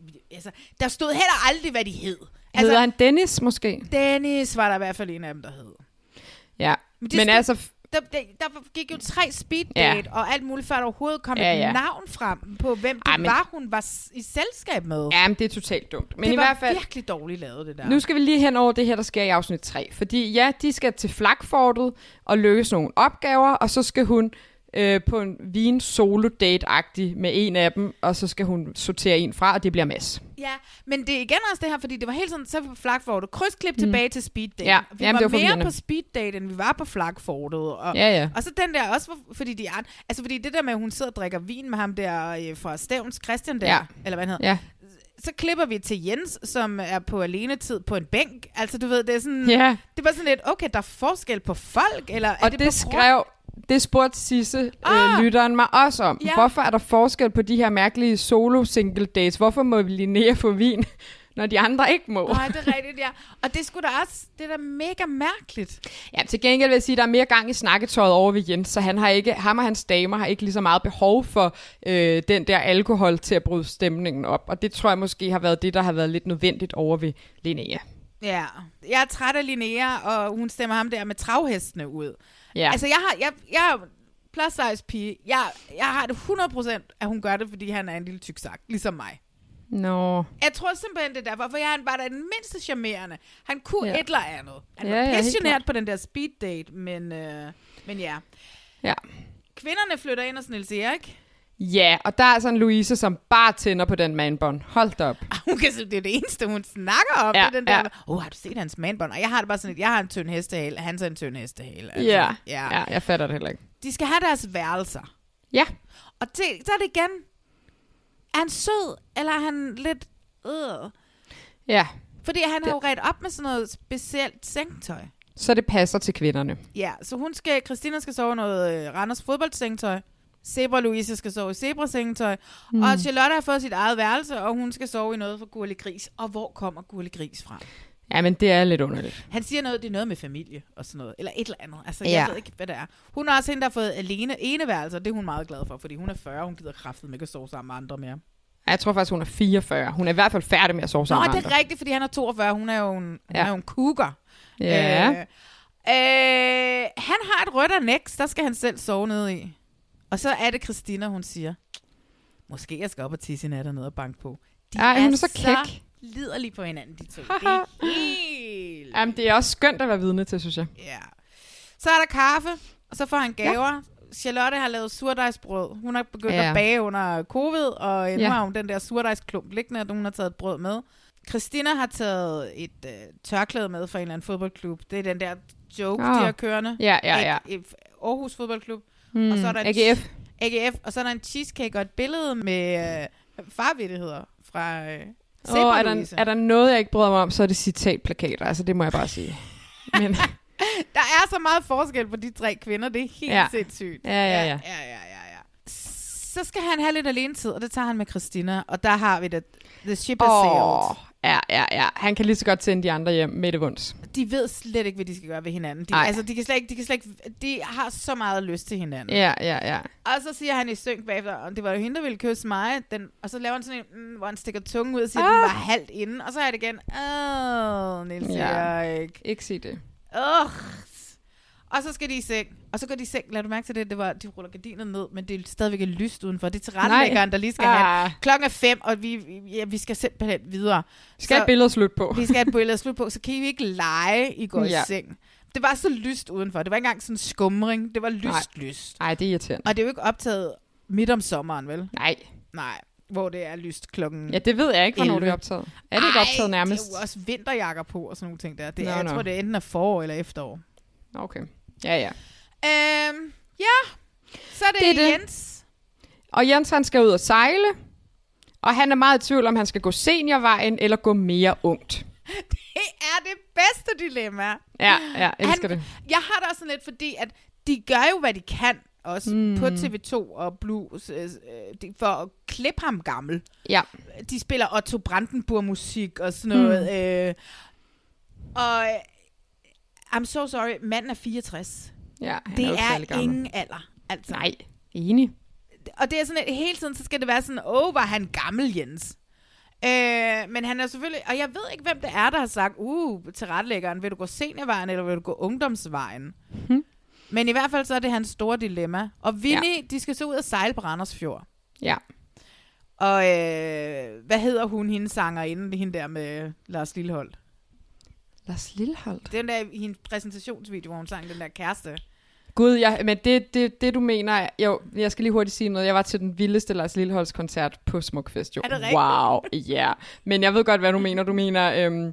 der stod heller aldrig, hvad de hed. Hedder han Dennis måske? Dennis var der i hvert fald en af dem, der hed. Ja, men altså... Der gik jo 3 speed date og alt muligt, før der overhovedet kom et navn frem på, hvem det var, hun var i selskab med. Ja, men det er totalt dumt. Men det i var hvert fald virkelig dårligt lavet, det der. Nu skal vi lige hen over det her, der sker i afsnit 3. Fordi de skal til flakfortet og løse nogle opgaver, og så skal hun på en vin solo-date-agtig med en af dem, og så skal hun sortere en fra, og det bliver Mads. Ja, men det er igen også det her, fordi det var helt sådan, så vi på flakfortet. Krydsklip tilbage til speed date. Ja, vi var mere på speed date, end vi var på flakfortet. Og så den der også, fordi de er... Altså, fordi det der med, at hun sidder og drikker vin med ham der fra Stevns, Christian der, eller hvad han hedder. Ja. Så klipper vi til Jens, som er på alenetid på en bænk. Altså, du ved, det er sådan... Ja. Det var sådan lidt, okay, der er forskel på folk, eller og er det spurgte Sisse, lytteren mig også om. Ja. Hvorfor er der forskel på de her mærkelige solo-single dates? Hvorfor må Linnea få vin, når de andre ikke må? Nej, det er rigtigt, ja. Og det skulle da også, det er da mega mærkeligt. Ja, til gengæld vil jeg sige, at der er mere gang i snakketøjet over ved Jens, så ham og hans damer har ikke lige så meget behov for den der alkohol til at bryde stemningen op. Og det tror jeg måske har været det, der har været lidt nødvendigt over ved Linnea. Ja, jeg er træt af Linnea, og hun stemmer ham der med travhestene ud. Ja. Altså, jeg er plus size pige. Jeg har det 100%, at hun gør det, fordi han er en lille tyksak, ligesom mig. Nå. Jeg tror simpelthen det derfor, for han var da den mindste charmerende. Han kunne et eller andet. Han var passioneret på den der speed date, men ja. Ja. Kvinderne flytter ind hos Niels Erik. Ja, og der er sådan Louise, som bare tænder på den manbånd. Hold da op. Hun kan, det er det eneste, hun snakker om. Ja, det er den der, har du set hans manbånd? Og jeg har det bare sådan lidt, jeg har en tynd hestehale, han har en tynd hestehale. Altså, ja, jeg fatter det heller ikke. De skal have deres værelser. Ja. Og så er det igen, er han sød, eller er han lidt... Ja. Fordi han har jo ret op med sådan noget specielt sengetøj. Så det passer til kvinderne. Ja, så Christina skal sove noget Randers fodboldsengetøj. Zebra Louise skal sove i Zebra-sengetøj. Og Charlotte har fået sit eget værelse, og hun skal sove i noget fra Gurli Gris. Og hvor kommer Gurli Gris fra? Ja, men det er lidt underligt. Han siger noget, det er noget med familie og sådan noget. Eller et eller andet. Altså, jeg ved ikke, hvad det er. Hun er også hende, der har fået eneværelse, og det er hun meget glad for, fordi hun er 40, hun gider kraftigt med at sove sammen med andre mere. Jeg tror faktisk, hun er 44. Hun er i hvert fald færdig med at sove sammen med andre. Nå, det er rigtigt, fordi han er 42. Hun er jo en cougar. Ja. Han har et rødt annex, der skal han selv sove nede i. Og så er det Christina, hun siger, måske jeg skal op og tisse i nat og ned og banke på. De hun er så kæk. Liderlige på hinanden, de to. Det er helt... Jamen, det er også skønt at være vidne til, synes jeg. Ja. Så er der kaffe, og så får han gaver. Ja. Charlotte har lavet surdejsbrød. Hun har begyndt at bage under covid, og nu har hun den der surdejsklump liggende, og hun har taget et brød med. Christina har taget et tørklæde med fra en eller anden fodboldklub. Det er den der joke, de har kørende. Ja. Aarhus fodboldklub. Og så er der AGF, og så er der en cheesecake og et billede med farvittigheder fra Zebra Louise. Er der noget, jeg ikke bryder mig om, så er det citatplakater. Altså, det må jeg bare sige. Men der er så meget forskel på de 3 kvinder. Det er helt sindssygt. Ja. Så skal han have lidt alenetid, og det tager han med Christina. Og der har vi det. The ship is sailed. Ja. Han kan lige så godt sende de andre hjem med det vunds. De ved slet ikke, hvad de skal gøre ved hinanden. De har så meget lyst til hinanden. Ja. Og så siger han i synk bagefter, og det var jo hende, der ville kysse mig. Og så laver han sådan en, hvor han stikker tungen ud og siger, at den var halvt inde. Og så er det igen, Niels Erik. Ikke sige det. Og så skal de i seng. Og så går de i seng. Lad du mærke til det? De ruller gardinerne ned, men det er stadigvæk lyst udenfor. Det er tilrettelæggeren, der lige skal have. Klokken er 5, og vi skal simpelthen videre. Vi skal have et billede slut på. Vi skal have et billede slut på, så kan vi ikke lege, I går i seng. Det var så lyst udenfor. Det var ikke engang sådan en skumring. Det var lyst. Nej, det er irriterende. Og det er jo ikke optaget midt om sommeren, vel? Nej. Hvor det er lyst klokken. Ja, det ved jeg ikke, hvornår det er optaget. Er det ikke optaget nærmest? Det er jo også vinterjakker på og sådan nogle ting der. Jeg tror, det er enten er forår eller efterår. Okay. Ja. Så er det Jens. Og Jens, han skal ud og sejle. Og han er meget i tvivl, om han skal gå seniorvejen eller gå mere ungt. Det er det bedste dilemma. Ja, jeg elsker det. Jeg har det også sådan lidt, fordi at de gør jo, hvad de kan, også på TV2 og Blue, for at klippe ham gammel. Ja. De spiller Otto Brandenburg-musik og sådan noget. Og I'm so sorry, manden er 64. Ja, det er ingen alder. Altså. Nej, enig. Og det er sådan, at hele tiden, så skal det være sådan, var han gammel, Jens? Men han er selvfølgelig, og jeg ved ikke, hvem det er, der har sagt, til retlæggeren, vil du gå seniorvejen, eller vil du gå ungdomsvejen? Men i hvert fald så er det hans store dilemma. Og Vinnie, de skal så ud og sejle på Randers Fjord. Ja. Og hvad hedder hun, hendes sangerinde, hende der med Lars Lilholt? Lars Lilholt? Den der i hendes præsentationsvideo, hvor hun sang den der kæreste. Gud, men det du mener, jo, jeg skal lige hurtigt sige noget. Jeg var til den vildeste Lars Lilholts koncert på Smukfest. Jo. Er det rigtigt? Wow, ja. Men jeg ved godt, hvad du mener. Du mener,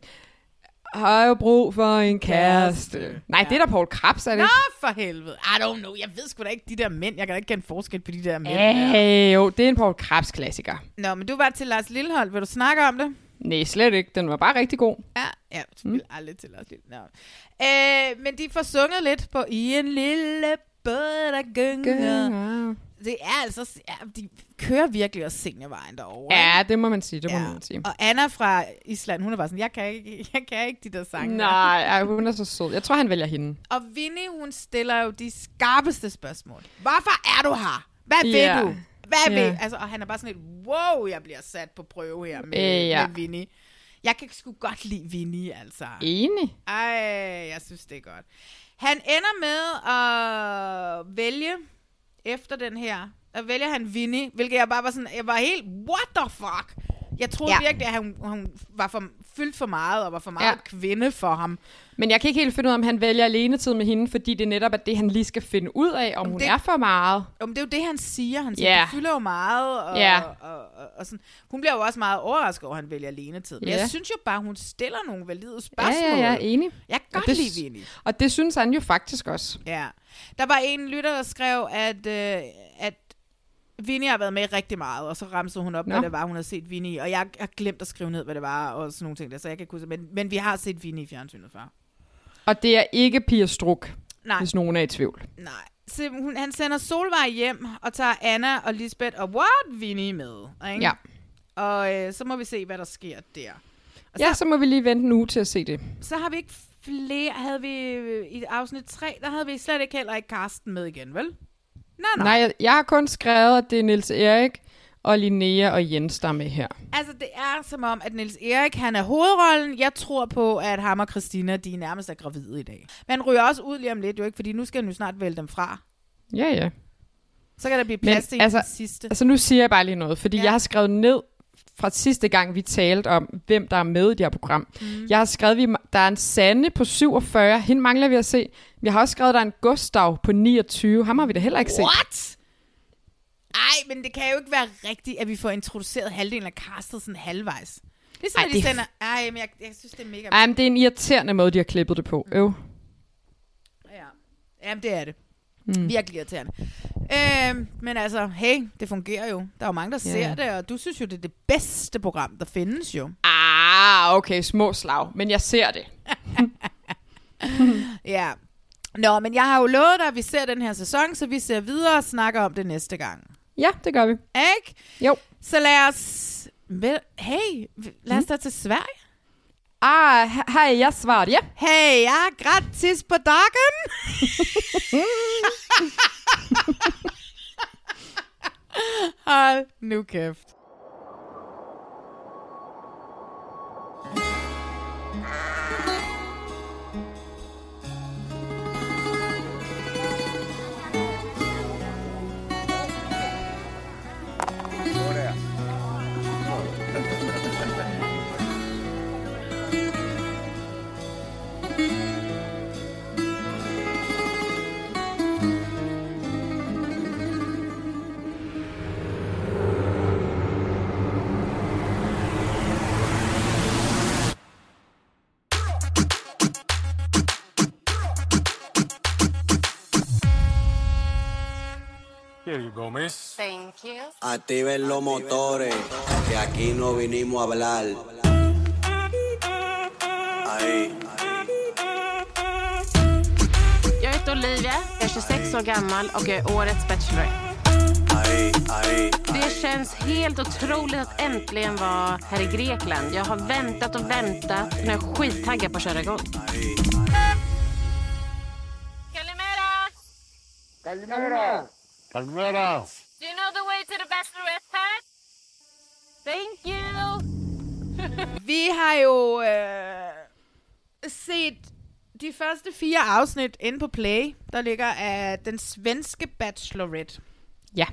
har jo brug for en kæreste. Nej, det er da Poul Krebs, er det? Nå, for helvede. I don't know. Jeg ved sgu da ikke de der mænd. Jeg kan da ikke kende forskel på de der mænd. Jo, det er en Poul Krebs-klassiker. Nå, men du var til Lars Lilholt. Vil du snakke om det? Nej, slet ikke. Den var bare rigtig god. Ja, spil aldrig til Lars Lilholt. Men de får sunget lidt på I en lille båd, der gynger. Det er altså, de kører virkelig også seniorvejen derovre. Ja, det må man sige, Og Anna fra Island, hun er bare sådan, jeg kan ikke de der sange. Nej, hun er så sød. Jeg tror, han vælger hende. Og Vinnie, hun stiller jo de skarpeste spørgsmål. Hvorfor er du her? Hvad vil du? Hvad vil? Altså, og han er bare sådan et, jeg bliver sat på prøve her med Vinnie. Jeg kan sgu godt lide Vinnie, altså. Enig. Jeg synes, det er godt. Han ender med at vælge efter den her. Og vælger han Vinnie, hvilket jeg bare var sådan, jeg var helt, what the fuck? Jeg troede virkelig, at hun var fyldt for meget, og var for meget kvinde for ham. Men jeg kan ikke helt finde ud af, om han vælger alenetid med hende, fordi det netop er det, han lige skal finde ud af, om hun er for meget. Det er jo det, han siger. Han siger, det fylder jo meget. Og sådan. Hun bliver jo også meget overrasket over, at han vælger alenetid. Men jeg synes jo bare, hun stiller nogle valide spørgsmål. Ja, enig. Jeg kan godt lide Vinnie. Og det synes han jo faktisk også. Ja. Der var en lytter, der skrev, at Vinnie har været med rigtig meget, og så ramsede hun op, hvad det var, hun har set Vinnie. Og jeg har glemt at skrive ned, hvad det var, og sådan nogle ting der, så jeg kan ikke huske. Men vi har set Vinnie i fjernsynet før. Og det er ikke Pia Struk, hvis nogen er i tvivl. Nej. Så han sender Solvej hjem, og tager Anna og Lisbeth og Vinnie med. Ikke? Ja. Og så må vi se, hvad der sker der. Og så må vi lige vente en uge til at se det. Så har vi ikke flere, havde vi i afsnit 3, der havde vi slet ikke heller ikke Karsten med igen, vel? Nej, jeg har kun skrevet, at det er Niels Erik og Linnea og Jens, der er med her. Altså, det er som om, at Niels Erik, han er hovedrollen. Jeg tror på, at ham og Christina, de nærmest er gravide i dag. Men ryger også ud lige om lidt, jo ikke? Fordi nu skal han jo snart vælge dem fra. Ja. Så kan der blive plads til den sidste. Altså, nu siger jeg bare lige noget, fordi jeg har skrevet ned fra sidste gang, vi talte om, hvem der er med i det her program. Jeg har skrevet, der er en Sanne på 47. Hende mangler vi at se. Vi har også skrevet, der er en Gustav på 29. Ham har vi da heller ikke set. What? Ej, men det kan jo ikke være rigtigt, at vi får introduceret halvdelen af castet sådan halvvejs. Det er sådan, at de sender... Ej, men jeg synes, det er mega... Ej, men det er en irriterende måde, de har klippet det på. Ja. Jamen, det er det. Virkelig irriterende. Men altså, hey, det fungerer jo. Der er jo mange, der ser det, og du synes jo, det er det bedste program, der findes jo. Okay, små slag. Men jeg ser det. Ja. Nå, men jeg har jo lovet dig, at vi ser den her sæson, så vi ser videre og snakker om det næste gang. Ja, det gør vi. Ikke? Jo. Så lad os... lad os da til Sverige. Hej, jeg svarer, ja. Hej, ja, gratis på dagen. Hold nu kæft. Here you go, miss. Thank you. Activen los motores, que aquí no vinimos a hablar. Ahí. Jag heter Olivia, jag är 26 år gammal och jag är årets bachelorette. Det känns helt otroligt att äntligen vara här i Grekland. Jag har väntat och väntat. Nu är jag skittaggad på att köra igång. Kalimera! Kalimera! Do you know the way to the bachelorette pad? Thank you! Vi har jo set de første 4 afsnit inde på Play, der ligger af den svenske Bachelorette. Ja.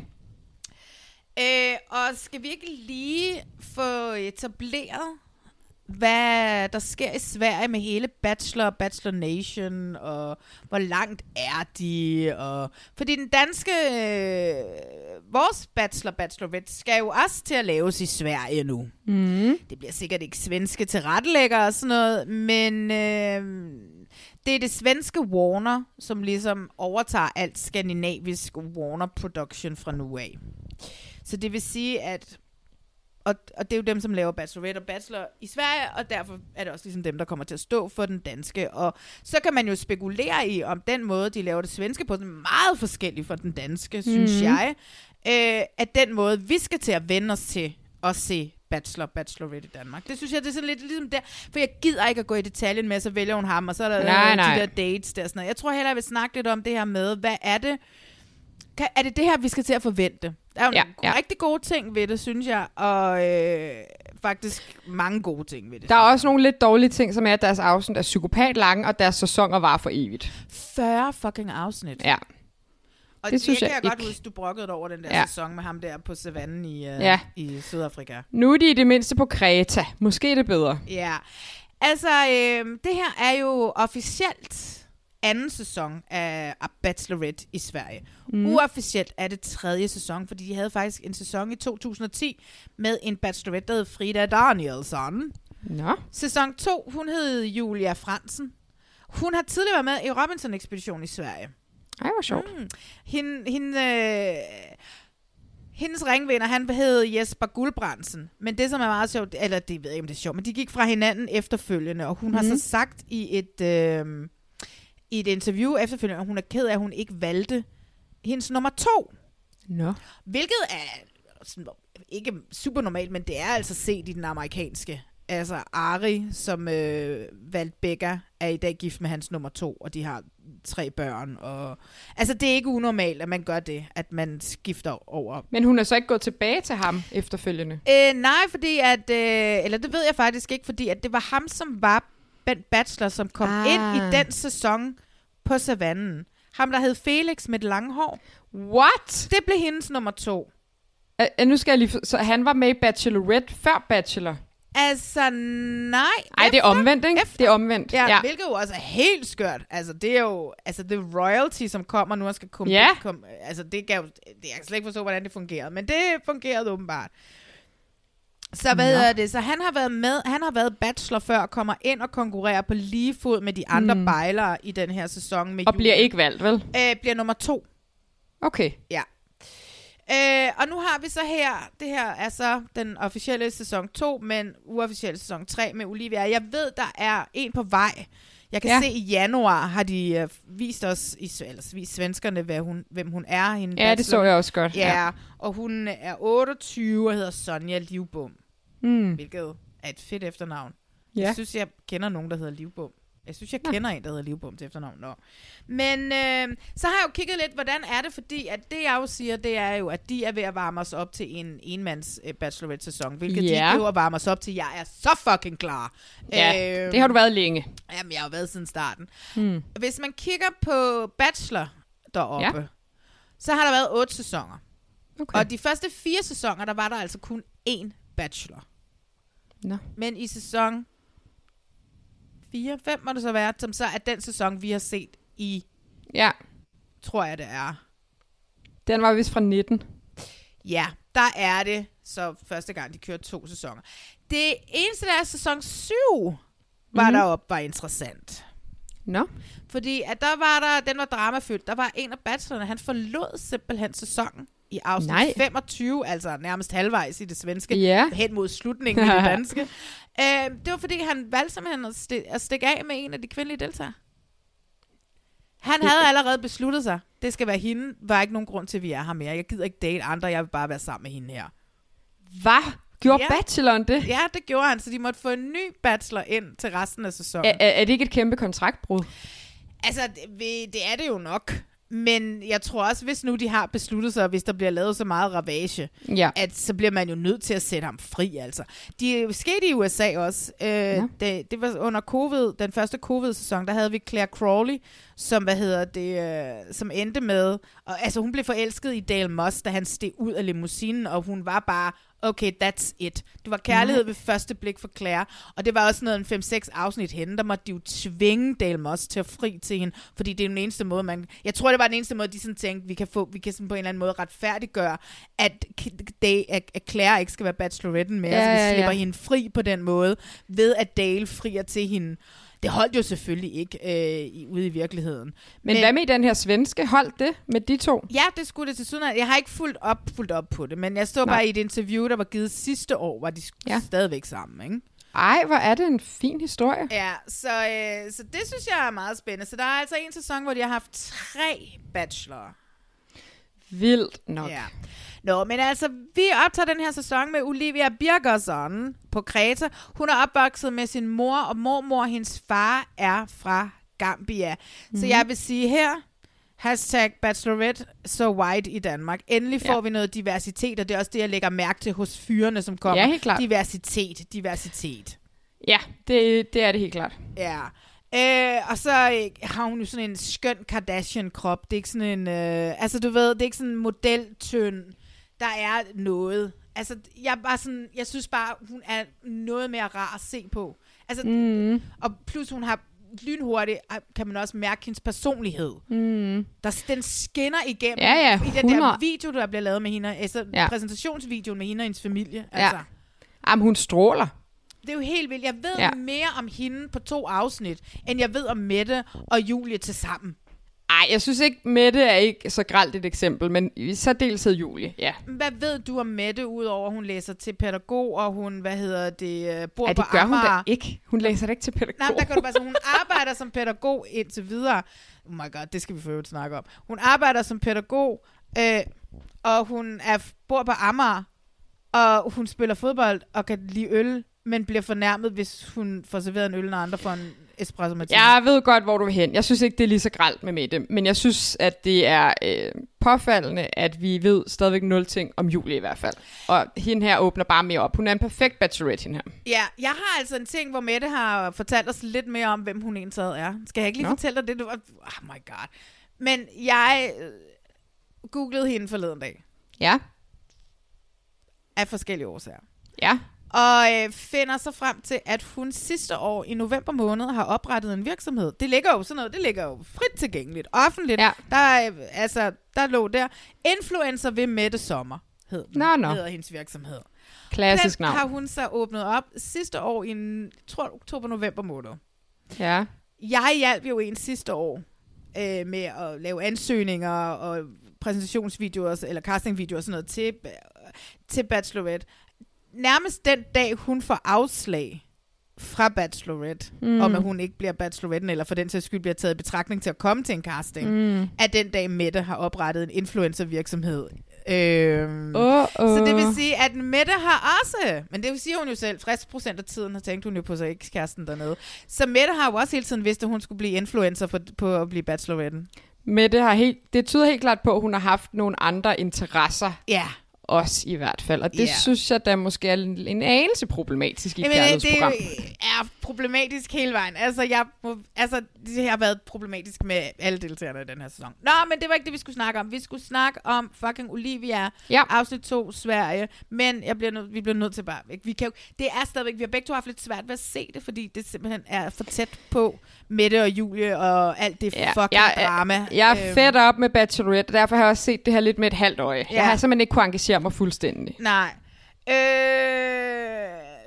Og skal vi ikke lige få etableret, hvad der sker i Sverige med hele Bachelor Nation, og hvor langt er de, og fordi den danske, vores Bachelorette skal jo også til at laves i Sverige nu. Mm. Det bliver sikkert ikke svenske tilrettelæggere og sådan noget, men det er det svenske Warner, som ligesom overtager alt skandinavisk Warner Production fra nu af. Så det vil sige, at og det er jo dem, som laver Bachelorette og Bachelor i Sverige, og derfor er det også ligesom dem, der kommer til at stå for den danske. Og så kan man jo spekulere i, om den måde, de laver det svenske på, er meget forskellig fra den danske, synes jeg. At den måde, vi skal til at vende os til at se Bachelorette i Danmark. Det synes jeg, det er sådan lidt ligesom der, for jeg gider ikke at gå i detaljen med, så vælger hun ham, og så er der de der dates der. Sådan noget. Jeg tror heller, jeg vil snakke lidt om det her med, hvad er det? Er det her, vi skal til at forvente? Der er jo nogle rigtig gode ting ved det, synes jeg, og faktisk mange gode ting ved det. Der er også nogle lidt dårlige ting, som er, at deres afsnit er psykopat lange, og deres sæsoner varer for evigt. 40 fucking afsnit. Ja. Og det synes jeg kan godt huske, du brokkede dig over den der sæson med ham der på savannen i Sydafrika. Nu er de i det mindste på Kreta. Måske er det bedre. Ja. Altså, det her er jo officielt anden sæson af Bachelorette i Sverige. Uofficielt er det 3. sæson, fordi de havde faktisk en sæson i 2010 med en Bachelorette, der hed Frida Danielsson. Nå. Sæson 2, hun hed Julia Fransen. Hun har tidligere været med i Robinson-ekspeditionen i Sverige. Ej, hvor sjovt. Hendes ringvinder, han hed Jesper Guldbrandsen. Men det, som er meget sjovt, eller det ved jeg ikke, om det er sjovt, men de gik fra hinanden efterfølgende, og hun har så sagt i et interview efterfølgende, at hun er ked af, at hun ikke valgte hendes nummer 2. Nå. Hvilket er sådan, ikke super normalt, men det er altså set i den amerikanske. Altså Ari, som valgte Becca, er i dag gift med hans nummer 2, og de har 3 børn. Og altså det er ikke unormalt, at man gør det, at man skifter over. Men hun er så ikke gået tilbage til ham efterfølgende? Nej, fordi at, eller det ved jeg faktisk ikke, fordi at det var ham, som var Ben Bachelor, som kom ind i den sæson på savannen. Ham, der hed Felix med det lange hår. What? Det blev hendes nummer 2. Nu skal jeg lige... Så han var med i Bachelorette før Bachelor? Altså, nej. Ej, det er omvendt, ikke? Det er omvendt. Ja, hvilket jo også er helt skørt. Altså, det er jo... Altså, det er royalty, som kommer nu og skal komme... Altså, det kan jo... Jeg kan slet ikke forstå, hvordan det fungerede. Men det fungerede åbenbart. Så hvad hedder det? Så han har været med, han har været bachelor før, kommer ind og konkurrerer på lige fod med de andre bejlere i den her sæson. Med og bliver ikke valgt, vel? Bliver nummer 2. Okay. Ja. Og nu har vi så her, det her er så den officielle sæson 2, men uofficielle sæson 3 med Olivia. Jeg ved, der er en på vej. Jeg kan se i januar har de vist os, eller vist svenskerne, hvem hun er. Hende ja, det så jeg også godt. Ja, og hun er 28 og hedder Sonja Livbom. Hvilket er et fedt efternavn. Ja. Jeg synes, jeg kender nogen, der hedder Livbom. Jeg synes, jeg kender en, der hedder Livbom til efternavn. Nå. Men så har jeg jo kigget lidt, hvordan er det, fordi at det, jeg jo siger, det er jo, at de er ved at varme os op til en enmands Bachelorette-sæson, hvilket de ikke behøver at varme os op til. Jeg er så fucking klar. Ja, det har du været længe. Jamen, jeg har jo været siden starten. Hvis man kigger på Bachelor deroppe, så har der været 8 sæsoner. Okay. Og de første 4 sæsoner, der var der altså kun 1 Bachelor. Nå. Men i sæson 4-5 må det så være, som så er den sæson, vi har set i, tror jeg det er. Den var vist fra 19. Ja, der er det så første gang, de kørte 2 sæsoner. Det eneste, der er sæson 7, var deroppe, var interessant. Nå. Fordi at den var dramafyldt. Der var en af bachelorerne, han forlod simpelthen sæsonen i afsnit 25, altså nærmest halvvejs i det svenske, hen mod slutningen i det danske. Det var fordi, han valgte simpelthen at stikke af med en af de kvindelige deltagere. Han havde allerede besluttet sig. Det skal være hende. Var ikke nogen grund til, at vi er her mere. Jeg gider ikke date andre. Jeg vil bare være sammen med hende her. Hvad? Gjorde bacheloren det? Ja, det gjorde han. Så de måtte få en ny bachelor ind til resten af sæsonen. Er det ikke et kæmpe kontraktbrud? Altså, det er det jo nok. Men jeg tror også, hvis nu de har besluttet sig, hvis der bliver lavet så meget ravage, at så bliver man jo nødt til at sætte ham fri, altså. Det skete i USA også. Det var under covid, den første covid-sæson, der havde vi Claire Crawley, som, som endte med, altså hun blev forelsket i Dale Moss, da han steg ud af limousinen, og hun var bare, okay, that's it. Det var kærlighed ved første blik for Claire, og det var også noget en 5-6 afsnit henne, der måtte de jo tvinge Dale Moss til at fri til hende, fordi det er den eneste måde, jeg tror, det var den eneste måde, de sådan tænkte, vi kan sådan på en eller anden måde retfærdiggøre, at Claire ikke skal være bacheloretten mere, så vi slipper hende fri på den måde, ved at Dale frier til hende. Det holdt jo selvfølgelig ikke ude i virkeligheden. Men hvad med den her svenske? Holdt det med de to? Ja, det skulle det til siden. Jeg har ikke fulgt op på det, men jeg stod bare i et interview, der var givet sidste år, var de stadigvæk sammen, ikke? Ej, hvor er det en fin historie. Ja, så det synes jeg er meget spændende. Så der er altså en sæson, hvor de har haft 3 bachelorer. Vildt nok. Ja. Nå, men altså, vi optager den her sæson med Olivia Birgersson på Kreta. Hun er opvokset med sin mor og mormor. Hendes far er fra Gambia. Så jeg vil sige her, #Bachelorette so white i Danmark. Endelig får vi noget diversitet, og det er også det, jeg lægger mærke til hos fyrene, som kommer. Ja, helt klart. Diversitet. Ja, det er det helt klart. Ja. Og så har hun jo sådan en skøn Kardashian-krop. Det er ikke sådan en... altså, du ved, det er ikke sådan en modeltynd. Der er noget. Altså, jeg synes bare, hun er noget mere rar at se på. Altså, og plus hun har lynhurtigt, kan man også mærke hendes personlighed. Den skinner igennem i den der video, der bliver lavet med hende. Altså, præsentationsvideoen med hende og hendes familie. Altså. Jamen, hun stråler. Det er jo helt vildt. Jeg ved mere om hende på 2 afsnit, end jeg ved om Mette og Julie til sammen. Ej, jeg synes ikke, Mette er ikke så grelt et eksempel, men i særdeleshed Julie, ja. Hvad ved du om Mette, udover at hun læser til pædagog, og hun, bor på Amager? Det gør hun da ikke. Hun læser da ikke til pædagog. Nej, der kan du bare sige, hun arbejder som pædagog indtil videre. Oh my god, det skal vi for øvrigt snakke om. Hun arbejder som pædagog, og hun bor på Amager, og hun spiller fodbold og kan lide øl, men bliver fornærmet, hvis hun får serveret en øl, når andre får en espresso martini. Jeg ved godt, hvor du vil hen. Jeg synes ikke, det er lige så grelt med Mette, men jeg synes, at det er påfaldende, at vi ved stadigvæk 0 ting om Julie i hvert fald. Og hende her åbner bare mere op. Hun er en perfekt bachelorette, hende her. Ja, jeg har altså en ting, hvor Mette har fortalt os lidt mere om, hvem hun egentlig er. Skal jeg ikke lige fortælle dig det? Oh my god. Men jeg googlede hende forleden dag. Ja. Af forskellige årsager. Ja. Og finder sig frem til, at hun sidste år i november måned har oprettet en virksomhed. Det ligger jo frit tilgængeligt, offentligt. Ja. Der lå der Influencer ved Mette Sommer, hedder hendes virksomhed. Klassisk navn. Den har hun så åbnet op sidste år i, oktober-november måned. Ja. Jeg hjalp jo en sidste år med at lave ansøgninger og præsentationsvideoer eller castingvideoer og sådan noget til Bachelorette. Nærmest den dag, hun får afslag fra Bachelorette, om at hun ikke bliver Bacheloretten, eller for den sags skyld bliver taget i betragtning til at komme til en casting, at den dag Mette har oprettet en influencer-virksomhed. Så det vil sige, at Mette har også, men det siger hun jo selv, 60% af tiden har tænkt hun jo på sig ekskæresten dernede. Så Mette har jo også hele tiden vidst, at hun skulle blive influencer på at blive Bacheloretten. Mette det tyder helt klart på, at hun har haft nogle andre interesser. Ja. Os i hvert fald. Og det synes jeg da måske er en anelse problematisk i kærlighedsprogram. Det er problematisk hele vejen. Det har været problematisk med alle deltagerne i den her sæson. Nå, men det var ikke det, vi skulle snakke om. Vi skulle snakke om fucking Olivia, afsnit 2, Sverige. Men vi bliver nødt til bare... det er stadigvæk... Vi har begge to haft lidt svært ved at se det, fordi det simpelthen er for tæt på Mette og Julie og alt det fucking drama. Jeg er fedt op med Bachelorette, og derfor har jeg også set det her lidt med et halvt øje. Jeg har simpelthen ikke kunne engagere mig fuldstændig. Nej.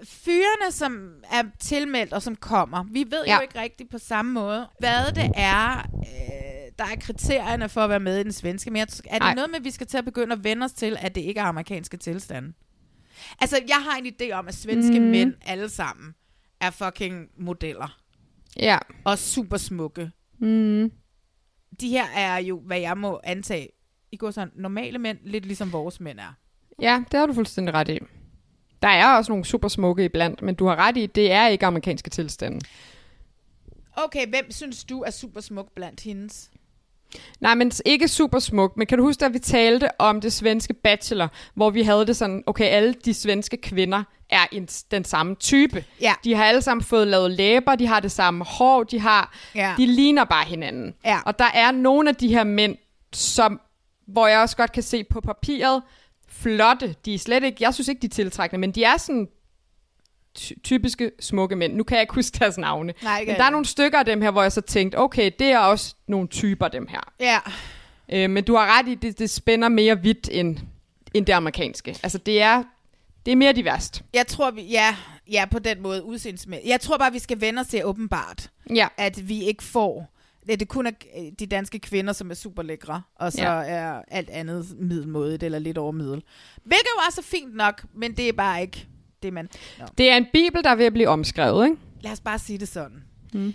fyrene, som er tilmeldt og som kommer, vi ved jo ikke rigtigt på samme måde, hvad det er, der er kriterierne for at være med i den svenske. Men er det noget med, at vi skal til at begynde at vende os til, at det ikke er amerikanske tilstande? Altså, jeg har en idé om, at svenske mænd alle sammen er fucking modeller. Ja. Og super smukke. De her er jo, hvad jeg må antage, i går sådan normale mænd, lidt ligesom vores mænd er. Ja, det har du fuldstændig ret i. Der er også nogle super smukke iblandt, men du har ret i, det er ikke amerikanske tilstande. Okay, hvem synes du er super smuk blandt hendes? Nej, men ikke super smuk. Men kan du huske, at vi talte om det svenske Bachelor, hvor vi havde det sådan, okay, alle de svenske kvinder er den samme type. Ja. De har alle sammen fået lavet læber, de har det samme hår, de ligner bare hinanden. Ja. Og der er nogle af de her mænd, hvor jeg også godt kan se på papiret, flotte. De er slet ikke, jeg synes ikke, de er tiltrækkende, men de er sådan typiske smukke mænd. Nu kan jeg ikke huske deres navne. Nej, men der er nogle stykker af dem her, hvor jeg så tænkte, okay, det er også nogle typer dem her. Ja. Men du har ret i, det spænder mere vidt end det amerikanske. Altså det er mere diverst. Jeg tror, ja, på den måde udseendsmæssigt. Jeg tror bare, vi skal vende os til åbenbart, at vi ikke får. Det kun er de danske kvinder, som er super lækre, og så er alt andet middelmådigt eller lidt over middel. Hvilket jo er så fint nok, men det er bare ikke det, man... No. Det er en bibel, der er ved at blive omskrevet, ikke? Lad os bare sige det sådan.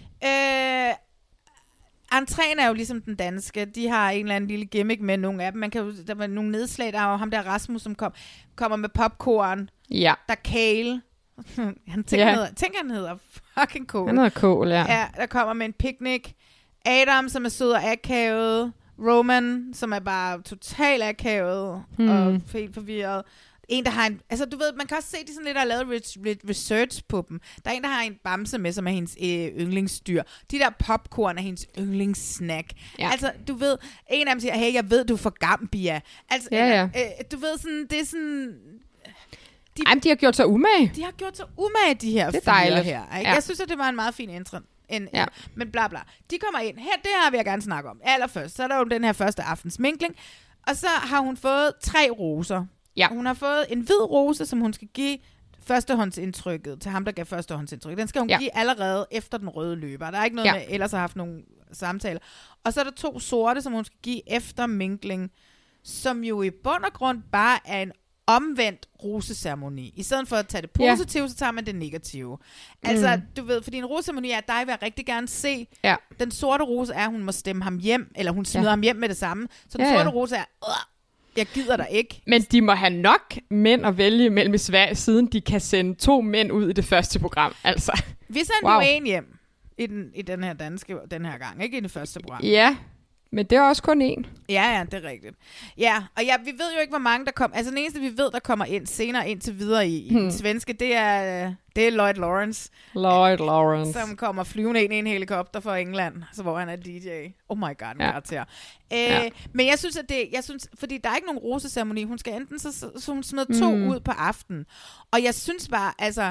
Entréen er jo ligesom den danske. De har en eller anden lille gimmick med nogle af dem. Der var nogle nedslag, der var ham der Rasmus, som kommer med popcorn. Ja. Der er Kale. Han tænker, han hedder fucking Kål. Han hedder Kål, ja. Ja, der kommer med en picnic. Adam, som er sød og akavet. Roman, som er bare totalt akavet og helt forvirret. En, der har en... Altså, du ved, man kan også se, de sådan lidt har lavet research på dem. Der er en, der har en bamse med, som er hendes yndlingsdyr. De der popcorn er hendes yndlingssnack. Ja. Altså, du ved, en af dem siger, hey, jeg ved, du er for Gambia. Altså, du ved, sådan, det er sådan... De har gjort sig umage. De har gjort sig umage, de her fire her. Ikke? Ja. Jeg synes, at det var en meget fin intro. Men bla bla. De kommer ind. Her, det her vil jeg gerne snakke om. Allerførst, så er der jo den her første aftensminkling. Og så har hun fået 3 roser. Ja. Hun har fået en hvid rose, som hun skal give førstehåndsindtrykket til ham, der gav førstehåndsindtrykket. Den skal hun give allerede efter den røde løber. Der er ikke noget med, ellers har haft nogle samtaler. Og så er der 2 sorte, som hun skal give efter minkling, som jo i bund og grund bare er en omvendt roseceremoni. I stedet for at tage det positive, så tager man det negative. Altså, du ved, fordi en roseceremoni er, at dig vil jeg rigtig gerne se. Ja. Den sorte rose er, at hun må stemme ham hjem, eller hun smider ham hjem med det samme. Så den sorte rose er, jeg gider dig ikke. Men de må have nok mænd at vælge mellem i Sverige, siden de kan sende 2 mænd ud i det første program. Altså. Vi sendte jo en hjem i den her danske, den her gang, ikke i det første program. Ja, men det er også kun 1. Ja, det er rigtigt. Ja, og vi ved jo ikke, hvor mange der kommer. Altså, den eneste, vi ved, der kommer ind senere indtil videre i den svenske, det er Lloyd Lawrence. Lloyd Lawrence. Som kommer flyvende ind i en helikopter fra England, så hvor han er DJ. Oh my god, nu er til. Men jeg synes, fordi der er ikke nogen roseceremoni. Hun skal enten, så hun smider 2 ud på aftenen. Og jeg synes bare, altså,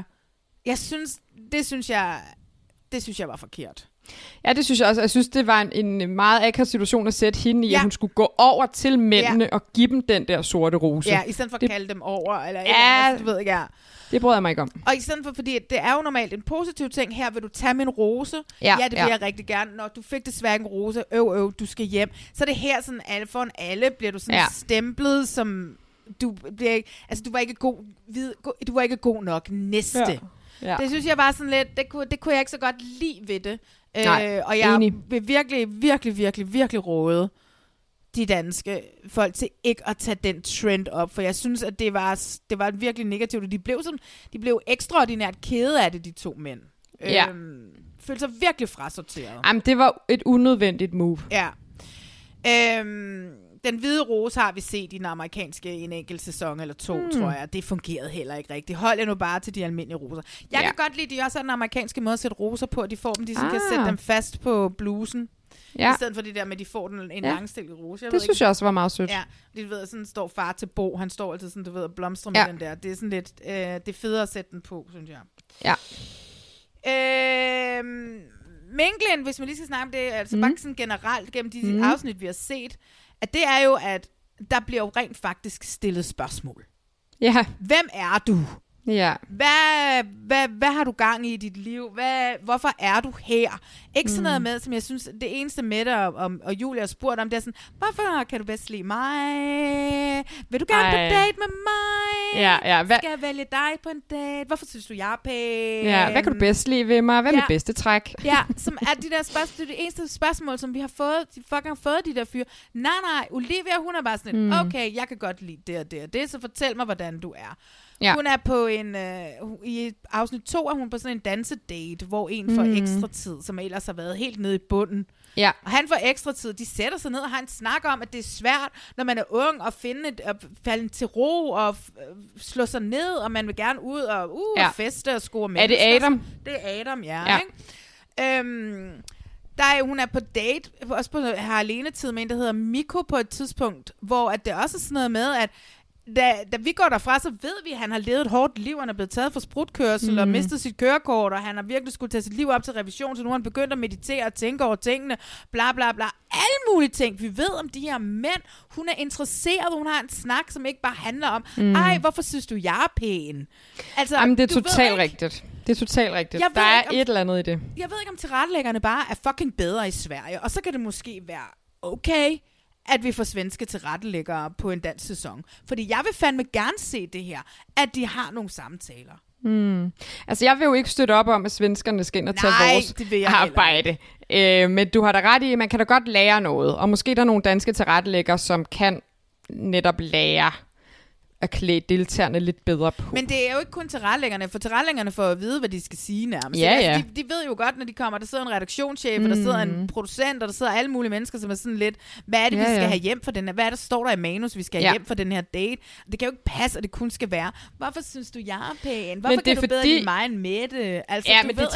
det synes jeg var forkert. Ja, det synes jeg også. Jeg synes, det var en meget akavet situation at sætte hende i, at hun skulle gå over til mændene og give dem den der sorte rose. Ja, i stedet for at kalde dem over, eller andet, du ved ikke, det bryder jeg mig ikke om. Og i stedet for, fordi det er jo normalt en positiv ting, her vil du tage min rose. Ja, det vil jeg rigtig gerne. Når du fik desværre en rose, du skal hjem. Så det her sådan, foran alle bliver du sådan stemplet, som du bliver ikke, altså du var ikke god nok næste. Ja. Ja. Det synes jeg var sådan lidt, det kunne jeg ikke så godt lide ved det. Og jeg vil virkelig råde de danske folk til ikke at tage den trend op, for jeg synes, at det var virkelig negativt, og de blev ekstraordinært kede af det, de 2 mænd. Følte sig virkelig frasorteret. Jamen, det var et unødvendigt move. Ja. Den hvide rose har vi set i den amerikanske en enkelt sæson eller 2, tror jeg. Det fungerede heller ikke rigtigt. Hold jer nu bare til de almindelige roser. Jeg kan godt lide, de også har den amerikanske måde at sætte roser på, at de får dem, de kan sætte dem fast på blusen. I stedet for det der med, at de får en langstillet rose. Det synes jeg også var meget sødt. Ja, det ved, sådan står far til Bo. Han står altid sådan, du ved, og blomstrer med den der. Det er sådan lidt, det er federe at sætte den på, synes jeg. Ja. Minklen, hvis man lige skal snakke om det, altså bare sådan generelt gennem de afsnit, vi har set, at det er jo, at der bliver jo rent faktisk stillet spørgsmål. Ja. Hvem er du? Ja. Hvad har du gang i dit liv? Hvorfor er du her? Ikke sådan noget med, som jeg synes, det eneste Mette og Julia har spurgt om, det er sådan, hvorfor kan du bedst lide mig? Vil du gerne på date med mig? Ja. Skal jeg vælge dig på en date? Hvorfor synes du, jeg er pæn? Ja, hvad kan du bedst lide ved mig? Hvad er mit bedste træk? Ja, som er de der spørgsmål, det eneste spørgsmål, som vi har fået, har fået de der fyre. Nej, Olivia, hun er bare sådan, okay, jeg kan godt lide det og det og det, så fortæl mig, hvordan du er. Ja. Hun er på i afsnit 2 er hun på sådan en dansedate, hvor en får ekstra tid, som ellers har været helt nede i bunden. Ja. Og han får ekstra tid. De sætter sig ned og har en snak om, at det er svært, når man er ung, at falde til ro og slå sig ned, og man vil gerne ud og feste og score med. Er det Adam? Det er Adam, ja. Ikke? Hun er på date, også på har alenetid med en, der hedder Miko på et tidspunkt, hvor at det også er sådan noget med, at da vi går derfra, så ved vi, at han har levet et hårdt liv, han er blevet taget for sprutkørsel og mistet sit kørekort, og han har virkelig skulle tage sit liv op til revision, så nu har han begyndt at meditere og tænke over tingene, bla bla bla, alle mulige ting. Vi ved om de her mænd, hun er interesseret, hun har en snak, som ikke bare handler om, hvorfor synes du, jeg er pæn? Altså, jamen, det er totalt rigtigt. Det er totalt rigtigt. Der er et eller andet i det. Jeg ved ikke, om tilrettelæggerne bare er fucking bedre i Sverige, og så kan det måske være okay, at vi får svenske tilrettelæggere på en dansk sæson. Fordi jeg vil fandme gerne se det her, at de har nogle samtaler. Altså, jeg vil jo ikke støtte op om, at svenskerne skal ind og tage vores arbejde. Men du har da ret i, man kan da godt lære noget. Og måske der er nogle danske tilrettelæggere, som kan netop lære at klæde deltagerne lidt bedre på. Men det er jo ikke kun tilrettelæggerne, for tilrettelæggerne får at vide, hvad de skal sige nærmest. Ja, altså, de ved jo godt, når de kommer, der sidder en redaktionschef, og der sidder en producent, og der sidder alle mulige mennesker, som er sådan lidt, hvad er det, vi skal have hjem for den her? Hvad er det, står der i manus, vi skal have hjem for den her date? Det kan jo ikke passe, at det kun skal være, hvorfor synes du, jeg er pæn? Hvorfor kan du bedre lide mig end Mette? Altså, ja, men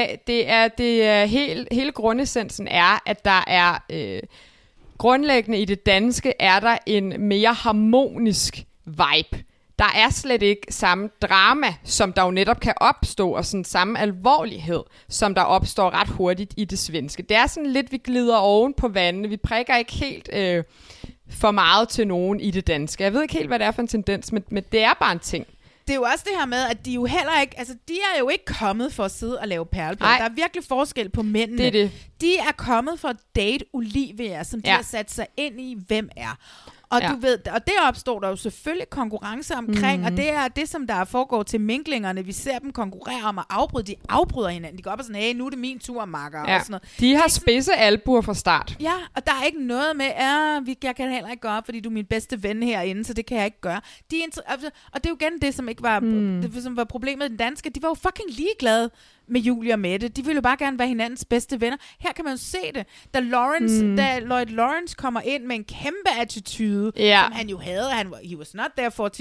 det er hele grundessensen er, at der er grundlæggende i det danske, er der en mere harmonisk vibe. Der er slet ikke samme drama, som der jo netop kan opstå, og sådan samme alvorlighed, som der opstår ret hurtigt i det svenske. Det er sådan lidt, vi glider oven på vandene. Vi prikker ikke helt for meget til nogen i det danske. Jeg ved ikke helt, hvad det er for en tendens, men det er bare en ting. Det er jo også det her med, at de jo heller ikke, altså de er jo ikke kommet for at sidde og lave perleblad. Der er virkelig forskel på mændene. Det. De er kommet for at date Olivia, som de har sat sig ind i, hvem er. Og du ved, og det opstår der jo selvfølgelig konkurrence omkring, og det er det, som der foregår til minklingerne. Vi ser dem konkurrere om at afbryde. De afbryder hinanden. De går op og sådan, hey, nu er det min tur, makker. Og sådan noget. De har spidse albuer fra start. Ja, og der er ikke noget med, jeg kan heller ikke gøre, fordi du er min bedste ven herinde, så det kan jeg ikke gøre. Og det er jo igen det, som ikke var, det, som var problemet i den danske. De var jo fucking ligeglade med Julia og Mette. De ville jo bare gerne være hinandens bedste venner. Her kan man jo se det. Da Lloyd Lawrence kommer ind med en kæmpe attitude, som han jo havde. He was not there for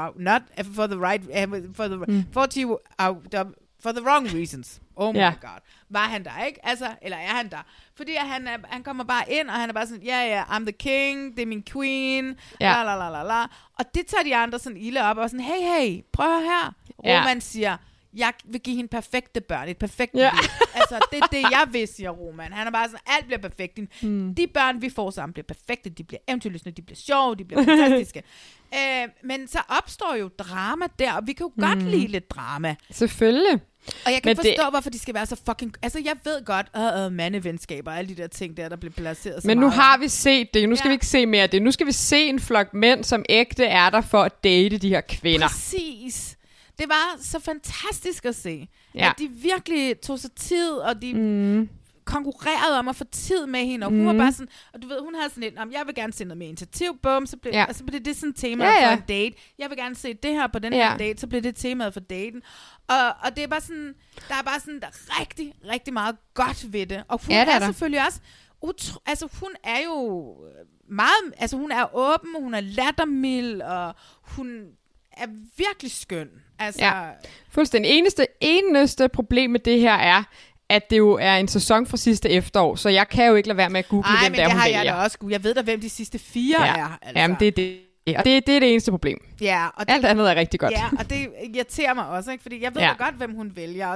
the wrong reasons. Oh my god. Var han der, ikke? Altså, eller er han der? Fordi han kommer bare ind, og han er bare sådan, I'm the king, det er min queen, la la la la la. Og det tager de andre sådan ilde op, og sådan, hey, prøv her. Roman siger, jeg vil give hende perfekte børn, et perfekt liv. Altså, det er det, jeg vil, siger Roman. Han er bare sådan, alt bliver perfekt. De børn, vi får sammen, bliver perfekte. De bliver eventyrlystne, de bliver sjove, de bliver fantastiske. Men så opstår jo drama der, og vi kan jo godt lide lidt drama. Selvfølgelig. Og jeg kan forstå, hvorfor de skal være så fucking... Altså, jeg ved godt, mandevenskaber og alle de der ting der bliver placeret så men meget. Nu har vi set det. Nu skal vi ikke se mere af det. Nu skal vi se en flok mænd, som ægte er der for at date de her kvinder. Præcis. Det var så fantastisk at se, at de virkelig tog sig tid, og de konkurrerede om at få tid med hende, og hun var bare sådan, og du ved, hun havde sådan et, jeg vil gerne se noget mere initiativ, bum, så blev det sådan temaet for en date. Jeg vil gerne se det her på den her date, så blev det temaet for daten. Og det er bare sådan, der er bare sådan rigtig, rigtig meget godt ved det. Og hun er selvfølgelig også, hun er jo meget, altså hun er åben, hun er lattermild, og hun er virkelig skøn. Altså, fuldstændig. Eneste problem med det her er, at det jo er en sæson fra sidste efterår, så jeg kan jo ikke lade være med at google, hvem der hun vælger. Jeg da også. Jeg ved da, hvem de sidste 4 er. Altså. Jamen, det er det. Og det er det eneste problem. Ja, og alt andet er rigtig godt. Ja, og det irriterer mig også, ikke? Fordi jeg ved godt, hvem hun vælger.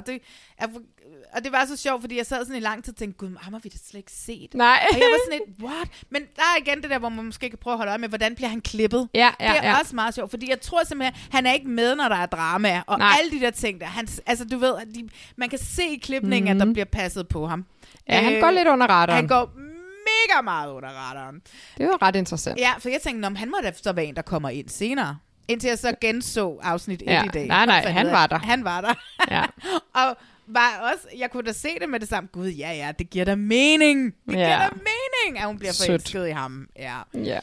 Og det var så sjovt, fordi jeg sad sådan i lang tid og tænkte, gud, ham har vi da slet ikke set. Nej. Og jeg var sådan et, what? Men der er igen det der, hvor man måske kan prøve at holde øje med, hvordan bliver han klippet. Det er også meget sjovt, fordi jeg tror simpelthen, han er ikke med, når der er drama. Og alle de der ting der. Altså, du ved, man kan se i klipningen, at der bliver passet på ham. Ja, han går lidt under radaren. Han går mega meget under radaren. Det var ret interessant. Ja, for jeg tænkte, han må da så være en, der kommer ind senere. Indtil jeg så genså afsnit 1 i dag. Nej, han var der. Han var der. Ja. Og var også, jeg kunne da se det med det samme. Gud, ja, det giver da mening. Det giver da mening, at hun bliver forelsket i ham. Ja.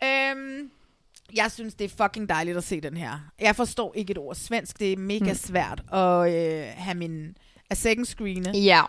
Jeg synes, det er fucking dejligt at se den her. Jeg forstår ikke et ord svensk. Det er mega svært at have min second screene. Ja.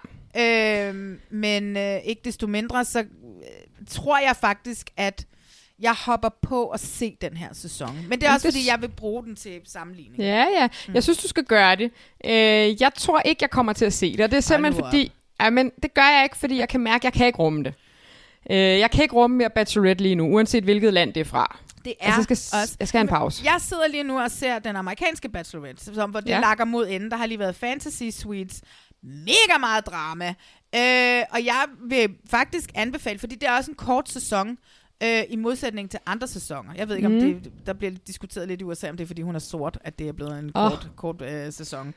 Men ikke desto mindre, så tror jeg faktisk, at jeg hopper på at se den her sæson. Men det er også, fordi jeg vil bruge den til sammenligning. Ja. Jeg synes, du skal gøre det. Jeg tror ikke, jeg kommer til at se det. Og det er simpelthen fordi... men det gør jeg ikke, fordi jeg kan mærke, at jeg kan ikke rumme det. Jeg kan ikke rumme mere Bachelorette lige nu, uanset hvilket land det er fra. Det er jeg skal have en pause. Jeg sidder lige nu og ser den amerikanske Bachelorette, hvor det lakker mod enden. Der har lige været fantasy suites. Mega meget drama. Og jeg vil faktisk anbefale, fordi det er også en kort sæson, i modsætning til andre sæsoner. Jeg ved ikke, om der bliver diskuteret lidt i USA, om det er, fordi hun er sort, at det er blevet en kort sæson.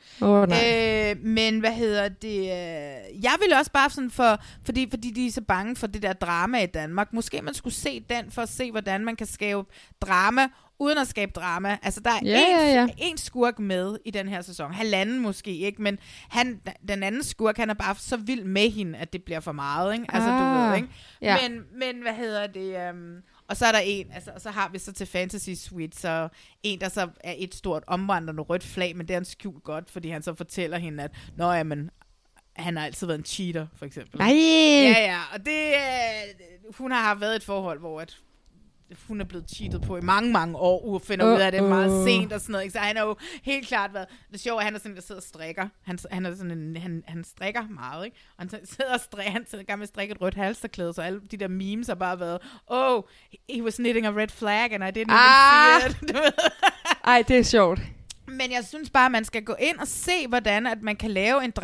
Men hvad hedder det? Jeg vil også bare sådan fordi de er så bange for det der drama i Danmark. Måske man skulle se den, for at se, hvordan man kan skabe drama, uden at skabe drama. Altså, der er en skurk med i den her sæson. Halvanden måske, ikke? Men den anden skurk, han er bare så vild med hende, at det bliver for meget, ikke? Altså, du ved, ikke? Ja. Men hvad hedder det? Og så er der en, altså, og så har vi så til Fantasy Suite, så en, der så er et stort omvandrende rødt flag, men det er en skjult godt, fordi han så fortæller hende, at han har altid været en cheater, for eksempel. Nej! Ja, og hun har været et forhold, hvor hun er blevet cheatet på i mange, mange år, og finder ud af det meget sent og sådan noget. Ikke? Så han har jo helt klart været... Det sjove er, at han er sådan en, der sidder og strikker. Han er sådan han strikker meget, ikke? Og han sidder og strikker, han sidder gerne med at strikke et rødt halsterklæde, så alle de der memes har bare været, he was knitting a red flag, and I didn't even see it. Ej, det er sjovt. Men jeg synes bare, at man skal gå ind og se, hvordan at man kan lave en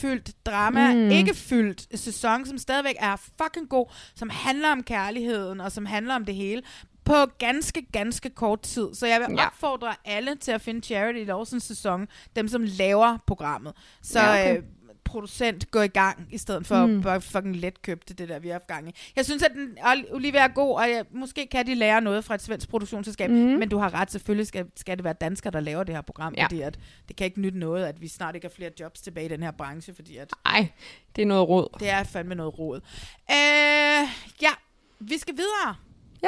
ikke-fyldt sæson, som stadigvæk er fucking god, som handler om kærligheden, og som handler om det hele, på ganske, ganske kort tid. Så jeg vil opfordre alle til at finde Charity Lawsons sæson, dem som laver programmet. Så producent gå i gang, i stedet for bare fucking letkøbte det der, vi har haft gang i. Jeg synes, at Olivia er god, og måske kan de lære noget fra et svensk produktionsselskab, men du har ret, selvfølgelig skal det være danskere, der laver det her program, fordi at det kan ikke nytte noget, at vi snart ikke har flere jobs tilbage i den her branche, fordi at... Ej, det er noget rod. Det er fandme noget rod. Vi skal videre. Ja.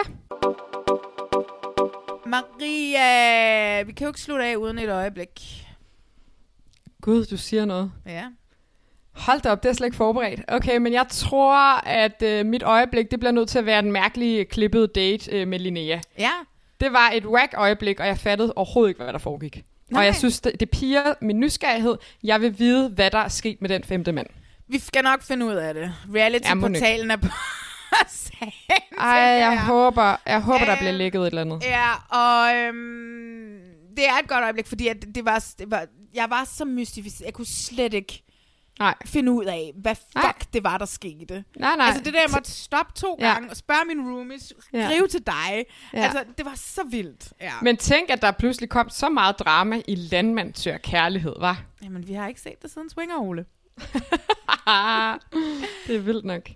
Maria, vi kan jo ikke slutte af uden et øjeblik. Gud, du siger noget. Ja. Hold da op, det er slet ikke forberedt. Okay, men jeg tror, at mit øjeblik, det bliver nødt til at være den mærkelige klippede date med Linnea. Ja. Det var et whack øjeblik, og jeg fattede overhovedet ikke, hvad der foregik. Nej. Og jeg synes, det piger min nysgerrighed. Jeg vil vide, hvad der er sket med den 5. mand. Vi skal nok finde ud af det. Reality-portalen er på sagen. Ej, jeg håber, der bliver lækket et eller andet. Ja, og det er et godt øjeblik, fordi jeg var så mystificeret. Jeg kunne slet ikke finde ud af, hvad det var, der skete. Nej. Altså det der, jeg måtte stoppe 2 gange og spørge min roomies, skrive til dig. Ja. Altså, det var så vildt. Ja. Men tænk, at der pludselig kom så meget drama i Landmand søger kærlighed, var? Jamen, vi har ikke set det siden Swinger Ole. Det er vildt nok.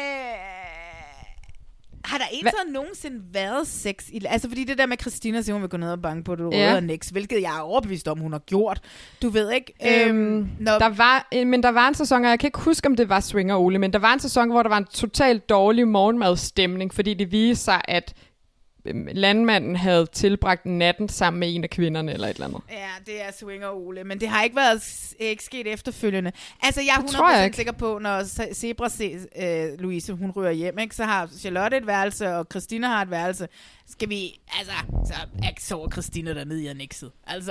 Har der så nogensinde været sex i... Altså, fordi det der med Christina siger, hun vil gå ned og banke på det røde og niks, hvilket jeg er overbevist om, hun har gjort. Du ved ikke... Der var en sæson, og jeg kan ikke huske, om det var Swinger Ole, men der var en sæson, hvor der var en totalt dårlig morgenmadstemning, fordi det viste sig, at landmanden havde tilbragt natten sammen med en af kvinderne eller et eller andet. Ja, det er Swinger Ole, men det har ikke sket efterfølgende. Altså, jeg er 100% sikker på, når Zebra Louise, hun ryger hjem, ikke, så har Charlotte et værelse, og Christina har et værelse. Skal vi, altså, så sover Christina dernede i annexet. Altså,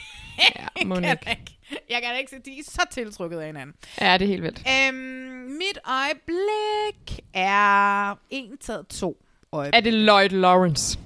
jeg kan da ikke se, de er så tiltrukket af hinanden. Ja, det er helt vildt. Mit øjeblik er 1 taget 2. Er det Lloyd Lawrence?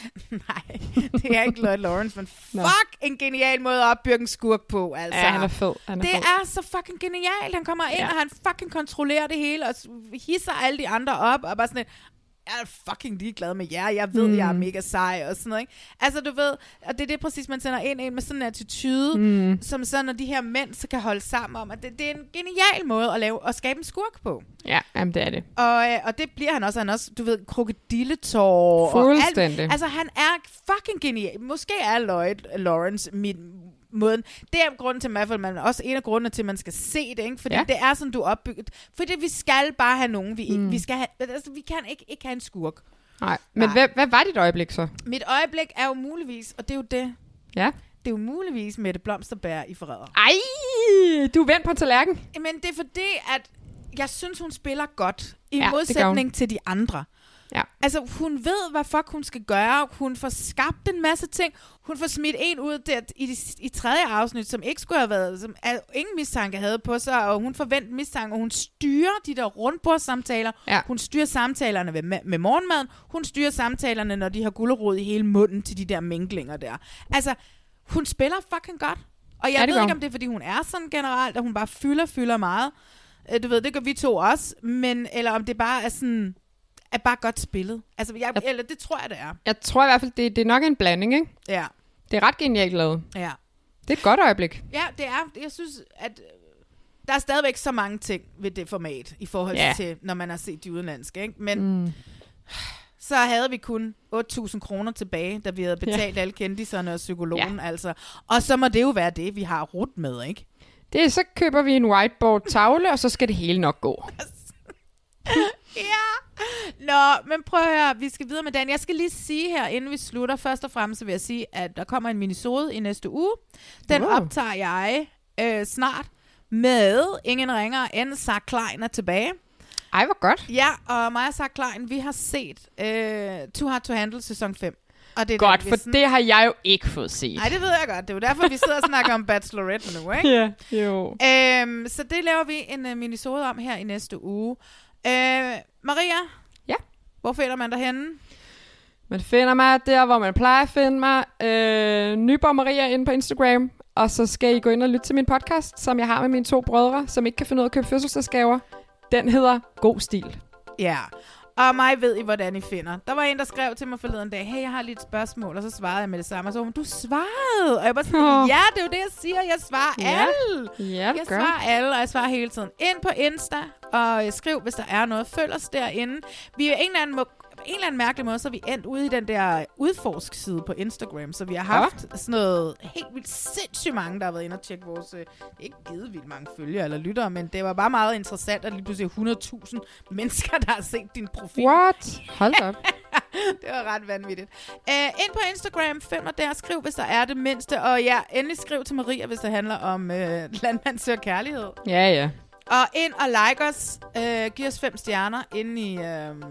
Nej, det er ikke Lloyd Lawrence, men fuck en genial måde at opbygge en skurk på, altså. Ja, han er fed. Det er så fucking genialt. Han kommer ind, og han fucking kontrollerer det hele, og hisser alle de andre op, og bare sådan jeg er fucking ligeglad med jer. Jeg ved, jeg er mega sej og sådan noget, ikke? Altså, du ved, og det er det præcis, man sender ind med sådan en attitude, som sådan, når de her mænd så kan holde sammen om, at det er en genial måde at skabe en skurk på. Ja, jamen det er det. Og det bliver han også. Han også, du ved, krokodilletår. Fuldstændig. Og alt. Altså, han er fucking genial. Måske er Lloyd Lawrence måden. Det er grunden til, i hvert fald, man også en af grundene til, at man skal se det, ikke? Fordi det er sådan, du er opbygget. Fordi vi skal bare have nogen, vi ikke. Vi skal have, altså, vi kan ikke have en skurk. Nej, men hvad var dit øjeblik så? Mit øjeblik er jo muligvis, og det er jo det. Ja. Det er jo muligvis Mette Blomsterberg i Forræder. Ej, du er vendt på tallerken. Men det er fordi, at jeg synes, hun spiller godt. I modsætning til de andre. Ja. Altså, hun ved, hvad fuck hun skal gøre. Hun får skabt en masse ting. Hun får smidt en ud der i tredje afsnit, som ikke skulle have været, som ingen mistanke havde på sig, og hun forventer mistanke, og hun styrer de der rundbordssamtaler. Ja. Hun styrer samtalerne med morgenmaden. Hun styrer samtalerne, når de har gulerod i hele munden til de der minklinger der. Altså, hun spiller fucking godt. Og jeg ved ikke, om det er, fordi hun er sådan generelt, at hun bare fylder meget. Du ved, det gør vi to også. Men, eller om det bare er sådan... er bare godt spillet. Altså, eller det tror jeg, det er. Jeg tror i hvert fald, det er nok en blanding, ikke? Ja. Det er ret genialt lavet. Ja. Det er et godt øjeblik. Ja, det er. Jeg synes, at der er stadigvæk så mange ting ved det format, i forhold til, når man har set de udenlandske, ikke? Men så havde vi kun 8.000 kroner tilbage, da vi havde betalt alle kendiserne og psykologen, altså. Og så må det jo være det, vi har rudt med, ikke? Så køber vi en whiteboard-tavle, og så skal det hele nok gå. Ja. Nå, men prøv at høre, vi skal videre med den. Jeg skal lige sige her, inden vi slutter, først og fremmest vil jeg sige, at der kommer en minisode i næste uge. Den optager jeg snart med ingen ringer end Sarah Klein er tilbage. Ej, hvor godt. Ja, og mig og Sarah Klein, vi har set Too Hard to Handle sæson 5. Og det er godt, for det har jeg jo ikke fået set. Nej, det ved jeg godt. Det er jo derfor, vi sidder og snakker om Bachelorette nu, ikke? Ja, jo. Så det laver vi en minisode om her i næste uge. Maria? Ja? Hvor finder man dig henne? Man finder mig der, hvor man plejer at finde mig. Nyborg Maria inde på Instagram. Og så skal I gå ind og lytte til min podcast, som jeg har med mine 2 brødre, som ikke kan finde ud af at købe fødselsdagsgaver. Den hedder God Stil. Ja, og mig ved I, hvordan I finder. Der var en, der skrev til mig forleden dag, hey, jeg har lige et spørgsmål, og så svarede jeg med det samme. Og så du svarede! Og jeg bare sådan, ja, det er jo det, jeg siger. Jeg svarer alle. Ja, jeg svarer alle, og jeg svarer hele tiden. Ind på Insta, og skriv, hvis der er noget. Følg os derinde. Vi er en eller anden mærkelig måde, så er vi endt ude i den der udforsk-side på Instagram. Så vi har haft sådan noget helt vildt sindssygt mange, der har været inde og tjekke vores... ikke givet vildt mange følgere eller lyttere, men det var bare meget interessant, at lige pludselig 100.000 mennesker, der har set din profil. What? Hold op. Det var ret vanvittigt. Ind på Instagram, find mig der, skriv, hvis der er det mindste. Og ja, endelig skriv til Maria, hvis det handler om Landmand søger kærlighed. Ja, ja. Og ind og like os. Giv os 5 stjerner inde i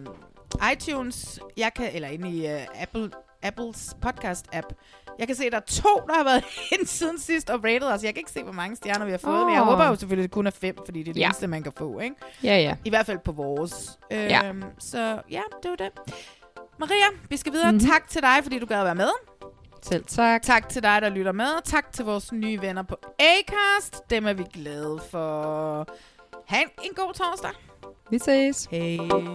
iTunes. Eller inde i Apples podcast-app. Jeg kan se, at der er 2, der har været ind siden sidst og rated os. Jeg kan ikke se, hvor mange stjerner vi har fået, men jeg håber jo selvfølgelig, at det kun er 5, fordi det er det eneste, man kan få, ikke? Ja, ja. I hvert fald på vores. Så ja, det var det. Maria, vi skal videre. Tak til dig, fordi du gad at være med. Selv tak. Tak til dig, der lytter med. Tak til vores nye venner på Acast. Dem er vi glade for. Ha' en god torsdag. Vi ses. Hej.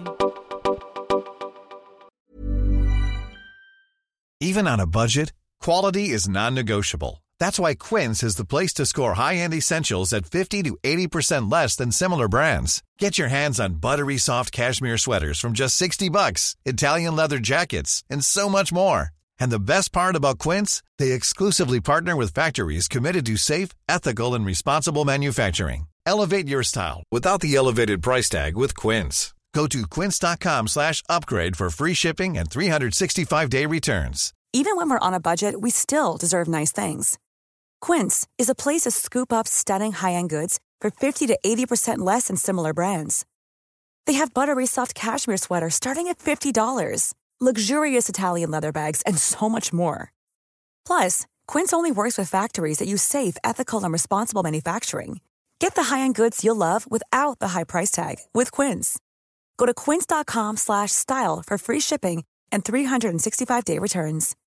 Even on a budget, quality is non-negotiable. That's why Quince is the place to score high-end essentials at 50 to 80% less than similar brands. Get your hands on buttery soft cashmere sweaters from just $60, Italian leather jackets, and so much more. And the best part about Quince, they exclusively partner with factories committed to safe, ethical, and responsible manufacturing. Elevate your style without the elevated price tag with Quince. Go to quince.com/upgrade for free shipping and 365-day returns. Even when we're on a budget, we still deserve nice things. Quince is a place to scoop up stunning high-end goods for 50 to 80% less than similar brands. They have buttery soft cashmere sweaters starting at $50, luxurious Italian leather bags, and so much more. Plus, Quince only works with factories that use safe, ethical, and responsible manufacturing. Get the high-end goods you'll love without the high price tag with Quince. Go to quince.com/style for free shipping and 365-day returns.